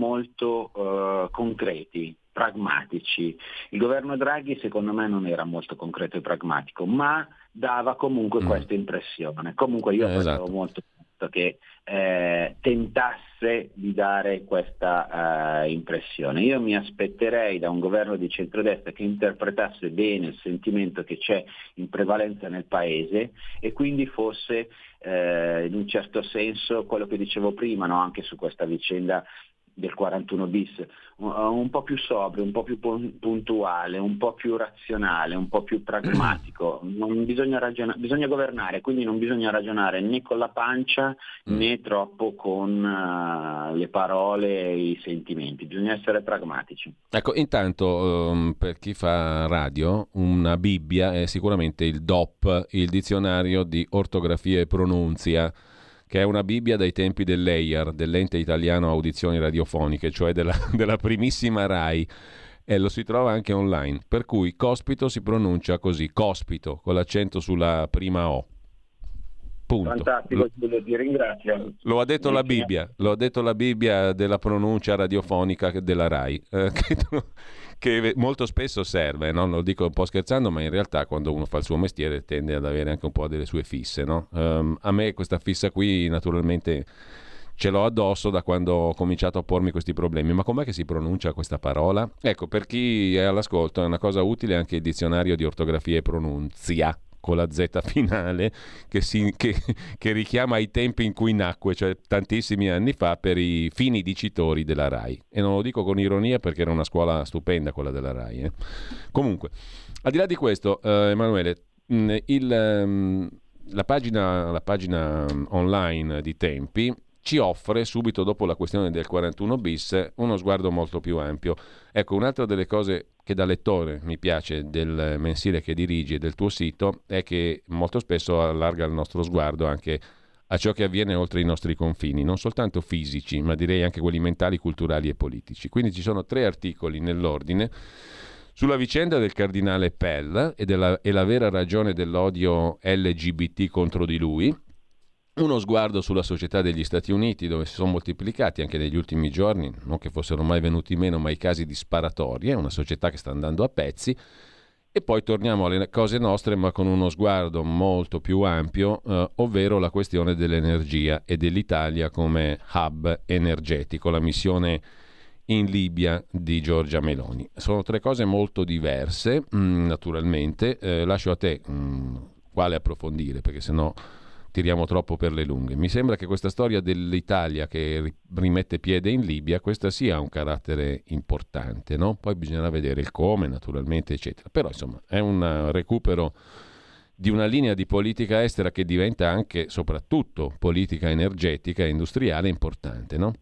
concreti, pragmatici. Il governo Draghi secondo me non era molto concreto e pragmatico, ma dava comunque questa impressione. Comunque io apprezzo molto che tentasse di dare questa impressione. Io mi aspetterei da un governo di centrodestra che interpretasse bene il sentimento che c'è in prevalenza nel paese e quindi fosse in un certo senso quello che dicevo prima, no? Anche su questa vicenda del 41 bis, un po' più sobrio, un po' più puntuale, un po' più razionale, un po' più pragmatico. Non bisogna governare, quindi non bisogna ragionare né con la pancia né troppo con le parole e i sentimenti, bisogna essere pragmatici. Ecco, intanto per chi fa radio, una Bibbia è sicuramente il DOP, il dizionario di ortografia e pronunzia, che è una Bibbia dai tempi dell'EIAR, dell'Ente Italiano Audizioni Radiofoniche, cioè della primissima RAI, e lo si trova anche online, per cui Cospito si pronuncia così, Cospito, con l'accento sulla prima O. Punto. Fantastico, ti ringrazio. Lo ha detto la Bibbia della pronuncia radiofonica della RAI, che molto spesso serve, no? Lo dico un po' scherzando, ma in realtà quando uno fa il suo mestiere tende ad avere anche un po' delle sue fisse, no? A me questa fissa qui naturalmente ce l'ho addosso da quando ho cominciato a pormi questi problemi. Ma com'è che si pronuncia questa parola? Ecco, per chi è all'ascolto è una cosa utile anche il dizionario di ortografia e pronunzia, con la Z finale, che richiama i tempi in cui nacque, cioè tantissimi anni fa, per i fini dicitori della RAI. E non lo dico con ironia perché era una scuola stupenda quella della RAI. Comunque, al di là di questo, Emanuele, la pagina online di Tempi ci offre, subito dopo la questione del 41 bis, uno sguardo molto più ampio. Ecco, un'altra delle cose che da lettore mi piace del mensile che dirigi e del tuo sito è che molto spesso allarga il nostro sguardo anche a ciò che avviene oltre i nostri confini, non soltanto fisici, ma direi anche quelli mentali, culturali e politici. Quindi ci sono 3 articoli nell'ordine sulla vicenda del cardinale Pell e la vera ragione dell'odio LGBT contro di lui. Uno sguardo sulla società degli Stati Uniti, dove si sono moltiplicati anche negli ultimi giorni, non che fossero mai venuti meno, ma i casi di sparatorie, una società che sta andando a pezzi. E poi torniamo alle cose nostre, ma con uno sguardo molto più ampio, ovvero la questione dell'energia e dell'Italia come hub energetico, la missione in Libia di Giorgia Meloni. Sono 3 cose molto diverse, naturalmente. Lascio a te quale approfondire, perché sennò tiriamo troppo per le lunghe. Mi sembra che questa storia dell'Italia che rimette piede in Libia, questa sia un carattere importante, no? Poi bisognerà vedere il come, naturalmente, eccetera. Però, insomma, è un recupero di una linea di politica estera che diventa anche, soprattutto, politica energetica e industriale importante, no?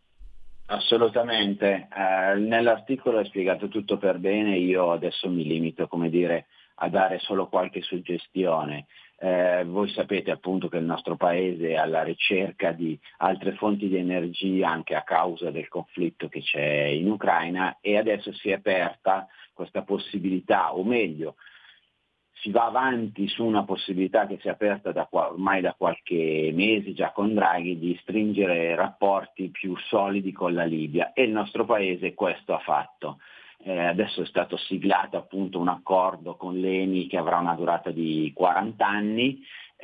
Assolutamente. Nell'articolo è spiegato tutto per bene, io adesso mi limito, come dire, a dare solo qualche suggestione. Voi sapete appunto che il nostro paese è alla ricerca di altre fonti di energia anche a causa del conflitto che c'è in Ucraina e adesso si è aperta questa possibilità, o meglio, si va avanti su una possibilità che si è aperta ormai da qualche mese già con Draghi di stringere rapporti più solidi con la Libia e il nostro paese questo ha fatto. Adesso è stato siglato appunto un accordo con l'ENI che avrà una durata di 40 anni,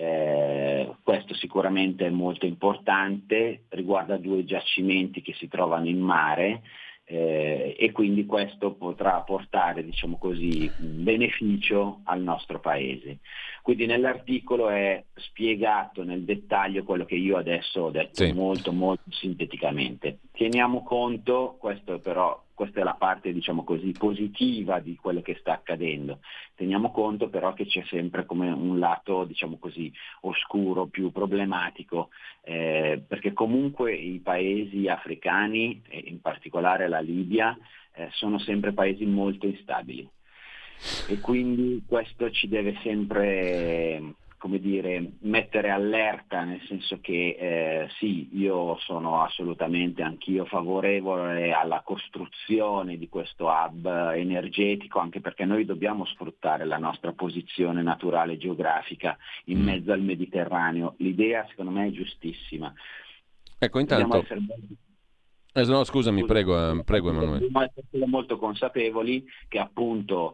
questo sicuramente è molto importante, riguarda 2 giacimenti che si trovano in mare e quindi questo potrà portare, diciamo così, beneficio al nostro paese. Quindi nell'articolo è spiegato nel dettaglio quello che io adesso ho detto, sì, molto sinteticamente. Teniamo conto, questa è la parte, diciamo così, positiva di quello che sta accadendo. Teniamo conto però che c'è sempre come un lato, diciamo così, oscuro, più problematico, perché comunque i paesi africani, in particolare la Libia, sono sempre paesi molto instabili. E quindi questo ci deve sempre come dire, mettere allerta, nel senso che sì, io sono assolutamente anch'io favorevole alla costruzione di questo hub energetico, anche perché noi dobbiamo sfruttare la nostra posizione naturale geografica in mezzo al Mediterraneo. L'idea secondo me è giustissima. Ecco, intanto... no, scusami, prego Emanuele. Dobbiamo essere molto consapevoli che appunto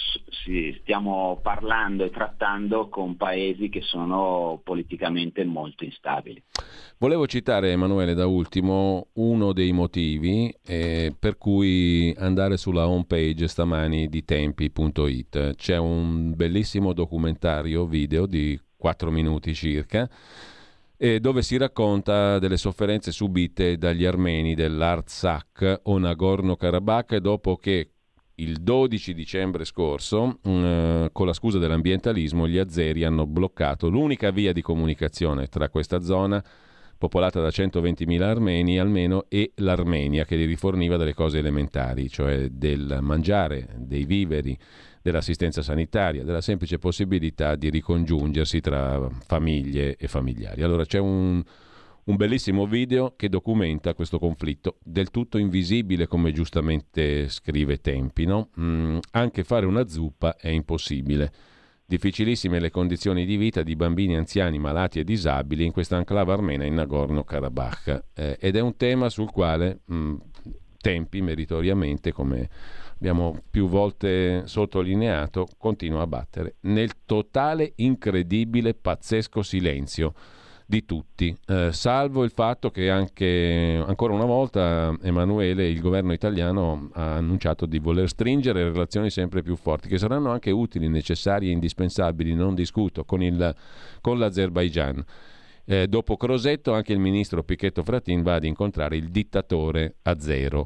stiamo parlando e trattando con paesi che sono politicamente molto instabili. Volevo citare, Emanuele, da ultimo uno dei motivi per cui andare sulla home page stamani di tempi.it. C'è un bellissimo documentario video di 4 minuti circa, dove si racconta delle sofferenze subite dagli armeni dell'Artsakh o Nagorno-Karabakh dopo che il 12 dicembre scorso, con la scusa dell'ambientalismo, gli azeri hanno bloccato l'unica via di comunicazione tra questa zona, popolata da 120.000 armeni almeno, e l'Armenia, che li riforniva delle cose elementari, cioè del mangiare, dei viveri, dell'assistenza sanitaria, della semplice possibilità di ricongiungersi tra famiglie e familiari. Allora c'è un bellissimo video che documenta questo conflitto, del tutto invisibile, come giustamente scrive Tempi, no? Anche fare una zuppa è impossibile. Difficilissime le condizioni di vita di bambini, anziani, malati e disabili in questa enclave armena in Nagorno-Karabakh. Ed è un tema sul quale Tempi, meritoriamente, come abbiamo più volte sottolineato, continua a battere nel totale, incredibile, pazzesco silenzio di tutti, salvo il fatto che anche ancora una volta, Emanuele, il governo italiano ha annunciato di voler stringere relazioni sempre più forti, che saranno anche utili, necessarie e indispensabili, non discuto, con l'Azerbaigian. Dopo Crosetto anche il ministro Pichetto Fratin va ad incontrare il dittatore azero.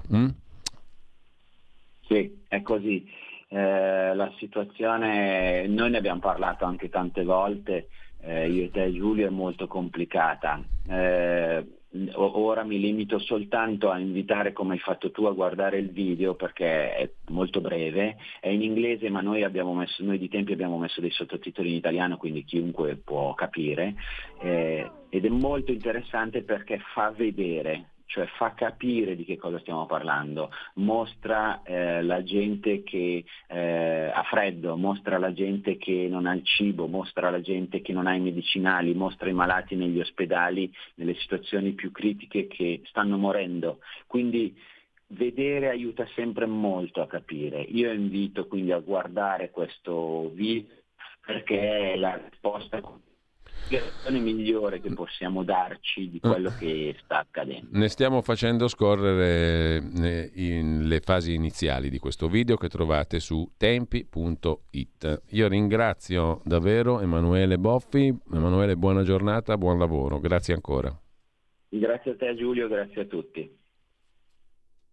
Sì, è così. La situazione, noi ne abbiamo parlato anche tante volte, io e te Giulio, è molto complicata. Ora mi limito soltanto a invitare, come hai fatto tu, a guardare il video, perché è molto breve, è in inglese, ma noi di Tempi abbiamo messo dei sottotitoli in italiano, quindi chiunque può capire, ed è molto interessante perché fa vedere, cioè fa capire di che cosa stiamo parlando, mostra la gente che ha freddo, mostra la gente che non ha il cibo, mostra la gente che non ha i medicinali, mostra i malati negli ospedali, nelle situazioni più critiche, che stanno morendo. Quindi vedere aiuta sempre molto a capire. Io invito quindi a guardare questo video, perché è la risposta migliore che possiamo darci di quello che sta accadendo. Ne stiamo facendo scorrere le fasi iniziali di questo video, che trovate su tempi.it. Io ringrazio davvero Emanuele Boffi. Emanuele, buona giornata, buon lavoro, grazie ancora. Grazie a te Giulio, grazie a tutti.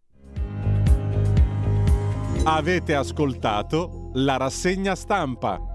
Avete ascoltato la rassegna stampa.